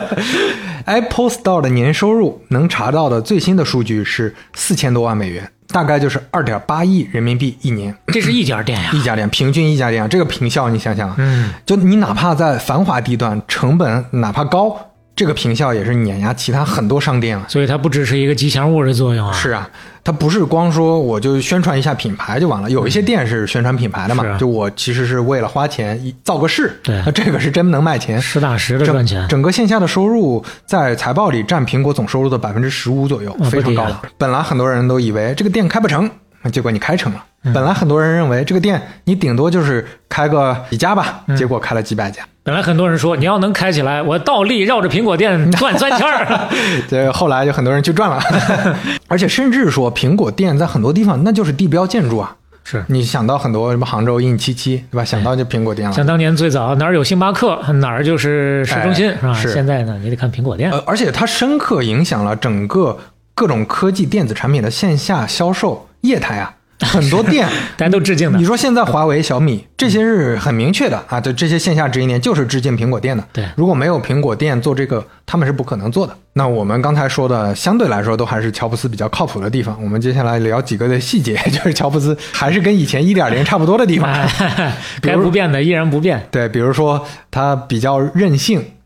Apple Store 的年收入能查到的最新的数据是四千多万美元，大概就是二点八亿人民币一年。 这是一家店呀、啊， 一家店，平均一家店，这个平效你想想， 嗯， 就你哪怕在繁华地段，成本哪怕高，这个平效也是碾压其他很多商店啊。 所以它不只是一个吉祥物的作用啊。 是啊，它不是光说我就宣传一下品牌就完了，有一些店是宣传品牌的嘛， 嗯、 就我其实是为了花钱造个势， 对， 那这个是真能卖钱， 实打实的赚钱。 整, 整个线下的收入在财报里占苹果总收入的百分之十五左右， 哦、 非常高了。本来很多人都以为这个店开不成，结果你开成了。 嗯、 本来很多人认为这个店你顶多就是开个几家吧， 嗯、 结果开了几百家。 本来很多人说你要能开起来，我倒立绕着苹果店转三圈儿。 这后来就很多人去转了，而且甚至说苹果店在很多地方那就是地标建筑啊。 是你想到很多什么杭州一零七七对吧？想到就苹果店了。 像当年最早哪儿有星巴克，哪儿就是市中心、哎、是吧？ 是现在呢，你得看苹果店。 呃，而且它深刻影响了整个各种科技电子产品的线下销售业态啊。很多店大家都致敬的。 你说现在华为、小米这些是很明确的啊，就这些线下直营店就是致敬苹果店的。 对， 如果没有苹果店做这个，他们是不可能做的。那我们刚才说的相对来说都还是乔布斯比较靠谱的地方，我们接下来聊几个的细节，就是乔布斯还是跟以前 一点零 差不多的地方。 该不变的依然不变。 对，比如说他比较任性，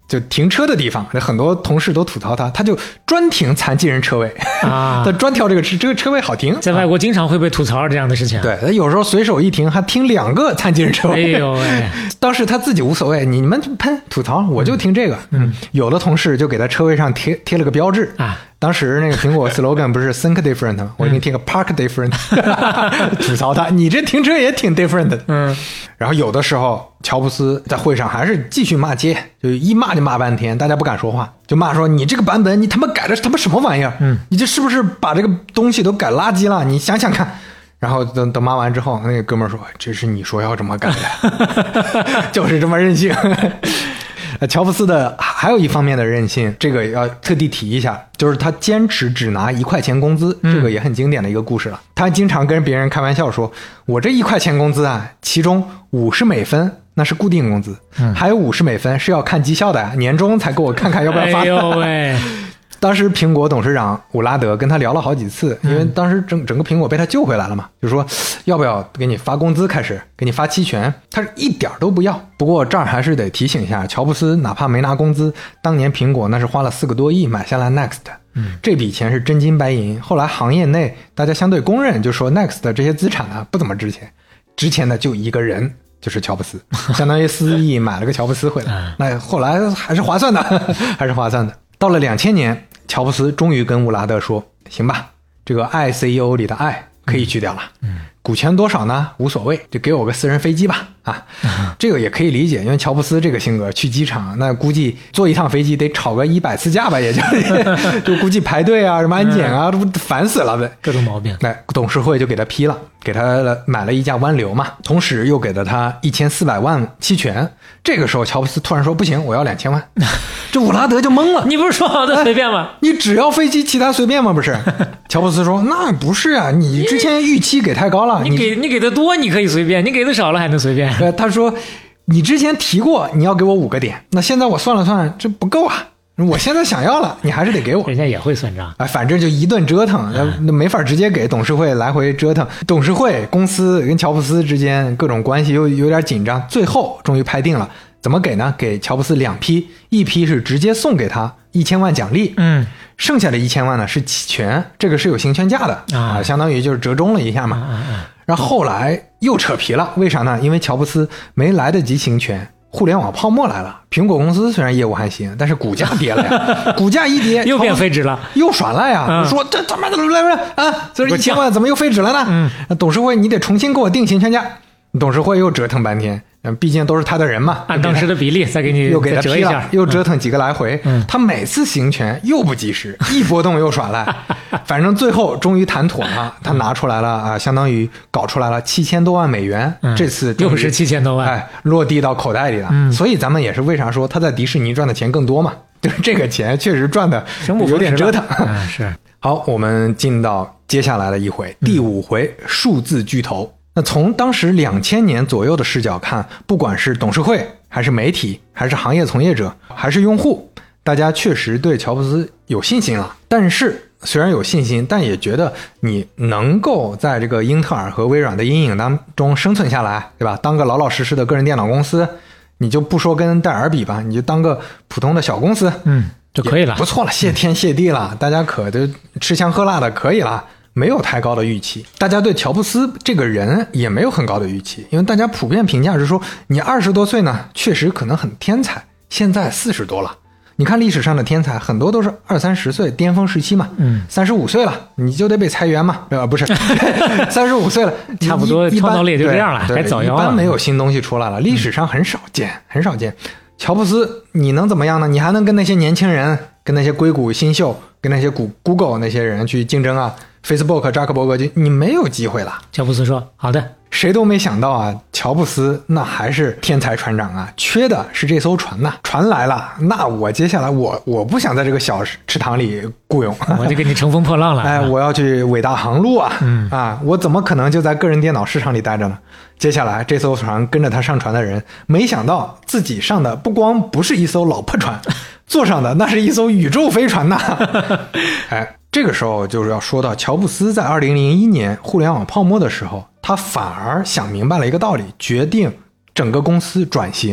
就停车的地方，很多同事都吐槽他，他就专停残疾人车位啊， 他专挑这个车，这个车位好停。 在外国经常会被吐槽这样的事情。 对，他有时候随手一停，还停两个残疾人车位。 哎呦喂！ 当时他自己无所谓，你们喷吐槽，我就停这个。嗯，有的同事就给他车位上贴贴了个标志啊。 当时那个苹果 slogan 不是 think different 吗？我给你贴个 park different， 吐槽他，你这停车也挺 different 的。 嗯， 然后有的时候乔布斯在会上还是继续骂街，就一骂就骂半天，大家不敢说话，就骂说你这个版本你他妈改的他妈什么玩意儿？嗯，你这是不是把这个东西都改垃圾了？你想想看。然后等等骂完之后，那个哥们儿说：“这是你说要这么改的，就是这么任性。”乔布斯的还有一方面的任性，这个要特地提一下，就是他坚持只拿一块钱工资，这个也很经典的一个故事了。他经常跟别人开玩笑说：“我这一块钱工资啊，其中五十美分那是固定工资，嗯、还有五十美分是要看绩效的呀，年终才给我看看要不要发。”哎呦喂！当时苹果董事长伍拉德跟他聊了好几次，因为当时整整个苹果被他救回来了嘛，就说要不要给你发工资，开始给你发期权，他是一点都不要。不过这儿还是得提醒一下，乔布斯哪怕没拿工资，当年苹果那是花了四个多亿买下来 Next， 嗯，这笔钱是真金白银。后来行业内大家相对公认，就说 Next 的这些资产呢不怎么值钱，值钱的就一个人。就是乔布斯，相当于四亿买了个乔布斯回来，那后来还是划算的，还是划算的。到了两千年，乔布斯终于跟伍拉德说：“行吧，这个 I C E O 里的 I 可以去掉了，嗯，股权多少呢？无所谓，就给我个私人飞机吧。”啊，这个也可以理解，因为乔布斯这个性格，去机场那估计坐一趟飞机得吵个一百次架吧，也就就估计排队啊，什么安检啊，这不烦死了呗， 各种毛病。 哎，董事会就给他批了，给他买了一架湾流嘛，同时又给了他一千四百万期权。这个时候，乔布斯突然说：“不行，我要两千万。”这伍拉德就懵了。 你不是说好的随便吗？ 哎、你只要飞机，其他随便吗？不是？乔布斯说：“那不是啊，你之前预期给太高了。 你给你给的多，你可以随便；你给的少了，还能随便。” 呃，他说：“你之前提过你要给我五个点，那现在我算了算，这不够啊。我现在想要了，你还是得给我。” 人家也会算账， 哎，反正就一顿折腾，那、嗯、没法直接给董事会来回折腾。董事会、公司跟乔布斯之间各种关系又有点紧张，最后终于拍定了。怎么给呢？给乔布斯两批，一批是直接送给他一千万奖励，嗯，剩下的一千万呢是期权，这个是有行权价的啊，相当于就是折中了一下嘛。啊啊、然后后来又扯皮了，为啥呢？因为乔布斯没来得及行权，互联网泡沫来了。苹果公司虽然业务还行，但是股价跌了呀，股价一跌又变废纸了， 又耍赖呀！嗯、说这他妈的啊，这一千万怎么又废纸了呢？嗯，董事会你得重新给我定行权价，董事会又折腾半天。毕竟都是他的人嘛， 按当时的比例再给你又给他折一下， 又折腾几个来回。嗯、他每次行权又不及时，一波动又耍赖，反正最后终于谈妥了，他拿出来了啊，相当于搞出来了七千多万美元，嗯、这次又是七千多万， 哎，落地到口袋里了。嗯、所以咱们也是为啥说他在迪士尼赚的钱更多嘛？就是这个钱确实赚的有点折腾。 嗯、是。 好，我们进到接下来的一回，第五回，嗯、数字巨头。那从当时两千年左右的视角看，不管是董事会还是媒体还是行业从业者还是用户，大家确实对乔布斯有信心了。但是虽然有信心，但也觉得你能够在这个英特尔和微软的阴影当中生存下来，对吧？当个老老实实的个人电脑公司，你就不说跟戴尔比吧，你就当个普通的小公司， 嗯，就可以了， 不错了，谢天谢地了，大家可就吃香喝辣的，可以了。没有太高的预期，大家对乔布斯这个人也没有很高的预期，因为大家普遍评价是说，你二十多岁呢，确实可能很天才，现在四十多了，你看历史上的天才很多都是二三十岁巅峰时期嘛，嗯，三十五岁了你就得被裁员嘛，对吧？不是，三十五岁了， 差不多创造力也就这样了，该早夭了， 一般没有新东西出来了，历史上很少见，嗯、很少见。乔布斯你能怎么样呢？你还能跟那些年轻人，跟那些硅谷新秀，跟那些谷 Google 那些人去竞争啊？Facebook 扎克伯格就你没有机会了。 乔布斯说好的， 谁都没想到啊，乔布斯那还是天才船长啊，缺的是这艘船呐、啊，船来了，那我接下来我我不想在这个小池塘里雇佣， 我就给你乘风破浪了。 哎，我要去伟大航路啊，嗯啊，我怎么可能就在个人电脑市场里待着呢？接下来这艘船跟着他上船的人，没想到自己上的不光不是一艘老破船，坐上的那是一艘宇宙飞船呐！哎。这个时候就是要说到乔布斯在二零零一年互联网泡沫的时候，他反而想明白了一个道理，决定整个公司转型，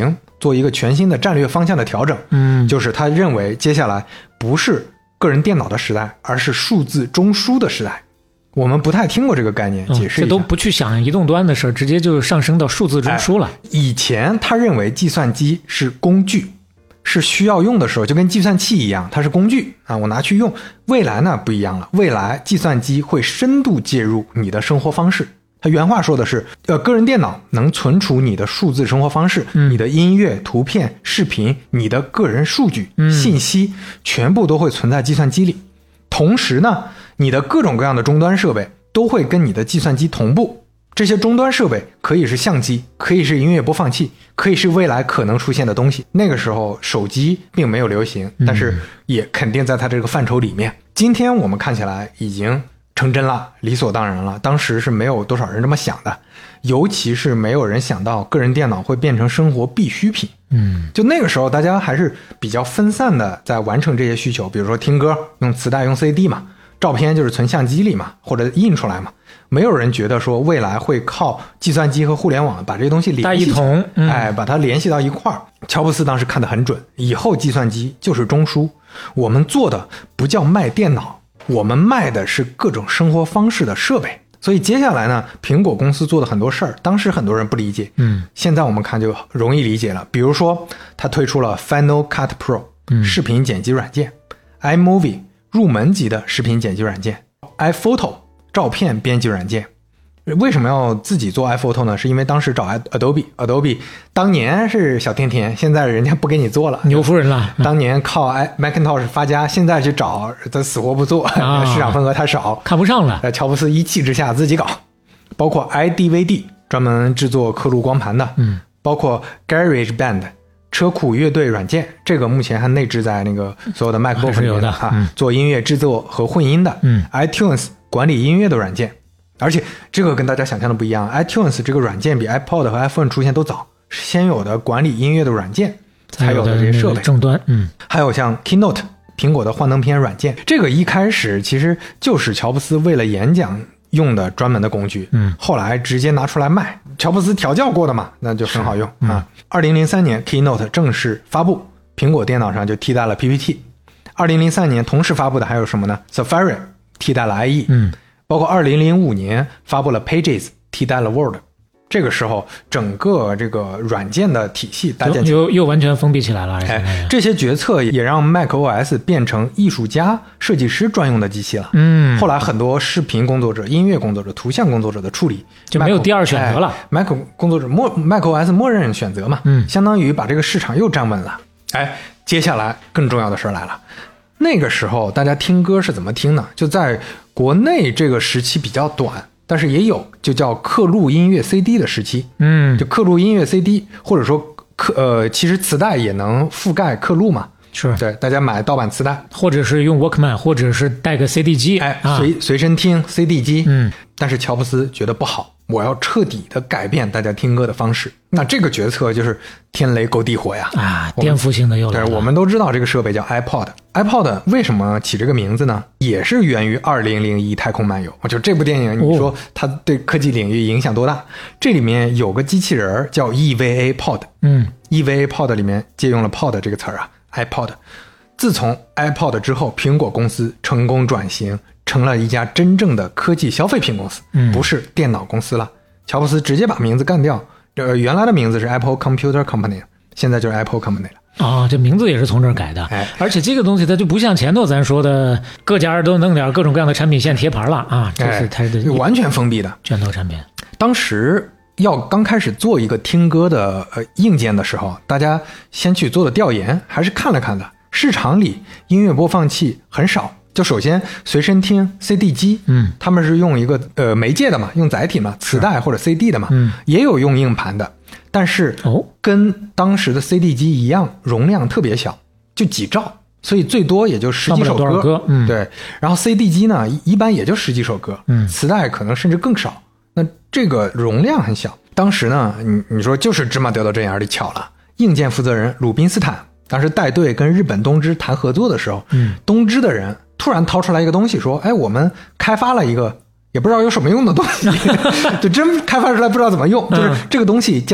做一个全新的战略方向的调整。 嗯， 就是他认为接下来不是个人电脑的时代，而是数字中枢的时代。我们不太听过这个概念，解释一下。 嗯、这都不去想移动端的事儿，直接就上升到数字中枢了。 哎、以前他认为计算机是工具，是需要用的时候就跟计算器一样，它是工具啊，我拿去用。未来呢不一样了，未来计算机会深度介入你的生活方式。他原话说的是，呃，个人电脑能存储你的数字生活方式，嗯、你的音乐、图片、视频，你的个人数据、嗯、信息，全部都会存在计算机里。同时呢，你的各种各样的终端设备都会跟你的计算机同步。这些终端设备可以是相机，可以是音乐播放器，可以是未来可能出现的东西。那个时候手机并没有流行，但是也肯定在它这个范畴里面。今天我们看起来已经成真了，理所当然了。当时是没有多少人这么想的，尤其是没有人想到个人电脑会变成生活必需品。 嗯， 就那个时候大家还是比较分散的在完成这些需求，比如说听歌用磁带用 C D 嘛，照片就是存相机里嘛，或者印出来嘛。没有人觉得说未来会靠计算机和互联网把这些东西联系起来， 大一统、嗯、 哎，把它联系到一块儿。乔布斯当时看得很准，以后计算机就是中枢，我们做的不叫卖电脑，我们卖的是各种生活方式的设备。所以接下来呢，苹果公司做的很多事儿，当时很多人不理解， 嗯， 现在我们看就容易理解了。比如说，他推出了 Final Cut Pro、嗯、视频剪辑软件 ，iMovie 入门级的视频剪辑软件 ，iPhoto 照片编辑软件。为什么要自己做 iPhoto 呢？是因为当时找 Adobe，Adobe Adobe 当年是小甜甜，现在人家不给你做了， 牛夫人了。 当年靠 Macintosh 发家，现在去找他死活不做，啊、市场份额太少， 看不上了。 乔布斯一气之下自己搞，包括 I D V D 专门制作刻录光盘的， 嗯， 包括 GarageBand 车库乐队软件，这个目前还内置在那个所有的 MacBook 里面的啊、嗯，做音乐制作和混音的， 嗯 ，iTunes 管理音乐的软件。而且这个跟大家想象的不一样 ，iTunes 这个软件比 iPod 和 iPhone 出现都早，是先有的管理音乐的软件，才有的这些设备正端。嗯， 还有像 Keynote 苹果的幻灯片软件，这个一开始其实就是乔布斯为了演讲用的专门的工具， 嗯， 后来直接拿出来卖，乔布斯调教过的嘛，那就很好用、嗯、啊。二零零三年 Keynote 正式发布，苹果电脑上就替代了 P P T。二零零三年同时发布的还有什么呢 ？Safari 替代了 I E， 嗯。 包括二零零五年发布了 Pages 替代了 Word， 这个时候整个这个软件的体系搭建又又完全封闭起来了。 哎，这些决策也让 macOS 变成艺术家、设计师专用的机器了。 嗯， 后来很多视频工作者、音乐工作者、图像工作者的处理就没有第二选择了。 哎、Mac 工作者 macOS 默认选择嘛， 嗯， 相当于把这个市场又站稳了。哎，接下来更重要的事来了。那个时候大家听歌是怎么听呢？就在国内这个时期比较短，但是也有就叫刻录音乐 C D 的时期。 嗯， 就刻录音乐 C D， 或者说刻呃，其实磁带也能覆盖刻录嘛。 是对，大家买盗版磁带， 或者是用 Walkman， 或者是带个 C D 机， 哎， 啊、 随随身听 C D 机。 嗯， 但是乔布斯觉得不好，我要彻底的改变大家听歌的方式。那这个决策就是天雷勾地火呀！ 啊，颠覆性的又来了。 对，我们都知道这个设备叫 iPod。iPod 为什么起这个名字呢？也是源于二零零一太空漫游。就这部电影，你说它对科技领域影响多大？哦、这里面有个机器人叫 E V A Pod。 嗯 ，E V A Pod 里面借用了 Pod 这个词儿啊 ，iPod。自从 iPod 之后，苹果公司成功转型，成了一家真正的科技消费品公司， 嗯、 不是电脑公司了。乔布斯直接把名字干掉，呃，原来的名字是 Apple Computer Company， 现在就是 Apple Company 了。 啊、哦，这名字也是从这儿改的。 哎， 而且这个东西它就不像前头咱说的各家都弄点各种各样的产品线贴牌了啊，这是它的、 哎、完全封闭的拳头产品。 当时要刚开始做一个听歌的呃硬件的时候，大家先去做的调研还是看了看的。市场里音乐播放器很少，就首先随身听 C D 机， 嗯， 他们是用一个呃媒介的嘛，用载体嘛，磁带或者 C D 的嘛， 嗯， 也有用硬盘的，但是哦， 跟当时的 C D 机一样，容量特别小，就几兆，所以最多也就十几首歌， 歌嗯， 对。然后 C D 机呢，一般也就十几首歌， 嗯， 磁带可能甚至更少，那这个容量很小。当时呢，你你说就是芝麻掉到针眼里巧了，硬件负责人鲁宾斯坦。当时带队跟日本东芝谈合作的时候， 嗯， 东芝的人突然掏出来一个东西说，哎，我们开发了一个也不知道有什么用的东西就真开发出来不知道怎么用，就是这个东西叫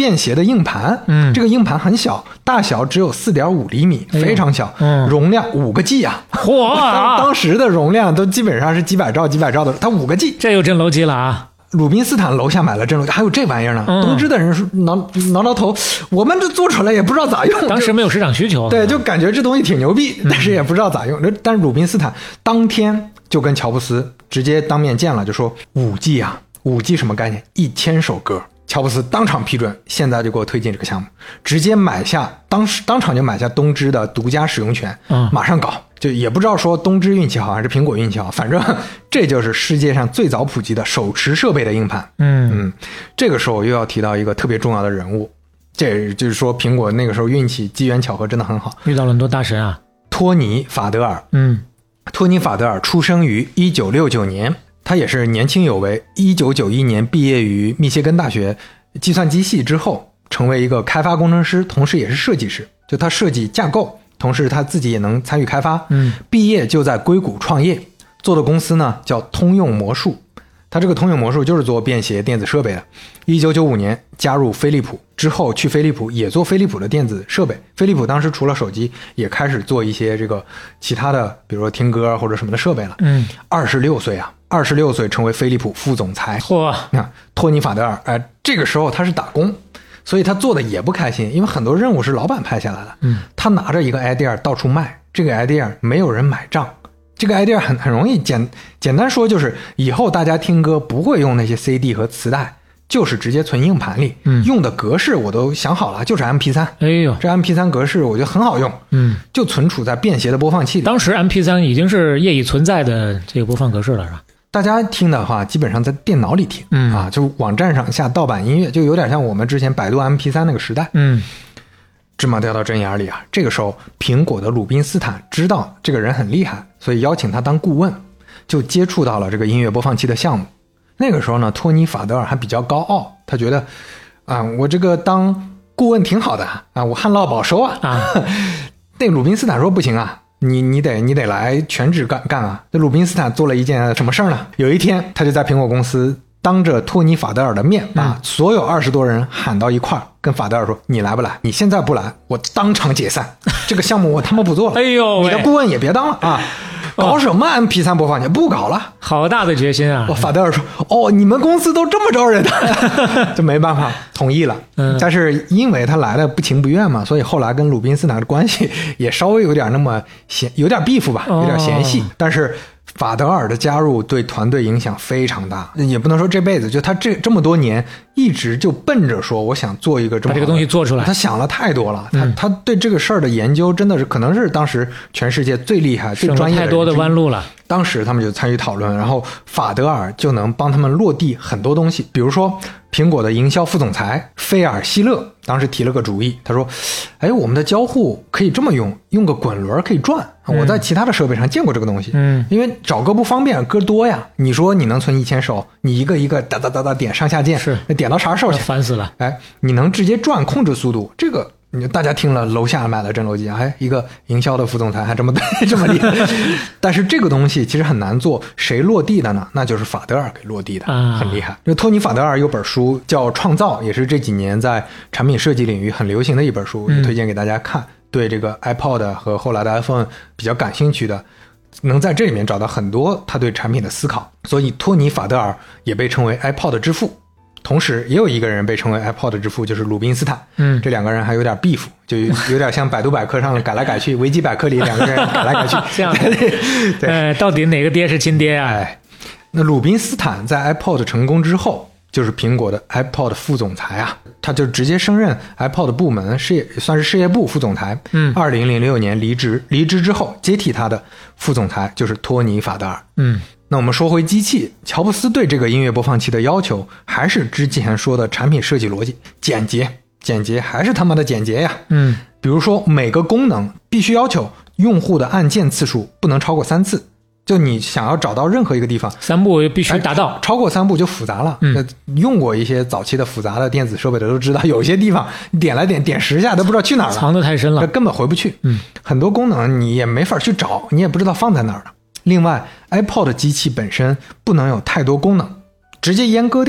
便携的硬盘， 嗯， 这个硬盘很小，大小只有 四点五厘米， 哎、 非常小， 嗯， 容量五个 G 啊， 嚯当当时的容量都基本上是几百兆几百兆的，它五个 G， 这又真楼机了啊。 鲁宾斯坦楼下买了真楼机，还有这玩意儿呢。 嗯、 东芝的人挠挠挠头，我们这做出来也不知道咋用。 当时没有市场需求， 对，就感觉这东西挺牛逼，但是也不知道咋用。嗯、但是鲁宾斯坦当天就跟乔布斯直接当面见了，就说五 G 啊，五 G 什么概念？一千首歌。乔布斯当场批准，现在就给我推进这个项目，直接买下，当时当场就买下东芝的独家使用权， 嗯， 马上搞。就也不知道说东芝运气好还是苹果运气好，反正这就是世界上最早普及的手持设备的硬盘。 嗯嗯，这个时候又要提到一个特别重要的人物，这就是说苹果那个时候运气机缘巧合真的很好， 遇到了很多大神啊。 托尼·法德尔。 嗯， 托尼·法德尔出生于一九六九年，他也是年轻有为。一九九一年毕业于密歇根大学计算机系之后，成为一个开发工程师，同时也是设计师。就他设计架构，同时他自己也能参与开发。 嗯， 毕业就在硅谷创业，做的公司呢叫通用魔术。他这个通用魔术就是做便携电子设备的。一九九五年加入飞利浦之后，去飞利浦也做飞利浦的电子设备。飞利浦当时除了手机，也开始做一些这个其他的，比如说听歌或者什么的设备了。 嗯， 二十六岁啊，二十六岁成为飞利浦副总裁。 嚯， 你看托尼·法德尔，哎、呃，这个时候他是打工，所以他做的也不开心，因为很多任务是老板派下来的。 嗯， 他拿着一个 idea 到处卖，这个 idea 没有人买账。这个 idea 很很容易简简单说，就是以后大家听歌不会用那些 C D 和磁带，就是直接存硬盘里。 嗯， 用的格式我都想好了，就是 M P 三。 哎呦， 这 M P 三 格式我觉得很好用。 嗯， 就存储在便携的播放器里。 当时 M P 三 已经是业已存在的这个播放格式了，是吧？ 大家听的话，基本上在电脑里听。 嗯啊，就网站上下盗版音乐，就有点像我们之前百度 M P 三 那个时代。 嗯。 芝麻掉到针眼里啊！这个时候，苹果的鲁宾斯坦知道这个人很厉害，所以邀请他当顾问，就接触到了这个音乐播放器的项目。那个时候呢，托尼·法德尔还比较高傲，他觉得啊，我这个当顾问挺好的啊，我旱涝保收啊。 啊那鲁宾斯坦说不行啊，你你得你得来全职干干啊。那鲁宾斯坦做了一件什么事儿呢？有一天，他就在苹果公司当着托尼·法德尔的面，把所有二十多人喊到一块儿，跟法德尔说：“你来不来？你现在不来，我当场解散这个项目，我他妈不做了。 哎呦， 你的顾问也别当了啊！搞什么 M P 三 播放器？不搞了。” 好大的决心啊！ 我法德尔说：“哦，你们公司都这么招人的，就没办法同意了。” 嗯， 但是因为他来的不情不愿嘛，所以后来跟鲁宾斯坦的关系也稍微有点那么嫌，有点 beef 吧，有点嫌隙。哦、但是法德尔的加入对团队影响非常大，也不能说这辈子，就他这这么多年一直就奔着说我想做一个这么把这个东西做出来， 他想了太多了， 嗯、 他他对这个事儿的研究真的是可能是当时全世界最厉害、最专业的人， 太多的弯路了。 当时他们就参与讨论，然后法德尔就能帮他们落地很多东西，比如说苹果的营销副总裁菲尔希勒当时提了个主意，他说：“哎，我们的交互可以这么用，用个滚轮可以转。我在其他的设备上见过这个东西， 嗯， 因为找歌不方便，歌多呀。你说你能存一千首，你一个一个哒哒哒哒点上下键， 是点到啥时候去？ 烦死了。 哎，你能直接转控制速度，这个。”你大家听了，楼下买了震楼机，哎，一个营销的副总裁还这么这么厉害，但是这个东西其实很难做，谁落地的呢？那就是法德尔给落地的， 啊、 很厉害。这托尼·法德尔有本书叫《创造》，也是这几年在产品设计领域很流行的一本书， 嗯、 推荐给大家看。对这个 iPod 和后来的 iPhone 比较感兴趣的，能在这里面找到很多他对产品的思考。所以托尼·法德尔也被称为 iPod 之父。同时也有一个人被称为 iPod 之父，就是鲁宾斯坦。 嗯， 这两个人还有点 beef， 就有点像百度百科上改来改去，维基百科里两个人改来改去。 这样对、 呃，到底哪个爹是亲爹啊？ 哎，那鲁宾斯坦在 iPod 成功之后，就是苹果的 iPod 副总裁啊，他就直接升任 iPod 部门事业，算是事业部副总裁。 嗯， 二零零六年离职，离职之后接替他的副总裁就是托尼·法德尔。 嗯。 那我们说回机器，乔布斯对这个音乐播放器的要求还是之前说的产品设计逻辑，简洁，简洁还是他妈的简洁呀。 嗯， 比如说每个功能必须要求用户的按键次数不能超过三次，就你想要找到任何一个地方， 三步必须达到， 超过三步就复杂了。 嗯， 用过一些早期的复杂的电子设备的都知道，有些地方点来点点十下都不知道去哪儿了， 藏得太深了， 根本回不去。 嗯， 很多功能你也没法去找，你也不知道放在哪儿了。另外 iPod 机器本身不能有太多功能，直接阉割掉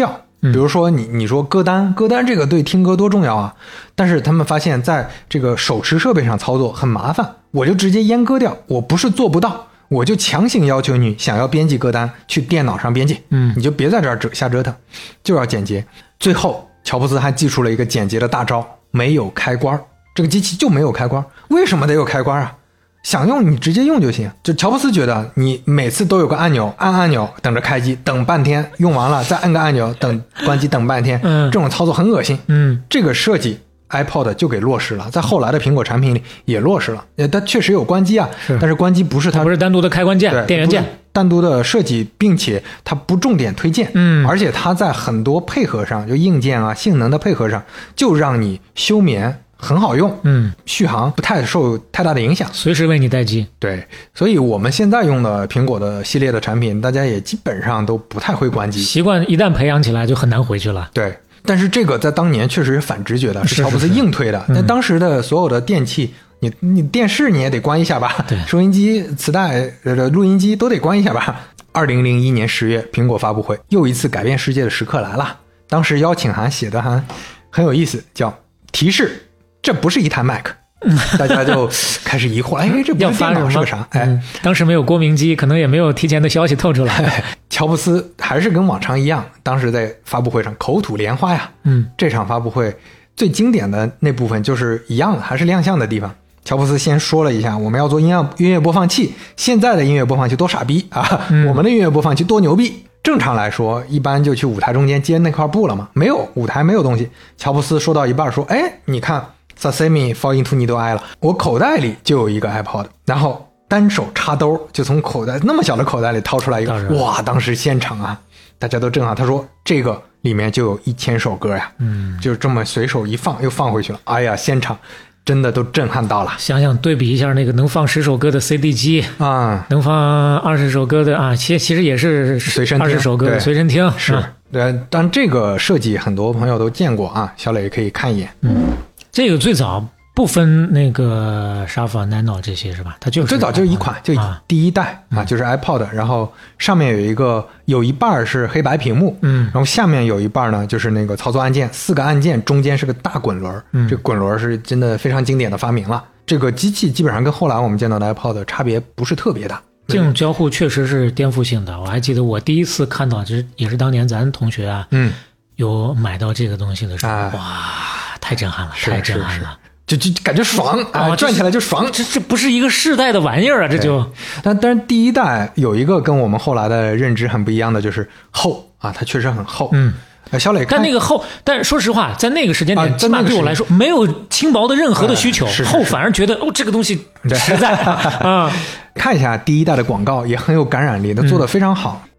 比如说你你说歌单，歌单这个对听歌多重要啊，但是他们发现在这个手持设备上操作很麻烦，我就直接阉割掉，我不是做不到，我就强行要求你想要编辑歌单去电脑上编辑， 嗯， 你就别在这儿折瞎折腾，就要简洁。最后乔布斯还记出了一个简洁的大招，没有开关，这个机器就没有开关。为什么得有开关啊？想用你直接用就行。就乔布斯觉得你每次都有个按钮，按按钮等着开机，等半天，用完了再按个按钮，等关机等半天， 嗯， 这种操作很恶心。 嗯， 这个设计 iPod 就给落实了，在后来的苹果产品里也落实了。它确实有关机啊， 是但是关机不是它， 它不是单独的开关键、电源键， 单独的设计，并且它不重点推荐， 嗯， 而且它在很多配合上，就硬件啊、性能的配合上，就让你休眠很好用， 嗯， 续航不太受太大的影响， 随时为你待机。 对，所以我们现在用的苹果的系列的产品，大家也基本上都不太会关机， 习惯一旦培养起来就很难回去了。 对。但是这个在当年确实是反直觉的，是乔布斯硬推的。那当时的所有的电器，你你电视你也得关一下吧， 对， 收音机、磁带、呃录音机都得关一下吧。二零零一年十月，苹果发布会，又一次改变世界的时刻来了。当时邀请函写的还很有意思，叫提示，这不是一台 Mac。大家就开始疑惑，哎，这不是电脑是个啥？哎、 嗯，当时没有郭明基，可能也没有提前的消息透出来。 哎、乔布斯还是跟往常一样，当时在发布会上口吐莲花呀。 嗯， 这场发布会最经典的那部分就是一样的，还是亮相的地方。乔布斯先说了一下，我们要做音乐音乐播放器，现在的音乐播放器多傻逼啊、嗯！我们的音乐播放器多牛逼。正常来说，一般就去舞台中间接那块布了嘛，没有舞台，没有东西。乔布斯说到一半说：“哎，你看。” Sesame Fall into Needle Eye 了，我口袋里就有一个 iPod， 然后单手插兜，就从口袋那么小的口袋里掏出来一个，哇！当时现场啊，大家都震撼。他说这个里面就有一千首歌呀，嗯，就这么随手一放又放回去了。哎呀，现场真的都震撼到了。 想想对比一下那个能放十首歌的 C D 机啊， 能放二十首歌的啊，其其实也是随身听， 二十首歌的随身听是。 啊、 对，但这个设计很多朋友都见过啊，小磊可以看一眼。 嗯。这个最早不分那个沙发 Nano 这些是吧？它就是最早就一款，就第一代、啊、就是 iPod， 然后上面有一个有一半是黑白屏幕， 嗯， 然后下面有一半呢就是那个操作按键，四个按键中间是个大滚轮，嗯，这个滚轮是真的非常经典的发明了。这个机器基本上跟后来我们见到的 iPod 差别不是特别大。 这种交互确实是颠覆性的。我还记得我第一次看到，就是也是当年咱同学啊， 嗯， 有买到这个东西的时候， 啊、 哇！太震撼了，太震撼了， 就就感觉爽啊、哦，转起来就爽。 这这不是一个世代的玩意儿啊，这就。 但但是第一代有一个跟我们后来的认知很不一样的，就是厚啊，它确实很厚。 嗯， 小磊看， 但那个厚，但说实话，在那个时间点， 啊、 起码对我来说没有轻薄的任何的需求， 哎、是是是厚反而觉得哦，这个东西实在啊。 看一下第一代的广告也很有感染力，它做得非常好。嗯，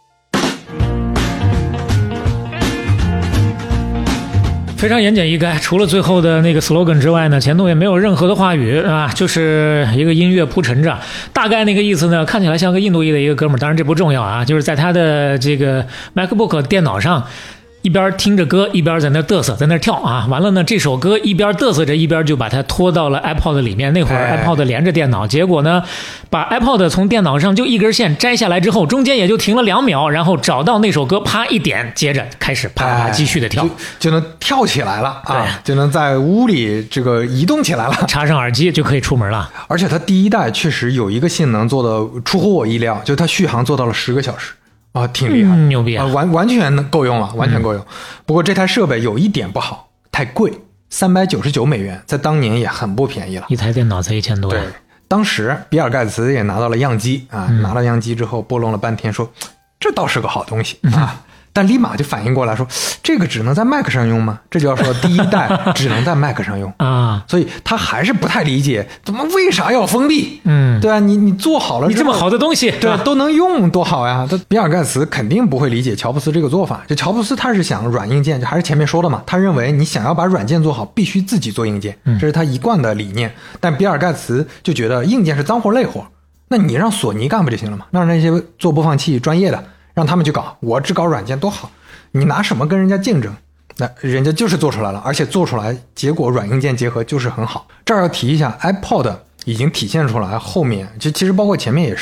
非常言简意赅，除了最后的那个 slogan 之外呢，前头也没有任何的话语啊，就是一个音乐铺陈着，大概那个意思呢，看起来像个印度裔的一个哥们儿，当然这不重要啊，就是在他的这个 MacBook 电脑上。一边听着歌一边在那嘚瑟在那跳啊，完了呢这首歌一边嘚瑟着一边就把它拖到了 iPod 里面，那会儿 iPod 连着电脑，结果呢把 iPod 从电脑上就一根线摘下来之后，中间也就停了两秒，然后找到那首歌啪一点，接着开始啪啪继续的跳， 就, 就能跳起来了啊，就能在屋里这个移动起来了， 插上耳机就可以出门了。 而且它第一代确实有一个性能做的出乎我意料，就它续航做到了十个小时。啊、哦，挺厉害、 嗯，牛逼啊！ 呃、完完全够用了，完全够用、嗯。不过这台设备有一点不好，太贵，三百九十九美元，在当年也很不便宜了。 一台电脑才一千多。 对，当时比尔盖茨也拿到了样机啊、嗯，拿到样机之后拨弄了半天说，说这倒是个好东西、嗯、啊。但立马就反应过来说，这个只能在 Mac 上用吗？这就要说第一代只能在 Mac 上用啊， 所以他还是不太理解，怎么为啥要封闭？ 嗯， 对啊，你你做好了， 你这么好的东西， 对、啊，都能用，多好呀！他比尔盖茨肯定不会理解乔布斯这个做法。就乔布斯他是想软硬件，就还是前面说的嘛，他认为你想要把软件做好，必须自己做硬件，这是他一贯的理念。嗯、但比尔盖茨就觉得硬件是脏活累活，那你让索尼干不就行了吗？让那些做播放器专业的，让他们去搞，我只搞软件多好。你拿什么跟人家竞争？那人家就是做出来了，而且做出来结果软硬件结合就是很好。这儿要提一下 iPod 已经体现出来，后面就其实包括前面也是，它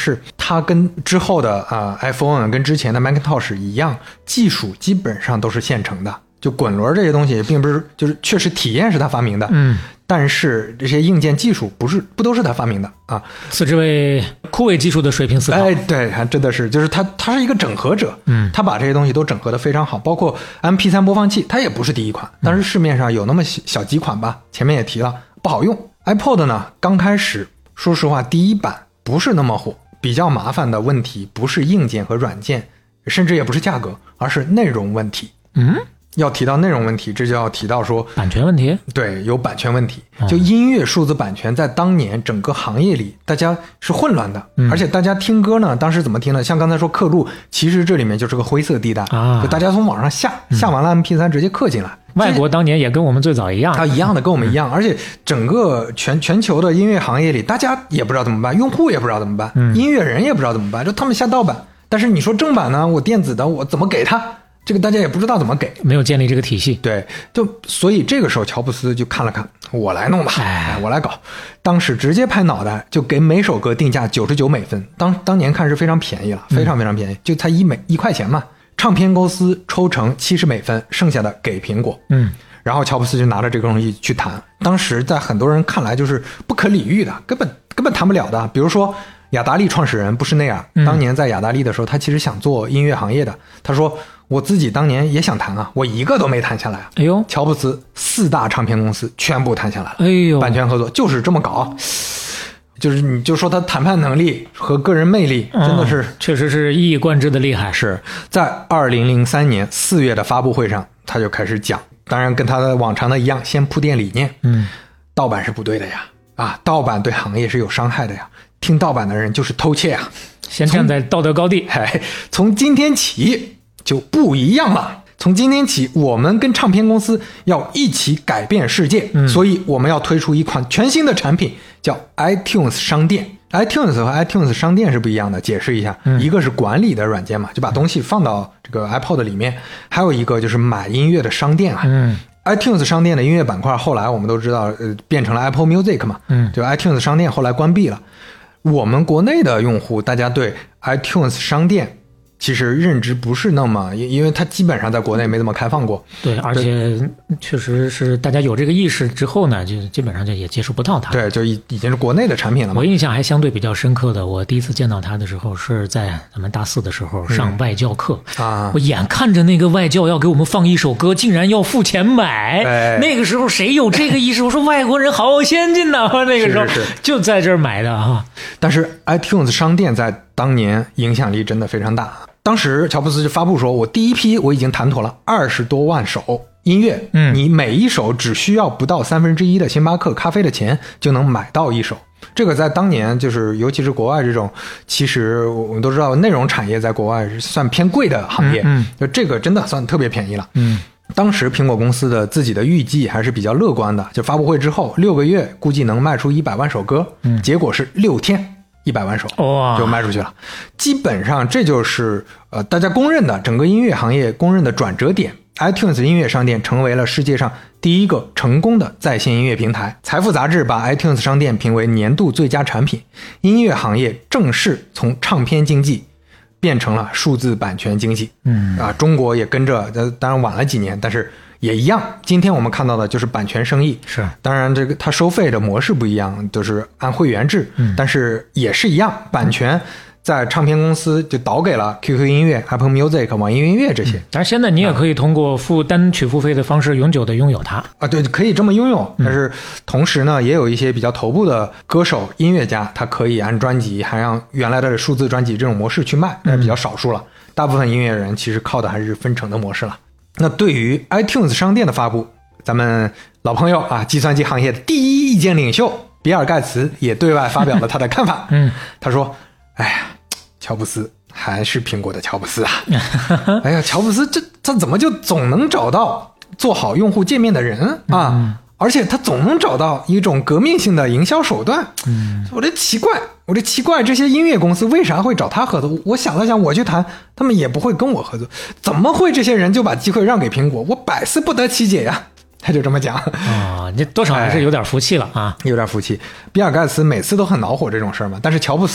它跟之后的啊、呃、iPhone 跟之前的 Macintosh 一样，技术基本上都是现成的。就滚轮这些东西并不是，就是确实体验是他发明的， 嗯， 但是这些硬件技术不是不都是他发明的啊。 此之为枯萎技术的水平思考。 哎，对，还真的是，就是他他是一个整合者， 嗯， 他把这些东西都整合得非常好，包括 M P 三 播放器，它也不是第一款，但是市面上有那么小小几款吧，前面也提了不好用。iPod 呢，刚开始说实话第一版不是那么火，比较麻烦的问题不是硬件和软件，甚至也不是价格，而是内容问题。 嗯。 要提到内容问题，这就要提到说版权问题。 对，有版权问题。就音乐数字版权在当年整个行业里大家是混乱的、嗯、而且大家听歌呢，当时怎么听呢？像刚才说刻录，其实这里面就是个灰色地带啊，就大家从网上下下完了 M P 三 直接刻进来。 外国当年也跟我们最早一样啊，一样的，跟我们一样、嗯、而且整个全全球的音乐行业里，大家也不知道怎么办，用户也不知道怎么办、嗯、音乐人也不知道怎么办，就他们下盗版。但是你说正版呢，我电子的我怎么给他？这个大家也不知道怎么给， 没有建立这个体系。 对，就所以这个时候乔布斯就看了看，我来弄吧，哎，我来搞。当时直接拍脑袋，就给每首歌定价九十九美分，当当年看是非常便宜了，非常非常便宜，嗯、就才一美一块钱嘛。唱片公司抽成七十美分，剩下的给苹果。 嗯， 然后乔布斯就拿着这个东西去谈，当时在很多人看来就是不可理喻的，根本根本谈不了的。比如说雅达利创始人布什内尔，当年在雅达利的时候，他其实想做音乐行业的，他说。我自己当年也想谈啊，我一个都没谈下来啊。 哎呦， 乔布斯四大唱片公司全部谈下来了。 哎呦， 版权合作就是这么搞，就是你就说他谈判能力和个人魅力真的是、 嗯、确实是一以贯之的厉害。 是在二零零三年四月的发布会上，他就开始讲，当然跟他的往常的一样，先铺垫理念。 嗯， 盗版是不对的呀，啊，盗版对行业是有伤害的呀，听盗版的人就是偷窃啊， 先站在道德高地。 哎，从今天起。就不一样了。从今天起，我们跟唱片公司要一起改变世界、嗯、所以我们要推出一款全新的产品，叫 iTunes 商店。 iTunes 和 iTunes 商店是不一样的，解释一下、嗯、一个是管理的软件嘛，就把东西放到这个 iPod 里面，还有一个就是买音乐的商店啊。 嗯 iTunes 商店的音乐板块后来我们都知道、呃、变成了 Apple Music 嘛， 嗯， 就 iTunes 商店后来关闭了。我们国内的用户大家对 iTunes 商店其实认知不是那么，因为它基本上在国内没怎么开放过。 对，而且确实是大家有这个意识之后呢，就基本上就也接触不到它。 对，就已已经是国内的产品了嘛。 我印象还相对比较深刻的，我第一次见到它的时候是在咱们大四的时候上外教课、 嗯、啊， 我眼看着那个外教要给我们放一首歌，竟然要付钱买。 哎、 那个时候谁有这个意识？我说外国人好先进呐、啊！那个时候是是是就在这儿买的啊。 但是 iTunes 商店在当年影响力真的非常大。当时乔布斯就发布说，我第一批我已经谈妥了二十多万首音乐， 嗯， 你每一首只需要不到三分之一的星巴克咖啡的钱就能买到一首。这个在当年就是尤其是国外这种，其实我们都知道内容产业在国外是算偏贵的行业， 嗯， 就这个真的算特别便宜了。 嗯， 当时苹果公司的自己的预计还是比较乐观的，就发布会之后六个月估计能卖出一百万首歌， 嗯， 结果是六天一百万首就卖出去了，基本上这就是呃大家公认的整个音乐行业公认的转折点。iTunes 音乐商店成为了世界上第一个成功的在线音乐平台。财富杂志把 iTunes 商店评为年度最佳产品，音乐行业正式从唱片经济变成了数字版权经济。 嗯啊，中国也跟着，当然晚了几年，但是也一样。今天我们看到的就是版权生意， 是当然这个它收费的模式不一样，都是按会员制， 嗯， 但是也是一样，版权在唱片公司就导给了 Q Q 音乐、Apple Music、网易云音乐这些。 但是现在你也可以通过付单曲付费的方式永久的拥有它啊，对，可以这么拥有。但是同时呢，也有一些比较头部的歌手、音乐家，他可以按专辑，还让原来的数字专辑这种模式去卖，那比较少数了。大部分音乐人其实靠的还是分成的模式了。那对于 iTunes 商店的发布，咱们老朋友啊，计算机行业的第一意见领袖比尔盖茨也对外发表了他的看法。 嗯， 他说：“哎呀，乔布斯还是苹果的乔布斯啊！哎呀，乔布斯这他怎么就总能找到做好用户界面的人啊？ 嗯， 而且他总能找到一种革命性的营销手段。 嗯， 我这奇怪，我这奇怪，这些音乐公司为啥会找他合作？我想了想，我去谈，他们也不会跟我合作，怎么会这些人就把机会让给苹果？我百思不得其解呀！”他就这么讲啊，你多少还是有点服气了啊， 有点服气。比尔盖茨每次都很恼火这种事儿嘛，但是乔布斯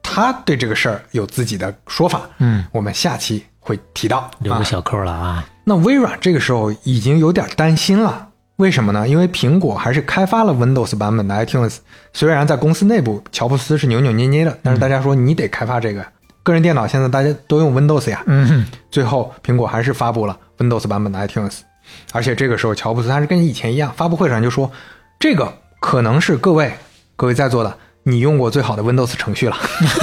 他对这个事儿有自己的说法。 嗯， 我们下期会提到， 留个小扣了啊。 啊那微软这个时候已经有点担心了。为什么呢？因为苹果还是开发了 Windows 版本的 iTunes， 虽然在公司内部乔布斯是扭扭捏捏的，但是大家说你得开发这个、嗯、个人电脑现在大家都用 Windows 呀。 嗯， 最后苹果还是发布了 Windows 版本的 iTunes， 而且这个时候乔布斯还是跟以前一样，发布会上就说这个可能是各位各位在座的你用过最好的 Windows 程序了。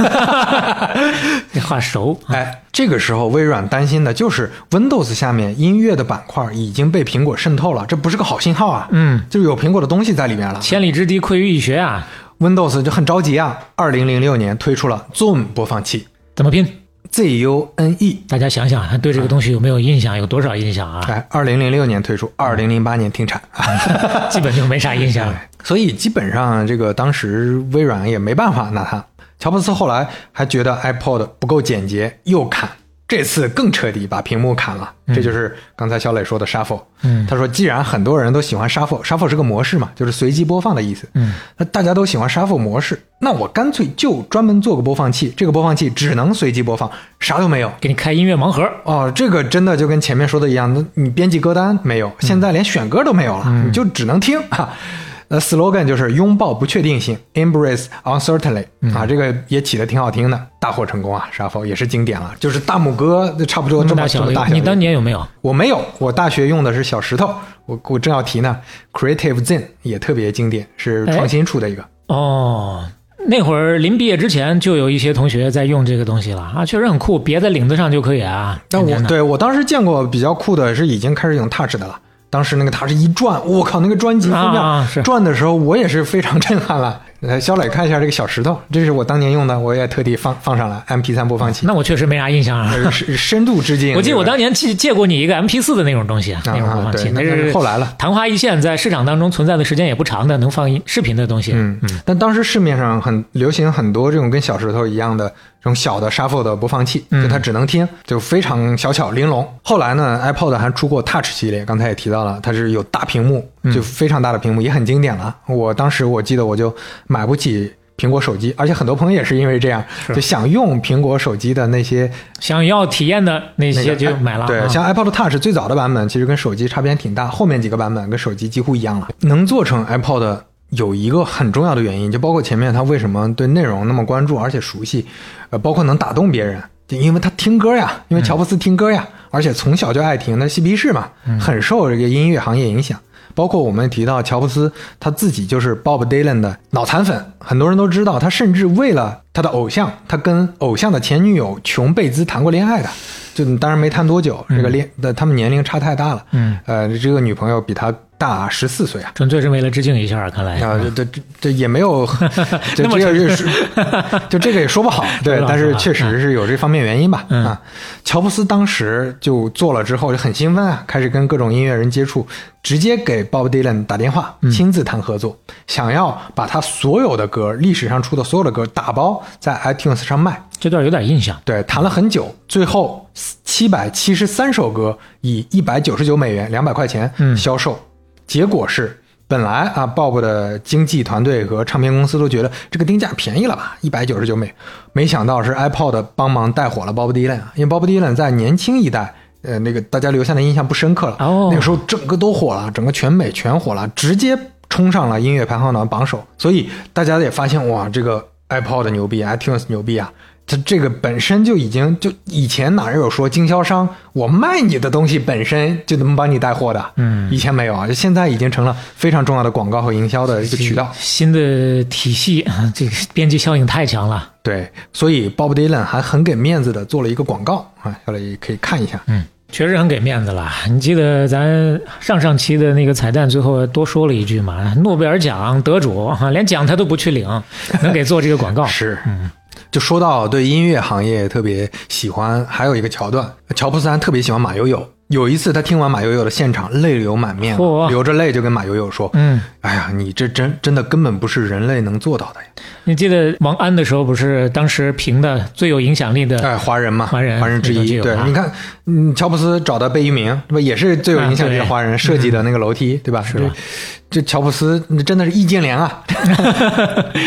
这话熟。 哎，这个时候微软担心的就是 Windows 下面音乐的板块已经被苹果渗透了，这不是个好信号啊。 嗯， 就有苹果的东西在里面了。 千里之堤溃于蚁穴啊。 Windows 就很着急啊，二零零六年推出了 Zune 播放器。 怎么拼？ Z U N E。 大家想想对这个东西有没有印象、啊、有多少印象啊？ 哎，二零零六年推出，二零零八年停产。 基本就没啥印象了。 所以基本上这个当时微软也没办法拿它。乔布斯后来还觉得 iPod 不够简洁，又砍，这次更彻底，把屏幕砍了。 嗯、 这就是刚才小磊说的 Shuffle。 嗯， 他说既然很多人都喜欢 Shuffle，Shuffle 是个模式嘛，就是随机播放的意思。 嗯， 那大家都喜欢 Shuffle 模式，那我干脆就专门做个播放器，这个播放器只能随机播放，啥都没有， 给你开音乐盲盒。 哦，这个真的就跟前面说的一样，你编辑歌单没有，现在连选歌都没有了， 嗯、 你就只能听哈。呃 slogan 就是拥抱不确定性 ，embrace uncertainty、嗯、啊，这个也起得挺好听的，大获成功啊 ，Shuffle 也是经典了，就是大拇哥差不多这么小大小。 你当年有没有？ 我没有，我大学用的是小石头，我我正要提呢 ，Creative Zen 也特别经典，是创新出的一个。 哦，那会儿临毕业之前就有一些同学在用这个东西了啊，确实很酷，别在领子上就可以啊。 但我对我当时见过比较酷的是已经开始用 Touch 的了。当时那个它是一转，我靠，那个专辑封面转的时候，我也是非常震撼了。来，小磊看一下这个小石头，这是我当年用的，我也特地放放上来 M P 三 播放器。 那我确实没啥印象啊， 深度致敬。 我记得我当年借借过你一个 M P 四 的那种东西啊，那种播放器， 那是后来了。 昙花一现，在市场当中存在的时间也不长的，能放视频的东西。 嗯嗯。但当时市面上很流行很多这种跟小石头一样的这种小的 Shuffle 的播放器， 嗯、 就它只能听，就非常小巧玲珑。后来呢 ，iPod 还出过 Touch 系列，刚才也提到了，它是有大屏幕，就非常大的屏幕，也很经典了。我当时我记得我就买不起苹果手机，而且很多朋友也是因为这样，就想用苹果手机的那些想要体验的那些就买了。 那个、对、啊，像 iPod Touch 最早的版本其实跟手机差别挺大，后面几个版本跟手机几乎一样了。能做成 iPod 有一个很重要的原因，就包括前面他为什么对内容那么关注而且熟悉，呃，包括能打动别人，就因为他听歌呀，因为乔布斯听歌呀，嗯、而且从小就爱听，那嬉皮士嘛，很受这个音乐行业影响。包括我们提到乔布斯他自己就是 Bob Dylan 的脑残粉，很多人都知道他甚至为了他的偶像，他跟偶像的前女友琼贝兹谈过恋爱的，就当然没谈多久，这个恋的、嗯、他们年龄差太大了， 嗯， 呃，这个女朋友比他大十四岁啊， 纯粹是为了致敬一下，看来啊，这这这也没有，这这个是就这个也说不好，对，但是确实是有这方面原因吧， 嗯、 啊，乔布斯当时就做了之后就很兴奋啊，开始跟各种音乐人接触，直接给 Bob Dylan 打电话，亲自谈合作，嗯、想要把他所有的歌，历史上出的所有的歌打包在 iTunes 上卖。 这段有点印象。 对，谈了很久，最后七百七十三首歌以一百九十九美元两百块钱销售。嗯，结果是，本来啊 ，Bob 的经纪团队和唱片公司都觉得这个定价便宜了吧，一百九十九美，没想到是 iPod 帮忙带火了 Bob Dylan， 因为 Bob Dylan 在年轻一代，呃，那个大家留下的印象不深刻了， 哦， 那个时候整个都火了，整个全美全火了，直接冲上了音乐排行榜榜首，所以大家也发现哇，这个 iPod 牛逼 ，iTunes 牛逼啊。它这个本身就已经就以前哪有说经销商我卖你的东西本身就能帮你带货的， 嗯， 以前没有啊，现在已经成了非常重要的广告和营销的一个渠道。 新的体系啊，这个边际效应太强了。 对，所以 Bob Dylan 还很给面子的做了一个广告啊，下来可以看一下。 嗯，确实很给面子了。你记得咱上上期的那个彩蛋最后多说了一句嘛，诺贝尔奖得主啊，连奖他都不去领，能给做这个广告。 是， 嗯。 就说到对音乐行业特别喜欢，还有一个桥段，乔布斯还特别喜欢马友友。有一次他听完马友友的现场，泪流满面，流着泪就跟马友友说：“嗯，哎呀，你这真真的根本不是人类能做到的呀。” 你记得王安的时候，不是当时评的最有影响力的哎华人嘛， 华人华人之一。对，你看，嗯，乔布斯找的贝聿铭，对吧？也是最有影响力的华人，啊、设计的那个楼梯，嗯、对吧？ 是吧？ 这乔布斯真的是易建联啊。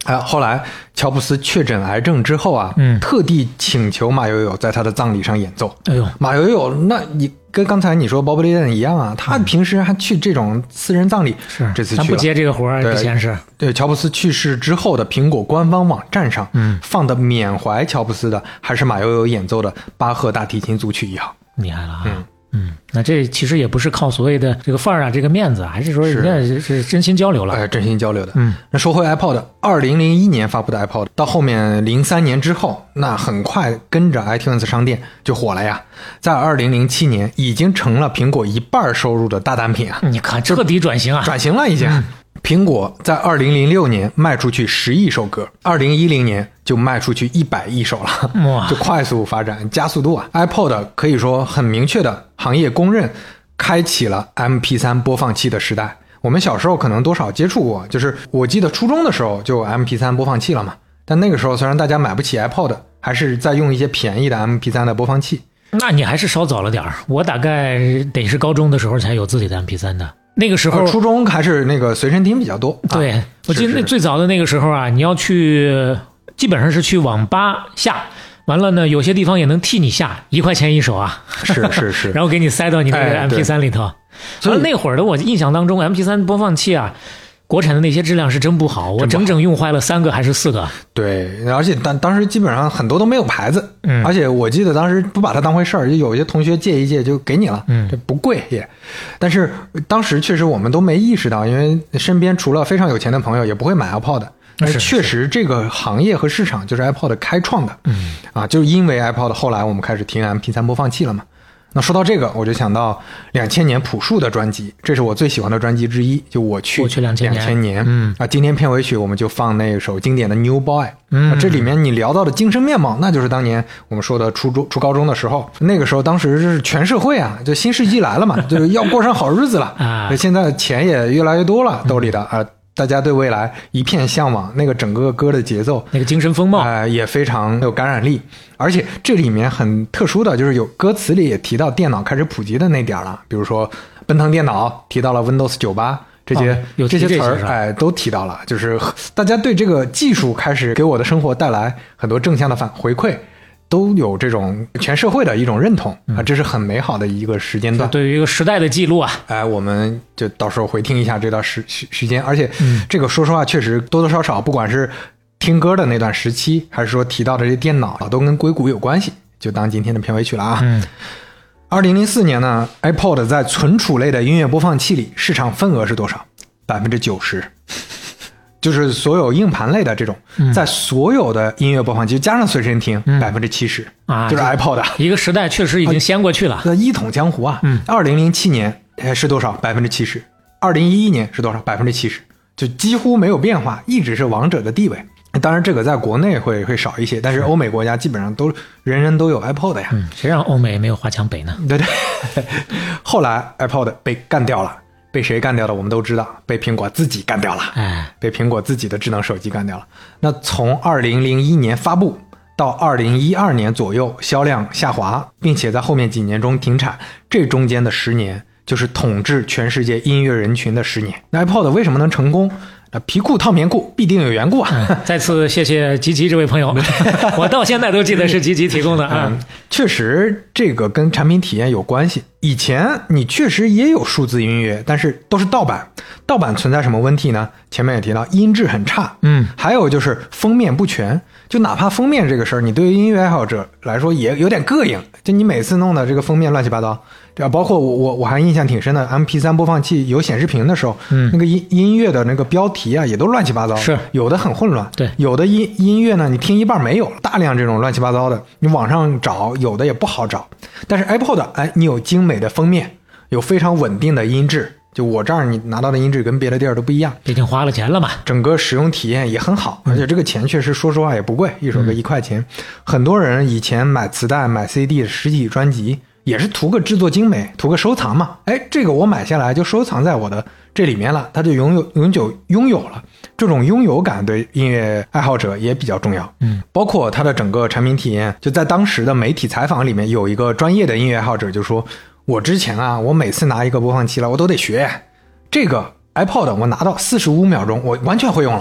哎，后来乔布斯确诊癌症之后啊， 嗯特地请求马友友在他的葬礼上演奏。 哎呦， 马友友，那你跟刚才你说鲍勃迪伦一样啊，他平时还去这种私人葬礼， 是这次去了， 咱不接这个活儿，之前是对，乔布斯去世之后的苹果官方网站上， 嗯， 放的缅怀乔布斯的还是马友友演奏的巴赫大提琴组曲一号。 厉害了啊。 嗯嗯，那这其实也不是靠所谓的这个范儿啊，这个面子，还是说人家是真心交流了， 哎，真心交流的。 嗯， 那说回 iPod， 二零零一年发布的 iPod， 到后面零三年之后，那很快跟着 iTunes 商店就火了呀。在二零零七年已经成了苹果一半收入的大单品啊！ 你看彻底转型啊， 转型了已经。嗯苹果在二零零六年卖出去十亿首歌，二零一零年就卖出去一百亿首了， 哇， 就快速发展加速度啊 ！iPod 可以说很明确的行业公认，开启了 M P 三 播放器的时代。我们小时候可能多少接触过，就是我记得初中的时候就有 M P 三 播放器了嘛，但那个时候虽然大家买不起 iPod， 还是在用一些便宜的 M P 三 的播放器。 那你还是稍早了点儿，我大概得是高中的时候才有自己的 M P 三 的。那个时候、 哦、初中还是那个随身听比较多。 对、啊、我记得那最早的那个时候啊，你要去基本上是去网吧下，完了呢有些地方也能替你下，一块钱一首啊， 是是是， 然后给你塞到你那个 M P 三 里头。所以那会儿的我印象当中 M P 三 播放器啊，国产的那些质量是真不好，我整整用坏了三个还是四个。 对，而且当当时基本上很多都没有牌子， 嗯， 而且我记得当时不把它当回事儿，就有一些同学借一借就给你了， 嗯， 这不贵也。但是当时确实我们都没意识到，因为身边除了非常有钱的朋友，也不会买 iPod 的。但是确实这个行业和市场就是 iPod 开创的， 嗯， 啊，就是因为 iPod 后来我们开始听 M P 三 播放器了嘛。那说到这个，我就想到两千年朴树的专辑，这是我最喜欢的专辑之一。就我去我去两千年， 两千年， 嗯啊，今天片尾曲我们就放那首经典的《New Boy》。 嗯， 啊，这里面你聊到的精神面貌，那就是当年我们说的初中、初高中的时候，那个时候当时是全社会啊，就新世纪来了嘛，就是要过上好日子了啊。 现在钱也越来越多了，兜里的啊。大家对未来一片向往，那个整个歌的节奏， 那个精神风貌， 呃，也非常有感染力。而且这里面很特殊的就是有歌词里也提到电脑开始普及的那点了，比如说奔腾电脑提到了 Windows 九十八，这些、 哦、 这些词儿，哎，都提到了，就是大家对这个技术开始给我的生活带来很多正向的反回馈。都有这种全社会的一种认同啊，这是很美好的一个时间段， 对于一个时代的记录啊。 哎，我们就到时候回听一下这段时时时间，而且这个说实话，确实多多少少，不管是听歌的那段时期，还是说提到的这些电脑，都跟硅谷有关系，就当今天的片尾曲了啊。 嗯。 二零零四年呢 ，iPod 在存储类的音乐播放器里市场份额是多少？百分之九十。就是所有硬盘类的这种， 嗯、 在所有的音乐播放器加上随身听，百分之七十啊，就是 iPod。 一个时代确实已经先过去了。 那、啊、一统江湖啊！ 嗯， 二零零七年是多少？百分之七十。二零一一年是多少？百分之七十，就几乎没有变化，一直是王者的地位。当然，这个在国内会会少一些，但是欧美国家基本上都人人都有 iPod 呀。 嗯，谁让欧美没有华强北呢？ 对对。后来 iPod 被干掉了。被谁干掉的我们都知道，被苹果自己干掉了， 哎， 被苹果自己的智能手机干掉了。那从二零零一年发布到二零一二年左右销量下滑，并且在后面几年中停产，这中间的十年就是统治全世界音乐人群的十年。那 iPod 为什么能成功？皮裤套棉裤必定有缘故啊！ 嗯、再次谢谢吉吉这位朋友，我到现在都记得是吉吉提供的啊、 嗯。确实，这个跟产品体验有关系。以前你确实也有数字音乐，但是都是盗版。盗版存在什么问题呢？前面也提到，音质很差， 嗯， 还有就是封面不全。就哪怕封面这个事儿，你对于音乐爱好者来说也有点膈应。就你每次弄的这个封面乱七八糟，对吧？包括我我我还印象挺深的 ，M P 三 播放器有显示屏的时候， 嗯， 那个音音乐的那个标题啊，也都乱七八糟， 是有的很混乱， 对， 有的音音乐呢，你听一半没有了，大量这种乱七八糟的，你网上找有的也不好找。但是 iPod， 哎，你有精美的封面，有非常稳定的音质。就我这儿你拿到的音质跟别的地儿都不一样， 毕竟花了钱了嘛， 整个使用体验也很好，而且这个钱确实说实话也不贵，一首歌一块钱、嗯、很多人以前买磁带买 C D 实体专辑也是图个制作精美，图个收藏嘛，哎，这个我买下来就收藏在我的这里面了，它就永有永久拥有了，这种拥有感对音乐爱好者也比较重要。 嗯， 包括它的整个产品体验，就在当时的媒体采访里面，有一个专业的音乐爱好者就说，我之前啊，我每次拿一个播放器了，我都得学。这个 iPod 我拿到四十五秒钟，我完全会用了。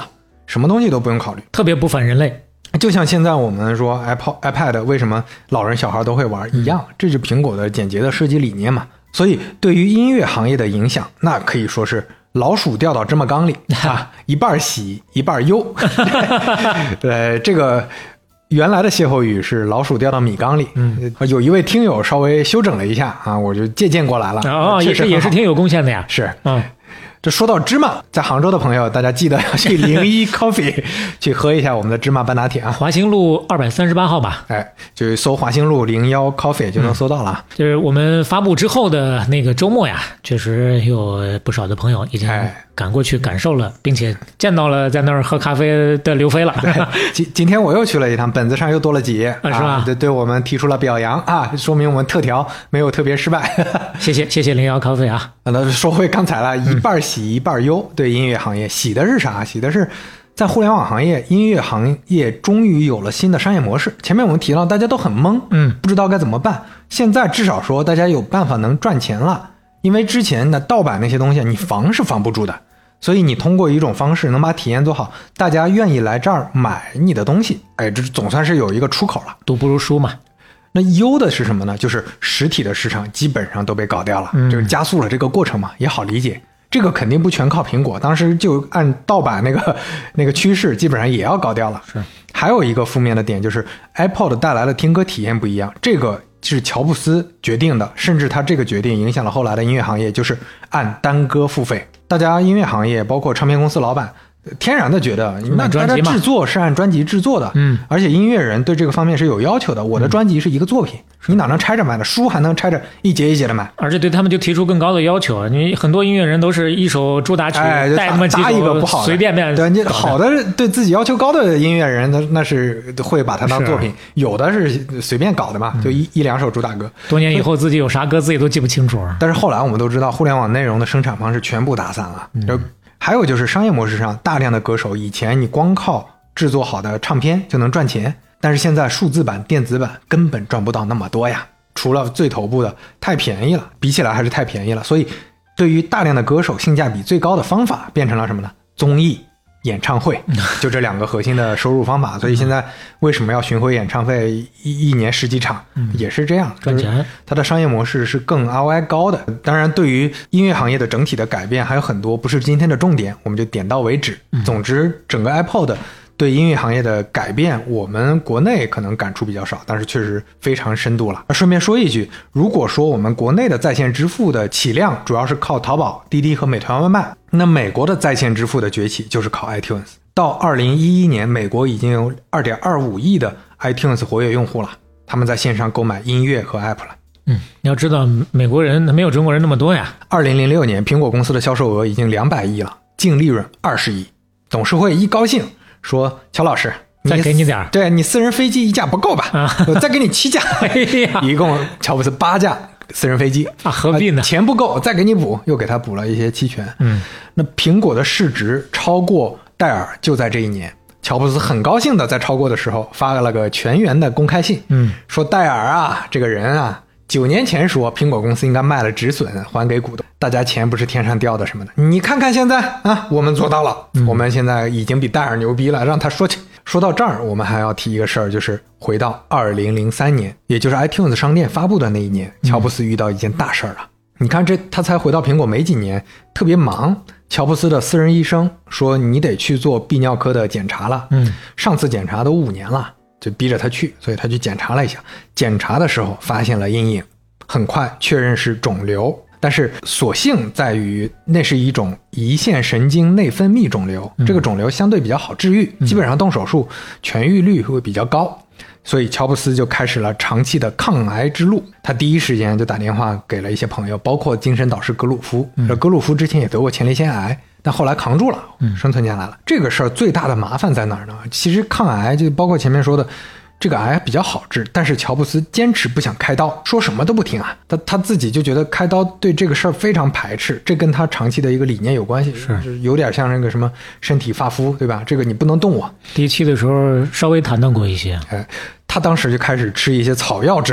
什么东西都不用考虑， 特别不反人类。 就像现在我们说 iPod iPad 为什么老人小孩都会玩一样，这是苹果的简洁的设计理念嘛。所以对于音乐行业的影响，那可以说是老鼠掉到芝麻缸里啊，一半喜一半忧。对，这个原来的歇后语是老鼠掉到米缸里。嗯，有一位听友稍微修整了一下啊，我就借鉴过来了。 哦，也是也是挺有贡献的呀。 是， 嗯。 这说到芝麻，在杭州的朋友，大家记得要去零一 Coffee 去喝一下我们的芝麻半打铁啊。 华兴路二百三十八号吧， 哎，就搜华兴路零一 Coffee 就能搜到了、 嗯。就是我们发布之后的那个周末呀，确实有不少的朋友已经赶过去感受了，并且见到了在那儿喝咖啡的刘飞了。 对，今今天我又去了一趟，本子上又多了几页， 啊、是吧？ 啊、对，对我们提出了表扬啊，说明我们特调没有特别失败。 谢谢谢谢零幺咖啡啊。 那说回刚才了，一半喜一半忧。对音乐行业，喜的是啥？喜的是在互联网行业，音乐行业终于有了新的商业模式。前面我们提到大家都很懵，嗯，不知道该怎么办。现在至少说大家有办法能赚钱了，因为之前的盗版那些东西你防是防不住的，所以你通过一种方式能把体验做好，大家愿意来这儿买你的东西，哎，这总算是有一个出口了。 读不如书嘛。 那忧的是什么呢？就是实体的市场基本上都被搞掉了，嗯、就是加速了这个过程嘛，也好理解。这个肯定不全靠苹果，当时就按盗版那个那个趋势，基本上也要搞掉了。 是， 还有一个负面的点就是 iPod 带来的听歌体验不一样，这个是乔布斯决定的，甚至他这个决定影响了后来的音乐行业，就是按单歌付费。大家音乐行业包括唱片公司老板天然的觉得，那大家制作是按专辑制作的，嗯，而且音乐人对这个方面是有要求的。我的专辑是一个作品，嗯、你哪能拆着买的？书还能拆着一节一节的买？ 而且对他们就提出更高的要求啊！你很多音乐人都是一首主打曲， 哎、 带那么几首一个不好的， 随便便。 对，你好的对自己要求高的音乐人，那那是会把它当作品；有的是随便搞的嘛，就一、嗯、一两首主打歌。 多年以后自己有啥歌自己都记不清楚。 但是后来我们都知道，互联网内容的生产方式全部打散了。嗯还有就是商业模式上，大量的歌手以前你光靠制作好的唱片就能赚钱，但是现在数字版、电子版根本赚不到那么多呀。除了最头部的，太便宜了，比起来还是太便宜了。所以，对于大量的歌手，性价比最高的方法变成了什么呢？综艺、演唱会，就这两个核心的收入方法。所以现在为什么要巡回演唱会一一年十几场，也是这样， 赚钱。 它的商业模式是更 R O I 高的。当然，对于音乐行业的整体的改变还有很多，不是今天的重点，我们就点到为止。总之，整个 iPod 对音乐行业的改变，我们国内可能感触比较少，但是确实非常深度了。顺便说一句，如果说我们国内的在线支付的起量主要是靠淘宝、滴滴和美团外卖，那美国的在线支付的崛起就是靠 iTunes。到二零一一年，美国已经有 二点二五亿的 iTunes 活跃用户了，他们在线上购买音乐和 App 了。 嗯，你要知道美国人没有中国人那么多呀。 二零零六年，苹果公司的销售额已经两百亿了，净利润二十亿。董事会一高兴说：“乔老师， 再给你点儿， 对你私人飞机一架不够吧？啊、我再给你七架， 哎呀， 一共乔布斯八架私人飞机啊，何必呢？ 钱不够，再给你补，又给他补了一些期权。嗯，那苹果的市值超过戴尔就在这一年。”乔布斯很高兴的在超过的时候发了个全员的公开信，嗯，说戴尔啊，这个人啊，九年前说苹果公司应该卖了止损还给股东，大家钱不是天上掉的什么的，你看看现在啊，我们做到了，嗯、我们现在已经比戴尔牛逼了，让他说去。说到这儿，我们还要提一个事儿，就是回到二零零三年，也就是 iTunes 商店发布的那一年，乔布斯遇到一件大事儿了。嗯你看这他才回到苹果没几年，特别忙。乔布斯的私人医生说你得去做泌尿科的检查了，嗯，上次检查都五年了，就逼着他去，所以他去检查了一下。检查的时候发现了阴影，很快确认是肿瘤，但是所幸在于那是一种胰腺神经内分泌肿瘤，这个肿瘤相对比较好治愈，基本上动手术痊愈率会比较高。所以乔布斯就开始了长期的抗癌之路，他第一时间就打电话给了一些朋友，包括精神导师格鲁夫。嗯、格鲁夫之前也得过前列腺癌，但后来扛住了，生存下来了。嗯、这个事儿最大的麻烦在哪儿呢？其实抗癌就包括前面说的这个癌比较好治，但是乔布斯坚持不想开刀，说什么都不听啊。他他自己就觉得开刀对这个事儿非常排斥，这跟他长期的一个理念有关系，是有点像那个什么身体发肤，对吧？这个你不能动我。 第一期的时候稍微谈到过一些， 哎，他当时就开始吃一些草药治疗，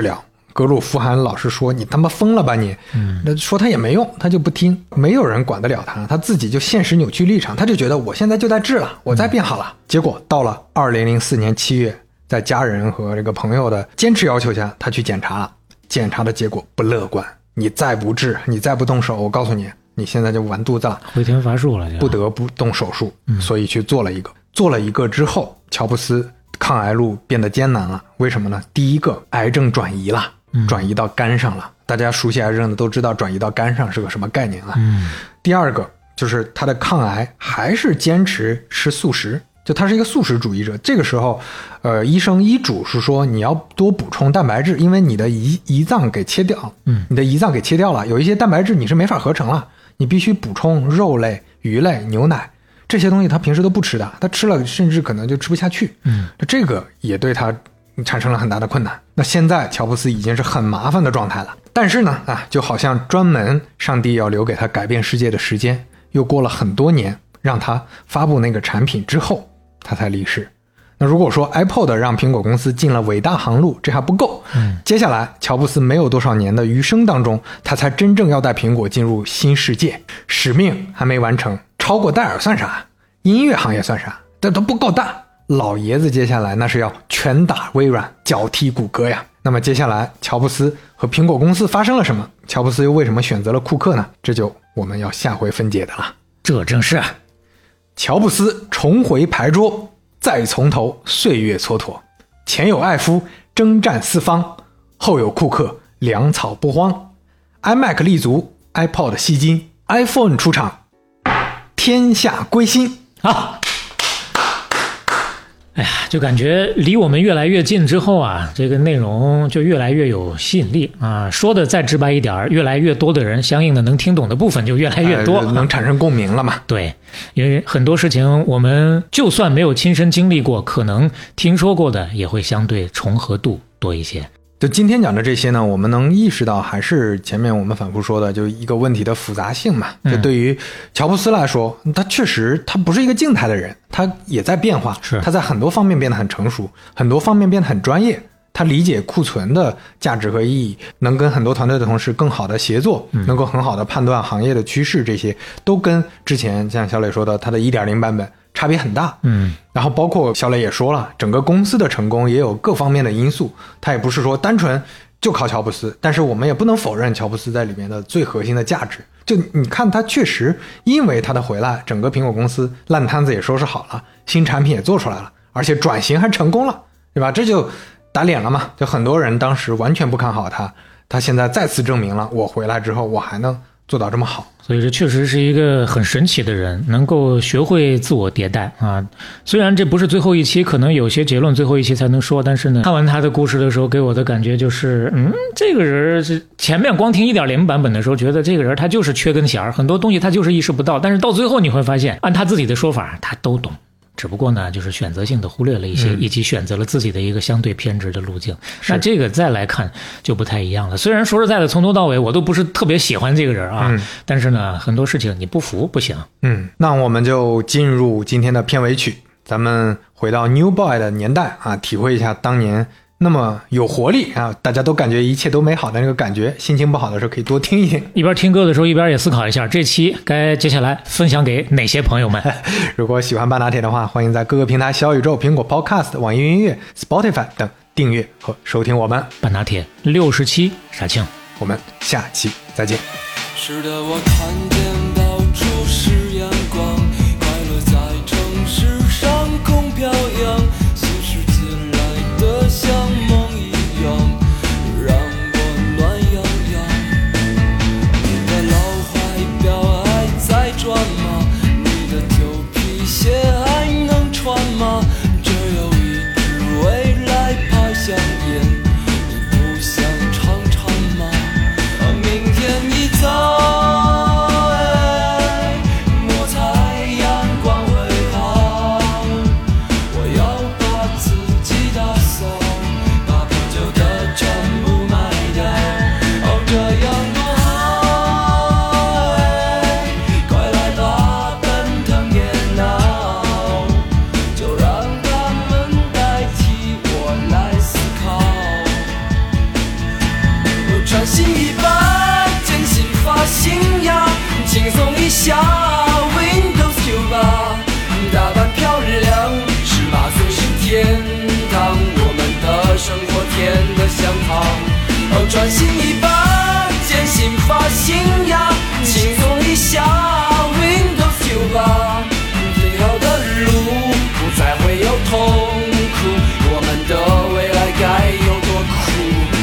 格鲁夫还老是说你他妈疯了吧你，那说他也没用，他就不听，没有人管得了他，他自己就现实扭曲立场，他就觉得我现在就在治了，我再变好了。嗯、结果到了二零零四年七月，在家人和这个朋友的坚持要求下，他去检查了，检查的结果不乐观，你再不治，你再不动手，我告诉你，你现在就完肚子了， 回天乏术了， 不得不动手术，嗯、所以去做了一个，做了一个之后，乔布斯抗癌路变得艰难了，为什么呢？第一个，癌症转移了。转移到肝上了，大家熟悉癌症的都知道转移到肝上是个什么概念了。嗯，第二个就是他的抗癌还是坚持吃素食，就他是一个素食主义者。这个时候，呃，医生医嘱是说你要多补充蛋白质，因为你的胰胰脏给切掉，嗯，你的胰脏给切掉了，有一些蛋白质你是没法合成了，你必须补充肉类、鱼类、牛奶这些东西，他平时都不吃的，他吃了甚至可能就吃不下去。嗯，这个也对他产生了很大的困难。那现在乔布斯已经是很麻烦的状态了，但是呢啊，就好像专门上帝要留给他改变世界的时间，又过了很多年，让他发布那个产品之后他才离世。那如果说 iPod 让苹果公司进了伟大航路，这还不够，嗯，接下来乔布斯没有多少年的余生当中，他才真正要带苹果进入新世界，使命还没完成，超过戴尔算啥？音乐行业算啥？这都不够大。老爷子接下来那是要拳打微软，脚踢谷歌呀。那么接下来乔布斯和苹果公司发生了什么？乔布斯又为什么选择了库克呢？这就我们要下回分解的了。 这正是啊， 乔布斯重回牌桌，再从头岁月蹉跎，前有艾夫征战四方，后有库克粮草不荒， iMac 立足， iPod 吸金， iPhone 出场，天下归心啊！哎呀，就感觉离我们越来越近之后啊，这个内容就越来越有吸引力啊。说的再直白一点，越来越多的人相应的能听懂的部分就越来越多， 呃、能产生共鸣了嘛？ 对，因为很多事情我们就算没有亲身经历过，可能听说过的也会相对重合度多一些。 就今天讲的这些呢，我们能意识到还是前面我们反复说的，就一个问题的复杂性嘛。就对于乔布斯来说，他确实他不是一个静态的人，他也在变化， 是他在很多方面变得很成熟，很多方面变得很专业，他理解库存的价值和意义，能跟很多团队的同事更好的协作，能够很好的判断行业的趋势，这些都跟之前像小磊说的他的 一点零 版本差别很大。嗯，然后包括小磊也说了，整个公司的成功也有各方面的因素，他也不是说单纯就靠乔布斯，但是我们也不能否认乔布斯在里面的最核心的价值。就你看他确实因为他的回来，整个苹果公司烂摊子也收拾好了，新产品也做出来了，而且转型还成功了，对吧？这就打脸了嘛，就很多人当时完全不看好他，他现在再次证明了我回来之后我还能做到这么好。 所以这确实是一个很神奇的人，能够学会自我迭代啊。虽然这不是最后一期，可能有些结论最后一期才能说，但是呢，看完他的故事的时候，给我的感觉就是，嗯，这个人是前面光听 一点零 版本的时候，觉得这个人他就是缺根弦，很多东西他就是意识不到，但是到最后你会发现，按他自己的说法，他都懂。只不过呢，就是选择性的忽略了一些，嗯、以及选择了自己的一个相对偏执的路径。那这个再来看就不太一样了。虽然说实在的，从头到尾我都不是特别喜欢这个人啊，嗯、但是呢，很多事情你不服不行。 嗯，那我们就进入今天的片尾曲，咱们回到 New Boy 的年代啊，体会一下当年那么有活力啊，大家都感觉一切都美好的那个感觉。心情不好的时候可以多听一听， 一边听歌的时候一边也思考一下这期该接下来分享给哪些朋友们。 如果喜欢半拿铁的话，欢迎在各个平台小宇宙、苹果 Podcast、网易云音乐、Spotify 等订阅和收听我们半拿铁六十七杀青。 我们下期再见。 是的，我看见到处是阳光，快乐在城市上空飘扬，新世界来的像梦一样，让我暖洋洋。你的老怀表还在转吗？你的旧皮鞋还能穿吗？这有一支未来牌香烟，你不想尝尝吗？明天一早甜的香糖。哦，专心一把，坚信发新芽，轻松一下 Windows 九吧。最好的路不再会有痛苦，我们的未来该有多酷。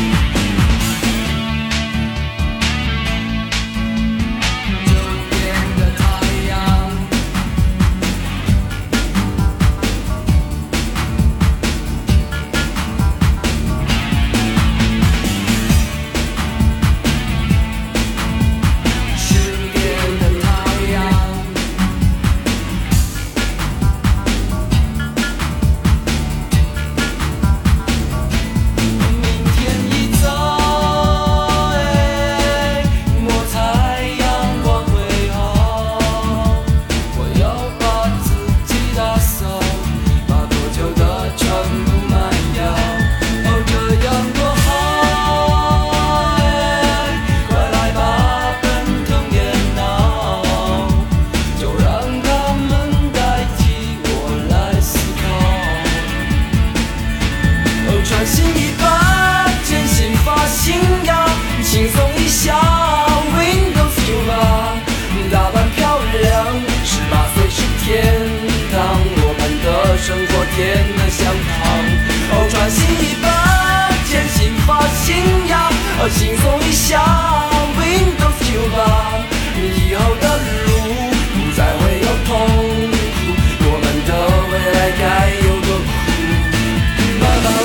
轻松一下 Windows 九吧，以后的路不再会有痛苦，我们的未来该有多酷。爸爸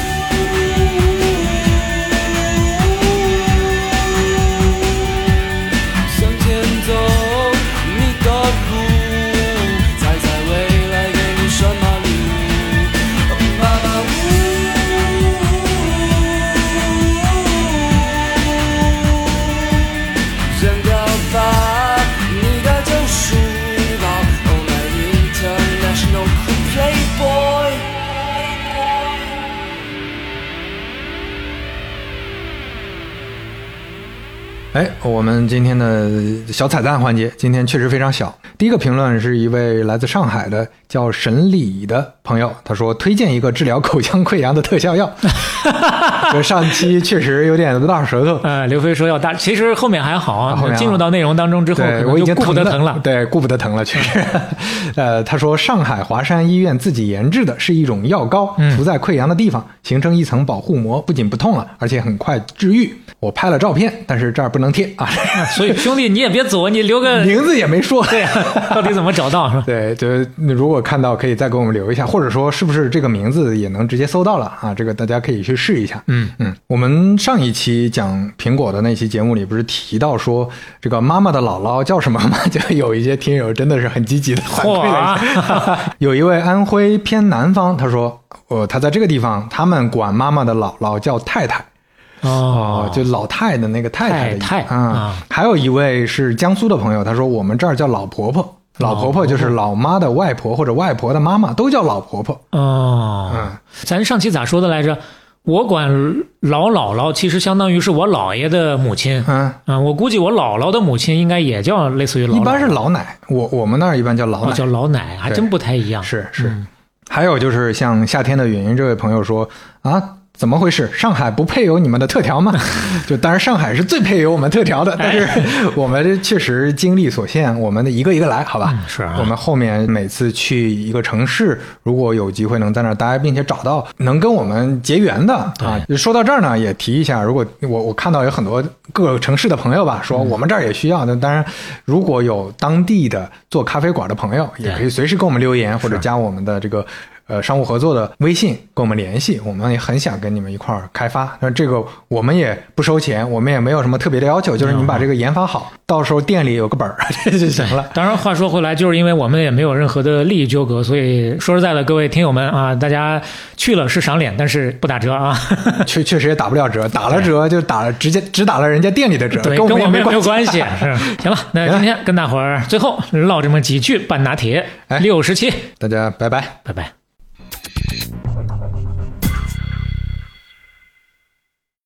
向前走你的路，猜猜未来给你什么礼物。爸爸哎，我们今天的小彩蛋环节，今天确实非常小。第一个评论是一位来自上海的叫沈礼的朋友，他说推荐一个治疗口腔溃疡的特效药。这上期确实有点大舌头。 呃，刘飞说要大，其实后面还好啊。 后面进入到内容当中之后，可能就顾不得疼了。 对，顾不得疼了，确实。呃，他说上海华山医院自己研制的是一种药膏，涂在溃疡的地方，形成一层保护膜，不仅不痛了，而且很快治愈。我拍了照片，但是这儿不能贴啊。 所以兄弟你也别走，你留个名字也没说。 对啊，到底怎么找到是吧？ 对，就是如果看到可以再给我们留一下，或者说是不是这个名字也能直接搜到了啊？这个大家可以去试一下。嗯嗯，我们上一期讲苹果的那期节目里不是提到说这个妈妈的姥姥叫什么吗？就有一些听友真的是很积极的反馈了一下。有一位安徽偏南方，他说，呃，他在这个地方，他们管妈妈的姥姥叫太太。哦，就老太的那个太太的太太啊、嗯。还有一位是江苏的朋友，他说我们这儿叫老婆婆，老婆婆就是老妈的外婆或者外婆的妈妈，都叫老婆婆。 哦，嗯，咱上期咋说的来着？我管老姥姥其实相当于是我姥爷的母亲。嗯嗯，我估计我姥姥的母亲应该也叫类似于老姥姥， 一般是老奶，我我们那儿一般叫老奶， 哦、叫老奶，还真不太一样。 是是、嗯。还有就是像夏天的云云这位朋友说啊。怎么回事？上海不配有你们的特调吗？就当然上海是最配有我们特调的，但是我们确实精力所限，我们的一个一个来，好吧？ 嗯、是啊。 我们后面每次去一个城市，如果有机会能在那儿待，并且找到能跟我们结缘的啊，说到这儿呢，也提一下，如果我我看到有很多各个城市的朋友吧，说我们这儿也需要，那、嗯、当然如果有当地的做咖啡馆的朋友，也可以随时给我们留言或者加我们的这个。呃，商务合作的微信跟我们联系，我们也很想跟你们一块儿开发。但这个我们也不收钱，我们也没有什么特别的要求，就是你把这个研发好，嗯、到时候店里有个本儿就行了。 当然，话说回来，就是因为我们也没有任何的利益纠葛，所以说实在的，各位听友们啊，大家去了是赏脸，但是不打折啊。 确确实也打不了折，打了折就打了，直接只打了人家店里的折， 对， 跟我们没有关系。是，行了，那今天跟大伙儿最后唠这么几句半拿铁六十七， 大家拜拜， 拜拜。